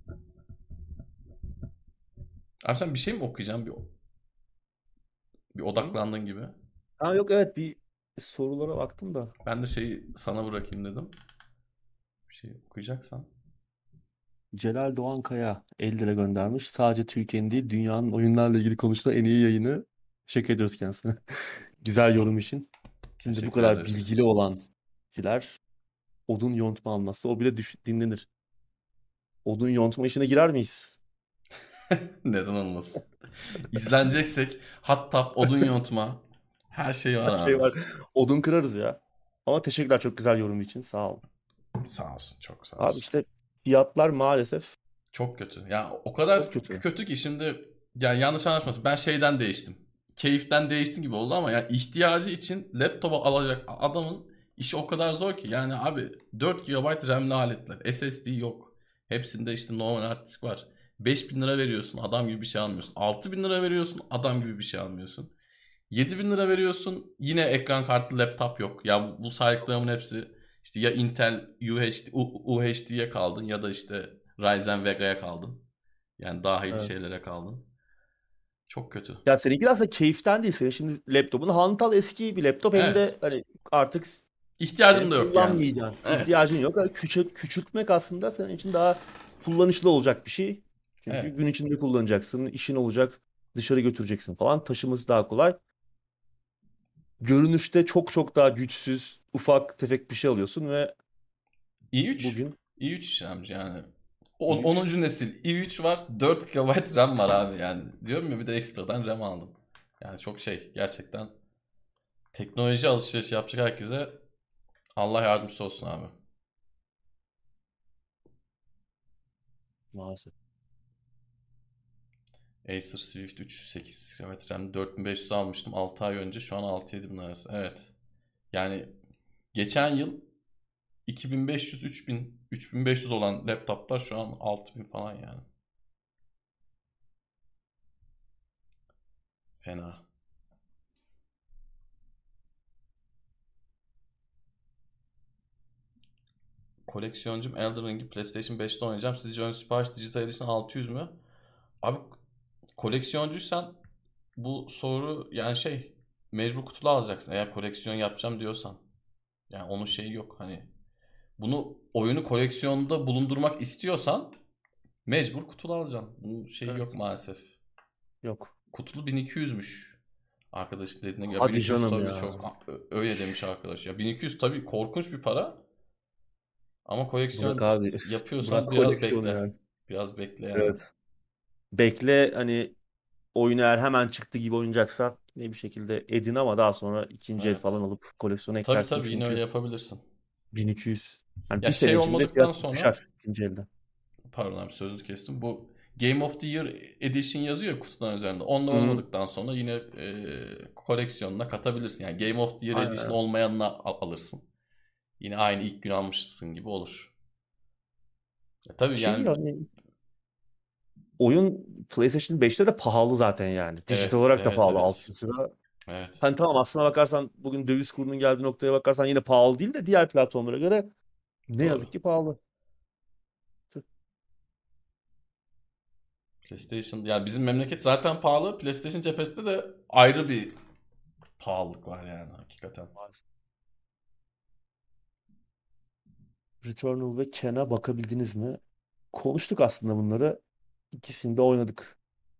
Abi sen bir şey mi okuyacaksın? Bir Hı? odaklandın gibi. Ha yok, evet, bir sorulara baktım da. Ben de şeyi sana bırakayım dedim. Bir şey okuyacaksan. Celal Doğankaya 50 lira göndermiş. Sadece Türkiye'nin değil dünyanın oyunlarla ilgili konuşulan en iyi yayını. Teşekkür ediyoruz kendisine. Güzel yorum için. Şimdi bu Teşekkür kadar bilgili ederiz. olan kişiler odun yontma anlatsa o bile dinlenir. Odun yontma işine girer miyiz? Neden olmasın? İzleneceksek hatta odun yontma. Her şey var Her şey abi. var. Odun kırarız ya. Ama teşekkürler çok güzel yorum için. Sağ ol. Sağ olsun. Çok sağ Abi olsun. işte fiyatlar maalesef Çok kötü. Ya o kadar çok kötü. kötü ki şimdi yani yanlış anlaşılmasın. Ben şeyden değiştim. Keyiften değiştim gibi oldu ama yani ihtiyacı için laptopu alacak adamın işi o kadar zor ki. Yani abi 4 GB RAM'li aletler. SSD yok. Hepsinde işte normal hard disk var. 5.000 lira veriyorsun adam gibi bir şey almıyorsun. 6.000 lira veriyorsun adam gibi bir şey almıyorsun. 7.000 lira veriyorsun, yine ekran kartlı laptop yok. Ya bu saydıklarımın hepsi işte ya Intel UHD'ye kaldın ya da işte Ryzen Vega'ya kaldın. Yani daha iyi Evet. şeylere kaldın. Çok kötü. Ya seninki de aslında keyiften değil. Senin şimdi laptopun hantal eski bir laptop, hem de Evet. hani artık İhtiyacım da yok yani. kullanmayacaksın. Evet. İhtiyacın yok. Yani küçültmek aslında senin için daha kullanışlı olacak bir şey. Çünkü Evet. gün içinde kullanacaksın, işin olacak, dışarı götüreceksin falan. Taşıması daha kolay. Görünüşte çok çok daha güçsüz, ufak tefek bir şey alıyorsun ve i3. bugün i3 işlemci yani. i3. 10. nesil i3 var. 4 GB RAM var abi yani. Diyorum ya, bir de ekstradan RAM aldım. Yani çok şey gerçekten, teknoloji alışverişi yapacak herkese Allah yardımcısı olsun abi. Maalesef. Acer Swift 3 8 GB RAM 4500 almıştım 6 ay önce, şu an 6-7 bin arası. Evet. Yani geçen yıl 2500 3000 3500 olan laptoplar şu an 6000 falan yani. Fena. Koleksiyoncum Elden Ring'i PlayStation 5'te oynayacağım. Sizce ön sipariş Digital Edition 600 mü? Abi koleksiyoncuysan bu soru yani şey, mecbur kutulu alacaksın eğer koleksiyon yapacağım diyorsan. Yani onun şeyi yok hani, bunu oyunu koleksiyonda bulundurmak istiyorsan mecbur kutulu alacaksın. Bunun şeyi yok Evet. maalesef. Yok. Kutulu 1200'müş. Arkadaşın dediğine göre. Ya Hadi 1200 canım tabii ya. çok öyle demiş arkadaş. Ya 1200 tabii korkunç bir para ama Bırak koleksiyon abi. Bırak yapıyorsan biraz koleksiyonu bekle. yani. Biraz bekle yani. Evet. Bekle, hani oyunu eğer hemen çıktı gibi oynayacaksan ne bir şekilde edin, ama daha sonra ikinci el Evet. falan alıp koleksiyona Tabii eklersin, tabii, yine öyle çünkü yapabilirsin. 1200. Hani Ya bir sene şey içinde olmadıktan fiyat sonra, düşer ikinci elde. pardon abi sözünü kestim. Bu Game of the Year Edition yazıyor ya kutuların üzerinde. Onlar Hı. olmadıktan sonra yine koleksiyonuna katabilirsin. Yani Game of the Year Edition Aynen. olmayanını alırsın. Yine aynı ilk gün almışsın gibi olur. Tabii Ki yani, yani oyun PlayStation 5'te de pahalı zaten yani. Dijital evet olarak da evet pahalı, evet. 600 lira. Evet. Hani tamam, aslına bakarsan bugün döviz kurunun geldiği noktaya bakarsan yine pahalı değil, de diğer platformlara göre ne Doğru. yazık ki pahalı. PlayStation ya, bizim memleket zaten pahalı. PlayStation cephesinde de ayrı bir pahalılık var yani hakikaten. Maalesef. Returnal ve Ken'a bakabildiniz mi? Konuştuk aslında bunları. İkisini de oynadık.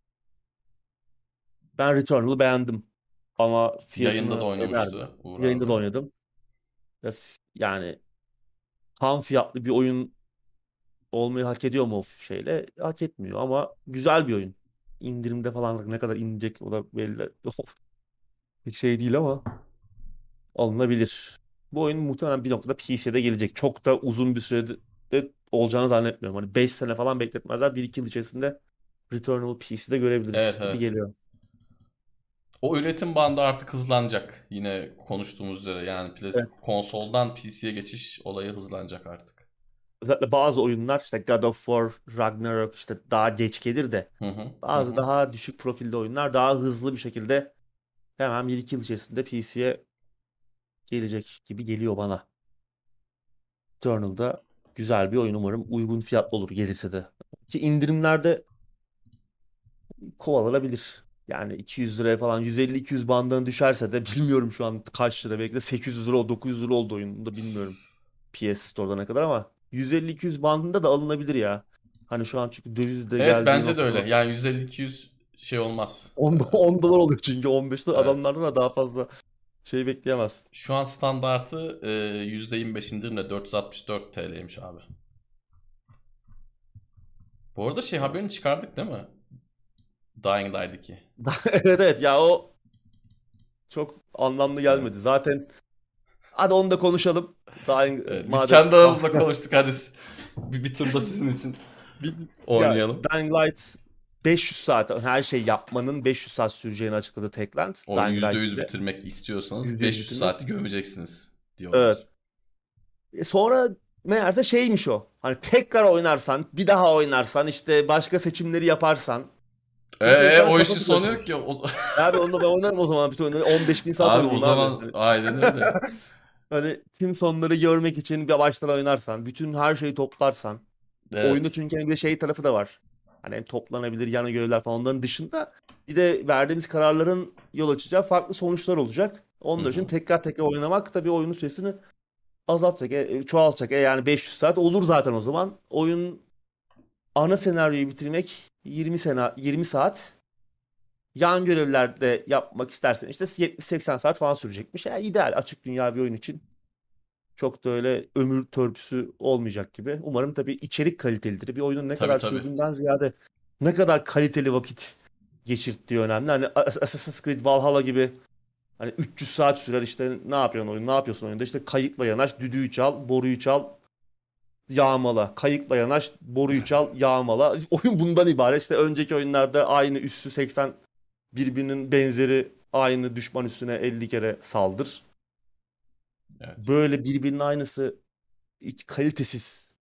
Ben Returnal'ı beğendim. Ama Yayında da fiyatını eder mi? oynamıştı Uğur Yayında da abi. oynadım. Yani tam fiyatlı bir oyun olmayı hak ediyor mu o şeyle? Hak etmiyor, ama güzel bir oyun. İndirimde falan ne kadar inecek o da belli. Hiç şey değil ama alınabilir. Bu oyun muhtemelen bir noktada PC'de gelecek. Çok da uzun bir sürede de olacağını zannetmiyorum. Hani 5 sene falan bekletmezler. 1-2 yıl içerisinde Returnal PC'de görebiliriz Evet gibi evet. geliyor. O üretim bandı artık hızlanacak. Yine konuştuğumuz üzere yani Evet. konsoldan PC'ye geçiş olayı hızlanacak artık. Özellikle bazı oyunlar, işte God of War, Ragnarok, işte daha geç gelir de Hı hı hı bazı hı. daha düşük profilde oyunlar daha hızlı bir şekilde hemen 1-2 yıl içerisinde PC'ye gelecek gibi geliyor bana. Returnal'da güzel bir oyun, umarım uygun fiyatlı olur gelirse de. Ki indirimlerde kovalanabilir. Yani 200 liraya falan, 150-200 bandına düşerse de bilmiyorum şu an kaç lira, belki de 800 lira 900 lira oldu oyun. Bunu da bilmiyorum PS Store'da ne kadar, ama 150-200 bandında da alınabilir ya. Hani şu an çünkü döviz de Evet geldiği bence de noktada öyle. Yani 150-200 şey olmaz. 10 dolar oluyor, çünkü 15 dolar, Evet. adamlardan da daha fazla şey bekleyemez. Şu an standartı %25 indirimle 464 TL'ymiş abi. Bu arada şey Yani. haberini çıkardık değil mi? Dying Light 2. Evet evet ya, o çok anlamlı gelmedi. Evet. Zaten hadi onu da konuşalım. Evet. Biz Madem kendi aramızda bahseder. konuştuk, hadi bir turda sizin için Ya oynayalım. Dying Light 500 saat, her şey yapmanın 500 saat süreceğini açıkladı Techland. Oyunu Dying Light %100 2'de bitirmek istiyorsanız %100 500 bitirmek. saati gömeceksiniz diyorlar. Evet. Sonra meğerse şeymiş o. Hani tekrar oynarsan, bir daha oynarsan, işte başka seçimleri yaparsan Kimse insanın O işin kafası sonu yok karışmış. ki. Abi onunla ben oynarım o zaman. Bütün oyunları 15.000 saat Abi o oynayayım abi. zaman aynen öyle. Hani tüm sonları görmek için bir baştan oynarsan, bütün her şeyi toplarsan. Oyunda Evet. çünkü hani bir de şey tarafı da var. Hani hem toplanabilir yan görevler falan onların dışında bir de verdiğimiz kararların yol açacağı farklı sonuçlar olacak. Hı Onlar için hı. tekrar tekrar oynamak tabii oyunun süresini azaltacak, çoğaltacak. Yani 500 saat olur zaten o zaman. Oyun ana senaryoyu bitirmek 20 saat. Yan görevlerde yapmak istersen işte 70-80 saat falan sürecekmiş. Yani ideal açık dünya bir oyun için. Çok da öyle ömür törpüsü olmayacak gibi. Umarım tabii içerik kalitelidir. Bir oyunun ne Tabii kadar tabii. sürdüğünden ziyade ne kadar kaliteli vakit geçirttiği önemli. Hani Assassin's Creed Valhalla gibi hani 300 saat sürer işte ne yapıyorsun oyun, ne yapıyorsun oyunda? İşte kayıkla yanaş, düdüğü çal, boruyu çal, yağmala. Kayıkla yanaş, boruyu çal, yağmala. Oyun bundan ibaret. İşte önceki oyunlarda aynı üssü 80 birbirinin benzeri aynı düşman üstüne 50 kere saldır. Evet. Böyle birbirinin aynısı hiç kalitesiz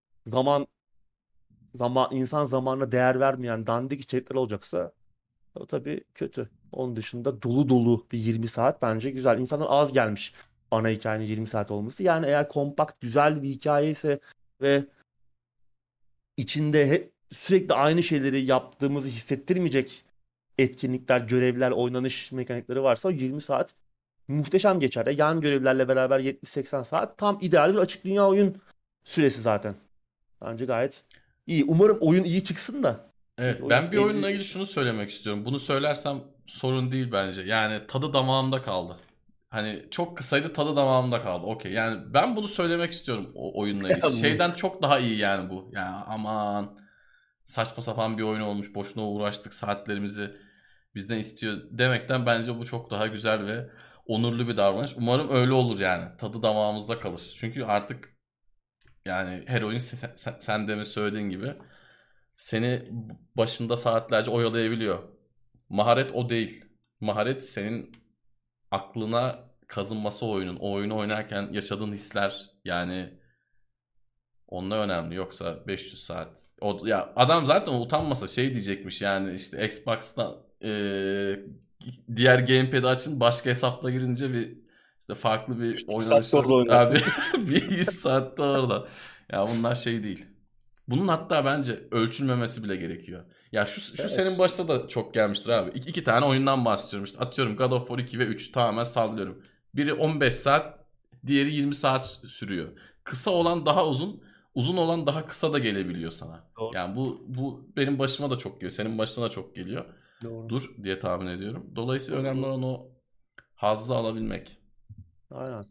insan zamanına değer vermeyen dandik içerikler olacaksa o tabii kötü. Onun dışında dolu dolu bir 20 saat bence güzel. İnsanlar az gelmiş ana hikayenin 20 saat olması. Yani eğer kompakt güzel bir hikaye ise ve içinde hep sürekli aynı şeyleri yaptığımızı hissettirmeyecek etkinlikler, görevler, oynanış mekanikleri varsa o 20 saat muhteşem geçer. Yan görevlerle beraber 70-80 saat tam ideal bir açık dünya oyun süresi zaten. Bence gayet iyi. Umarım oyun iyi çıksın da. Evet, Çünkü oyun ben bir oyunla 50. ilgili şunu söylemek istiyorum. Bunu söylersem sorun değil bence. Yani tadı damağımda kaldı. Hani çok kısaydı, tadı damağımda kaldı. Okey. Yani ben bunu söylemek istiyorum o oyunla ilgili. Bu Şeyden çok daha iyi yani bu. Ya aman, saçma sapan bir oyun olmuş. Boşuna uğraştık, saatlerimizi bizden istiyor demekten bence bu çok daha güzel ve onurlu bir davranış. Umarım öyle olur yani. Tadı damağımızda kalır. Çünkü artık yani her oyun sen demin söylediğin gibi seni başında saatlerce oyalayabiliyor. Maharet o değil. Maharet senin aklına kazınması o oyunun. O oyunu oynarken yaşadığın hisler, yani onlar önemli. Yoksa 500 saat. O, ya adam zaten utanmasa şey diyecekmiş yani, işte Xbox'ta diğer gamepad'i açın, başka hesapla girince bir işte farklı bir 3 saatte oynanışla orada abi oynarsın. bir 100 saatte orada. Ya bunlar şey değil. Bunun hatta bence ölçülmemesi bile gerekiyor. Ya şu senin Evet. başta da çok gelmiştir abi. İki tane oyundan bahsediyorum işte. Atıyorum God of War 2 ve 3, tamamen sallıyorum. Biri 15 saat, diğeri 20 saat sürüyor. Kısa olan daha uzun, uzun olan daha kısa da gelebiliyor sana. Doğru. Yani bu benim başıma da çok geliyor. Senin başına da çok geliyor. Doğru. Dur diye tahmin ediyorum. Dolayısıyla Doğru. önemli Doğru. olan o hazzı alabilmek. Aynen.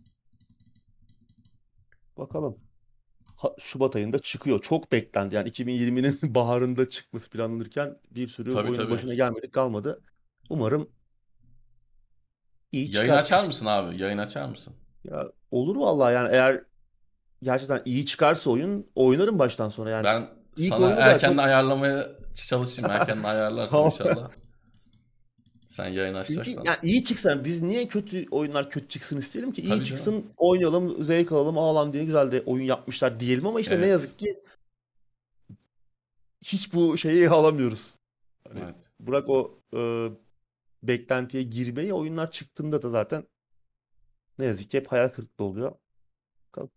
Bakalım. Şubat ayında çıkıyor. Çok beklendi. Yani 2020'nin baharında çıkması planlanırken bir sürü Tabii oyunun tabii. başına gelmedik kalmadı. Umarım iyi Yayın çıkar. açar mısın abi? Yayın açar mısın? Ya olur vallahi yani eğer gerçekten iyi çıkarsa oyun oynarım baştan sona yani. Ben İlk sana oyunu da erkenden çok ayarlamaya çalışayım. Erkenden ayarlarsam tamam. inşallah. Sen yayın Çünkü açacaksan. yani iyi çıksa biz niye kötü oyunlar kötü çıksın isteyelim ki? İyi Tabii canım. çıksın, oynayalım, zevk alalım, ağlan diye güzel de oyun yapmışlar diyelim ama işte ne Evet. yazık ki hiç bu şeyi alamıyoruz. Hani Evet. bırak o beklentiye girmeyi oyunlar çıktığında da zaten ne yazık ki hep hayal kırıklığı oluyor. Bakalım.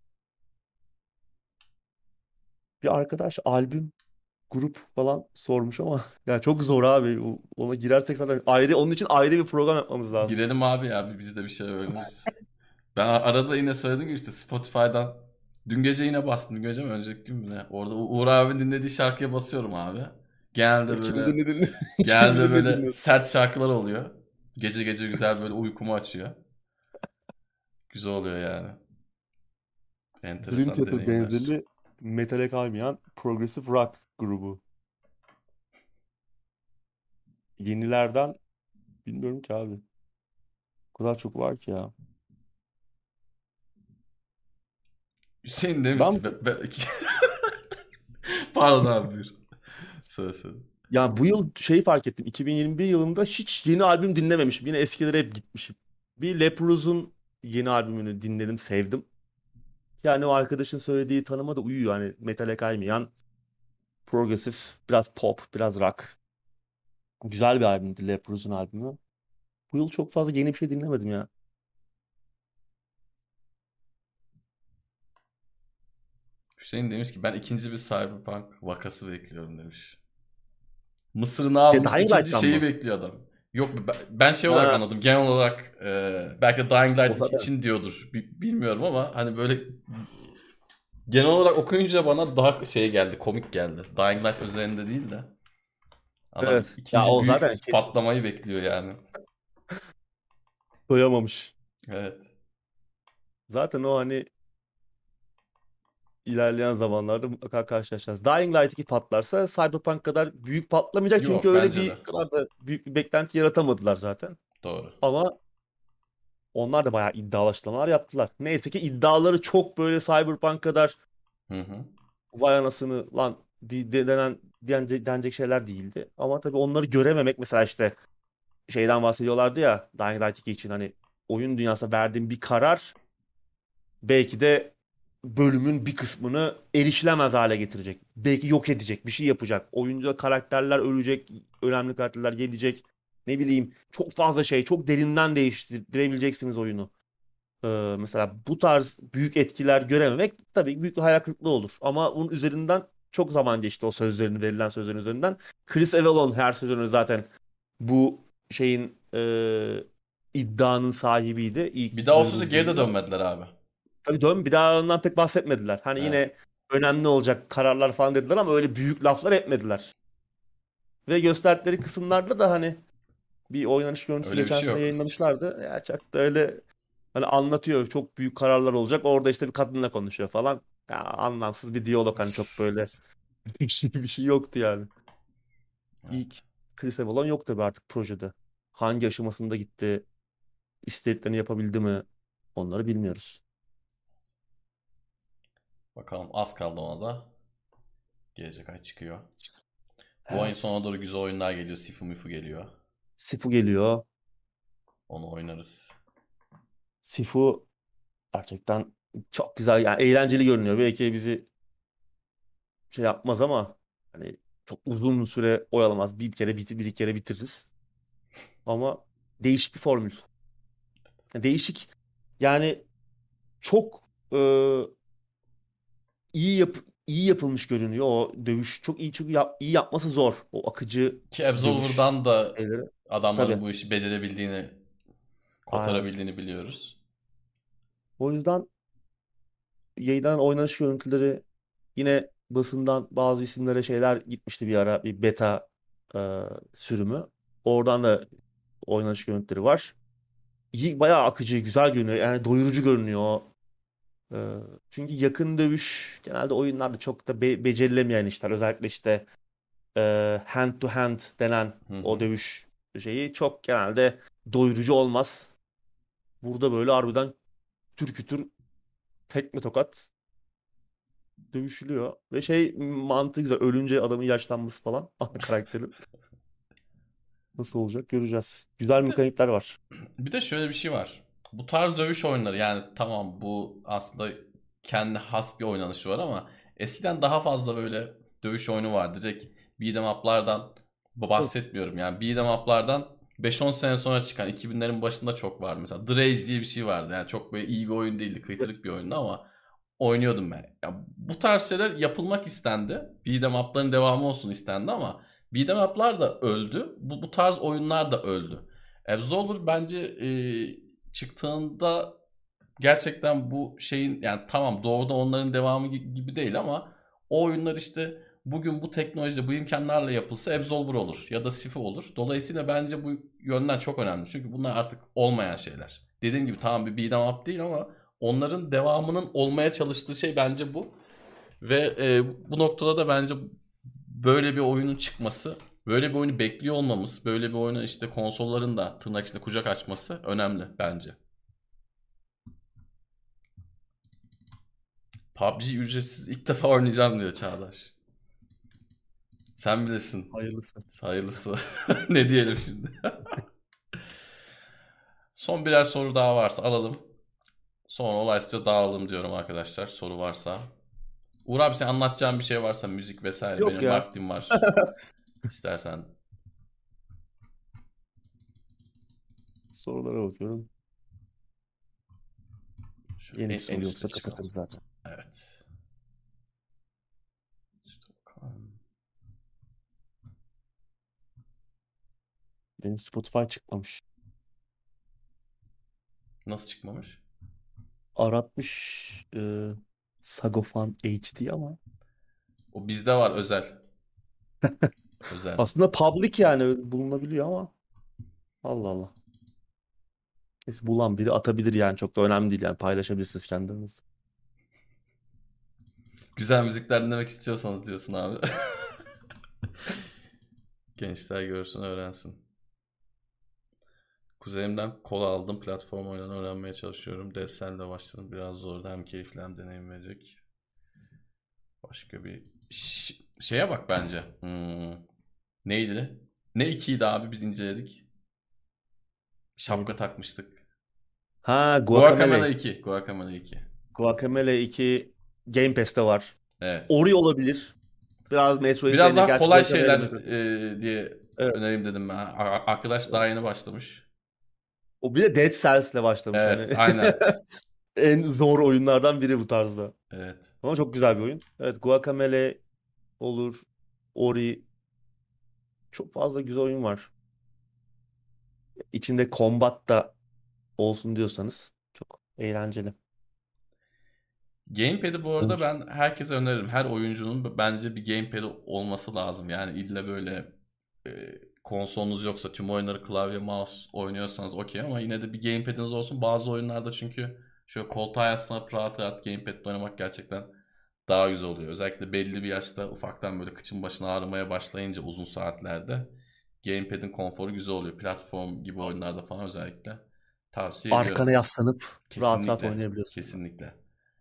Bir arkadaş albüm, grup falan sormuş ama ya çok zor abi. Ona girersek zaten ayrı onun için ayrı bir program yapmamız lazım. Girelim abi ya. Biz de bir şey öğreniriz. Ben arada yine söylediğim gibi işte Spotify'dan dün gece yine bastım. Dün gece mi? Önceki gün mü ne? Orada Uğur abinin dinlediği şarkıya basıyorum abi. Genelde Kimin böyle dinlediğini, kimin genelde dinlediğini böyle dinliyorsun. sert şarkılar oluyor. Gece gece güzel böyle uykumu açıyor. Güzel oluyor yani. Dream Enteresan Theater deneyimler. benzeri metale kaymayan progressive rock grubu. Yenilerden bilmiyorum ki abi. O kadar çok var ki ya. Hüseyin demiş Ben ki pardon abi, buyur. Söyle söyle. yani bu yıl şeyi fark ettim. 2021 yılında hiç yeni albüm dinlememişim. Yine eskilere hep gitmişim. Bir Lepros'un yeni albümünü dinledim, sevdim. Yani o arkadaşın söylediği tanıma da uyuyor. Hani metale kaymayan, progresif, biraz pop, biraz rock. Güzel bir albümdü Lepros'un albümü. Bu yıl çok fazla yeni bir şey dinlemedim ya. Hüseyin demiş ki ben ikinci bir Cyberpunk vakası bekliyorum demiş. Mısır'ını De almış Dying ikinci Light'tan şeyi mı? bekliyor adam. Yok ben şey olarak Ha, anladım. Genel olarak belki de Dying o Light zaten. için diyordur. Bilmiyorum ama hani böyle genel olarak okuyunca bana daha şey geldi, komik geldi. Dying Light özelinde değil de. Adam Evet. Ya ikinci o zaten büyük kesin patlamayı bekliyor yani. doyamamış. Evet. Zaten o hani ilerleyen zamanlarda mutlaka karşılaşacağız. Dying Light 2 patlarsa Cyberpunk kadar büyük patlamayacak çünkü Yok öyle bence de. bir kadar da büyük bir beklenti yaratamadılar zaten. Doğru. Ama onlar da bayağı iddialı açıklamalar yaptılar. Neyse ki iddiaları çok böyle Cyberpunk kadar Hı hı. vay anasını lan denecek şeyler değildi. Ama tabii onları görememek mesela işte şeyden bahsediyorlardı ya Dying Light 2 için hani oyun dünyasına verdiğim bir karar belki de bölümün bir kısmını erişilemez hale getirecek. Belki yok edecek, bir şey yapacak. Oyuncuda karakterler ölecek, önemli karakterler gelecek. Ne bileyim, çok fazla şey, çok derinden değiştirebileceksiniz oyunu. Mesela bu tarz büyük etkiler görememek tabii büyük bir hayal kırıklığı olur. Ama bunun üzerinden çok zaman geçti o sözlerini, verilen sözlerin üzerinden. Chris Avellone her sözünü zaten bu şeyin iddianın sahibiydi Bir ilk daha o sözü geri de duyurulduğunda. dönmediler abi. Tabii dön bir daha ondan pek bahsetmediler. Hani Evet. yine önemli olacak kararlar falan dediler ama öyle büyük laflar etmediler. Ve gösterdikleri kısımlarda da hani bir oynanış görüntüsü Öyle bir geçen şey sene yok. yayınlamışlardı. Ya çok da öyle hani anlatıyor çok büyük kararlar olacak. Orada işte bir kadınla konuşuyor falan. Ya anlamsız bir diyalog hani çok böyle bir şey yoktu yani. İlk Evet. Chris Avellone yok tabii artık projede. Hangi aşamasında gitti, istediklerini yapabildi mi onları bilmiyoruz. Bakalım az kaldı ona da. Gelecek ay çıkıyor. Bu ayın sonuna Evet. doğru güzel oyunlar geliyor. Sifu Mifu geliyor. Sifu geliyor. Onu oynarız. Sifu gerçekten çok güzel yani eğlenceli görünüyor. Belki bizi şey yapmaz ama hani çok uzun süre oyalamaz. Bir iki kere bitiririz. Ama değişik bir formül. Değişik yani çok iyi iyi yapılmış görünüyor. O dövüş çok iyi iyi yapması zor. O akıcı Ki dövüş Absolver'dan da şeyleri. adamların Tabii. bu işi becerebildiğini, Aynen. kotarabildiğini biliyoruz. O yüzden yayından oynanış görüntüleri yine basından bazı isimlere şeyler gitmişti bir ara bir beta sürümü. Oradan da oynanış görüntüleri var. İyi, bayağı akıcı, güzel görünüyor. Yani doyurucu görünüyor o. E, Çünkü yakın dövüş genelde oyunlarda çok da becerilemeyen işler. Özellikle işte hand to hand denen Hı o hı. dövüş şeyi çok genelde doyurucu olmaz. Burada böyle harbiden kütür kütür tekme tokat dövüşülüyor. Ve şey mantığı güzel. Ölünce adamın yaşlanması falan. Ana karakterin. Nasıl olacak göreceğiz. Güzel Bir de mekanikler var. bir de şöyle bir şey var. Bu tarz dövüş oyunları yani tamam bu aslında kendi has bir oynanışı var ama eskiden daha fazla böyle dövüş oyunu vardı. Direkt beat'em up'lardan Evet. bahsetmiyorum. Yani beat'em up'lardan 5-10 sene sonra çıkan 2000'lerin başında çok vardı. Mesela Draze diye bir şey vardı. Yani çok böyle iyi bir oyun değildi. Kıytırık bir oyundu ama oynuyordum ben. Ya bu tarz şeyler yapılmak istendi. Beat'em up'ların devamı olsun istendi ama beat'em up'lar da öldü. Bu tarz oyunlar da öldü. Absolver bence çıktığında gerçekten bu şeyin yani tamam doğrudan onların devamı gibi değil ama o oyunlar işte bugün bu teknolojide bu imkanlarla yapılsa Absolver olur ya da Sifu olur. Dolayısıyla bence bu yönden çok önemli. Çünkü bunlar artık olmayan şeyler. Dediğim gibi tamam bir beat'em up değil ama onların devamının olmaya çalıştığı şey bence bu. Ve bu noktada da bence böyle bir oyunun çıkması, böyle bir oyunu bekliyor olmamız, böyle bir oyunu işte konsolların da tırnak içinde kucak açması önemli bence. PUBG ücretsiz ilk defa oynayacağım diyor Çağdaş. Sen bilirsin. Hayırlısı. Hayırlısı. Ne diyelim şimdi? Son birer soru daha varsa alalım. Sonra olaysa dağılalım diyorum arkadaşlar. Soru varsa. Uğur abi sen anlatacağın bir şey varsa müzik vesaire Yok benim ya. vaktim var. İstersen. Sorulara bakıyorum. Şöyle Yeni bir en soru üste yoksa çıkalım. kapatırız zaten. Evet. İşte bakalım. Benim Spotify çıkmamış. Nasıl çıkmamış? Aratmış Sagofan HD ama O bizde var özel. Özel. aslında public yani bulunabiliyor ama Allah Allah. Neyse, bulan biri atabilir yani, çok da önemli değil yani, paylaşabilirsiniz kendiniz. Güzel müzikler dinlemek istiyorsanız diyorsun abi. Gençler görsün öğrensin. Kuzenimden kola aldım. Platform oyununu öğrenmeye çalışıyorum. DSL'le başladım. Biraz zordu. Hem keyifli hem deneyim verecek. Başka bir şeye bak bence. Neydi? Ne ikiydi abi biz inceledik. Şapka Neydi? takmıştık. Ha, Guacamole Guacamelee. 2. Guacamole 2. Guacamelee 2 Game Pass'te var. Evet. Ori olabilir. Biraz Biraz Metroidvania. daha Gerçi kolay Guacamelee şeyler Metro. diye Evet. önereyim dedim ben. Arkadaş daha yeni başlamış. O bir de Dead Cells'le başlamış Evet, hani. aynen. En zor oyunlardan biri bu tarzda. Evet. Ama çok güzel bir oyun. Evet, Guacamelee olur. Ori, çok fazla güzel oyun var. İçinde combat da olsun diyorsanız çok eğlenceli. Gamepad'i bu arada Oyuncu. ben herkese öneririm. Her oyuncunun bence bir gamepad'i olması lazım. Yani illa böyle e, konsolunuz yoksa tüm oyunları klavye mouse oynuyorsanız okey ama yine de bir gamepad'iniz olsun. Bazı oyunlarda çünkü şöyle koltuğa yaslanıp rahat rahat gamepad'le oynamak gerçekten daha güzel oluyor. Özellikle belli bir yaşta ufaktan böyle kıçın başına ağrımaya başlayınca uzun saatlerde gamepad'in konforu güzel oluyor. Platform gibi oyunlarda falan özellikle tavsiye ediyorum. Arkana yaslanıp rahat rahat Kesinlikle. oynayabiliyorsun. Kesinlikle.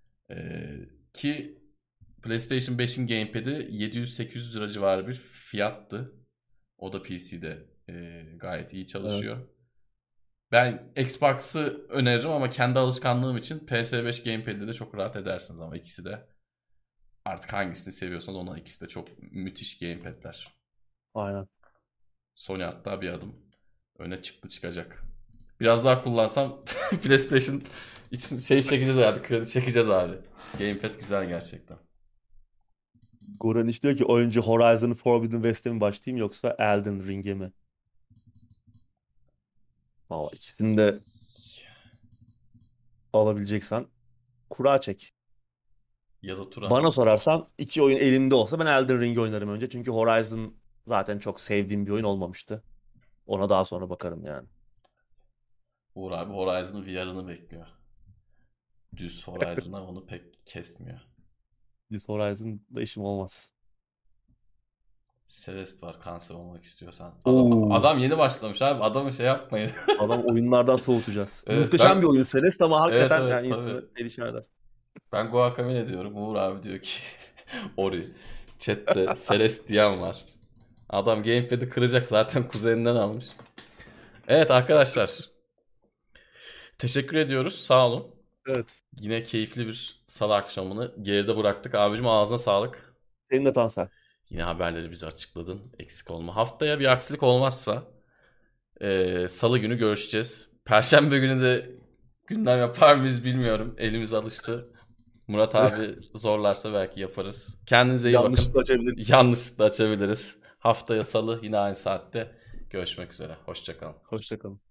Ki PlayStation 5'in gamepad'i 700-800 lira civarı bir fiyattı. O da PC'de gayet iyi Evet. çalışıyor. Ben Xbox'ı öneririm ama kendi alışkanlığım için PS5 gamepad'de de çok rahat edersiniz ama ikisi de artık hangisini seviyorsanız ondan ikisi de çok müthiş gamepad'ler. Aynen. Sony hatta bir adım öne çıkacak. Biraz daha kullansam PlayStation için şey çekeceğiz herhalde, kredi çekeceğiz abi. Gamepad güzel gerçekten. Goran iş diyor ki, oyuncu Horizon Forbidden West'e mi başlayayım yoksa Elden Ring'e mi? Valla ikisini de alabileceksen kura çek. Yazı tura. Bana sorarsan iki oyun elimde olsa ben Elden Ring oynarım önce. Çünkü Horizon zaten çok sevdiğim bir oyun olmamıştı. Ona daha sonra bakarım yani. Uğur abi Horizon'ın VR'ını bekliyor. Düz Horizon'lar onu pek kesmiyor. Biz Horizon'da işim olmaz. Celeste var kanser olmak istiyorsan. Oo, Adam yeni başlamış abi. Adamı şey yapmayın. adam oyunlardan soğutacağız. Evet Muhteşem bir oyun Celeste ama evet hakikaten evet yani tabii. insanı perişan eder. Ben Guacamole diyorum. Uğur abi diyor ki Ori. Chat'te Celeste diyen var. Adam gamepad'i kıracak zaten kuzeninden almış. Evet arkadaşlar. Teşekkür ediyoruz. Sağ olun. Evet. Yine keyifli bir salı akşamını geride bıraktık. Abicim ağzına sağlık. Senin de Tansel. Yine haberleri bize açıkladın. Eksik olma. Haftaya bir aksilik olmazsa salı günü görüşeceğiz. Perşembe günü de gündem yapar mıyız bilmiyorum. Elimiz alıştı. Murat abi zorlarsa belki yaparız. Kendinize iyi bakın. Yanlışlıkla açabilirim. Yanlışlıkla açabiliriz. Haftaya salı yine aynı saatte görüşmek üzere. Hoşçakalın. Hoşça kalın.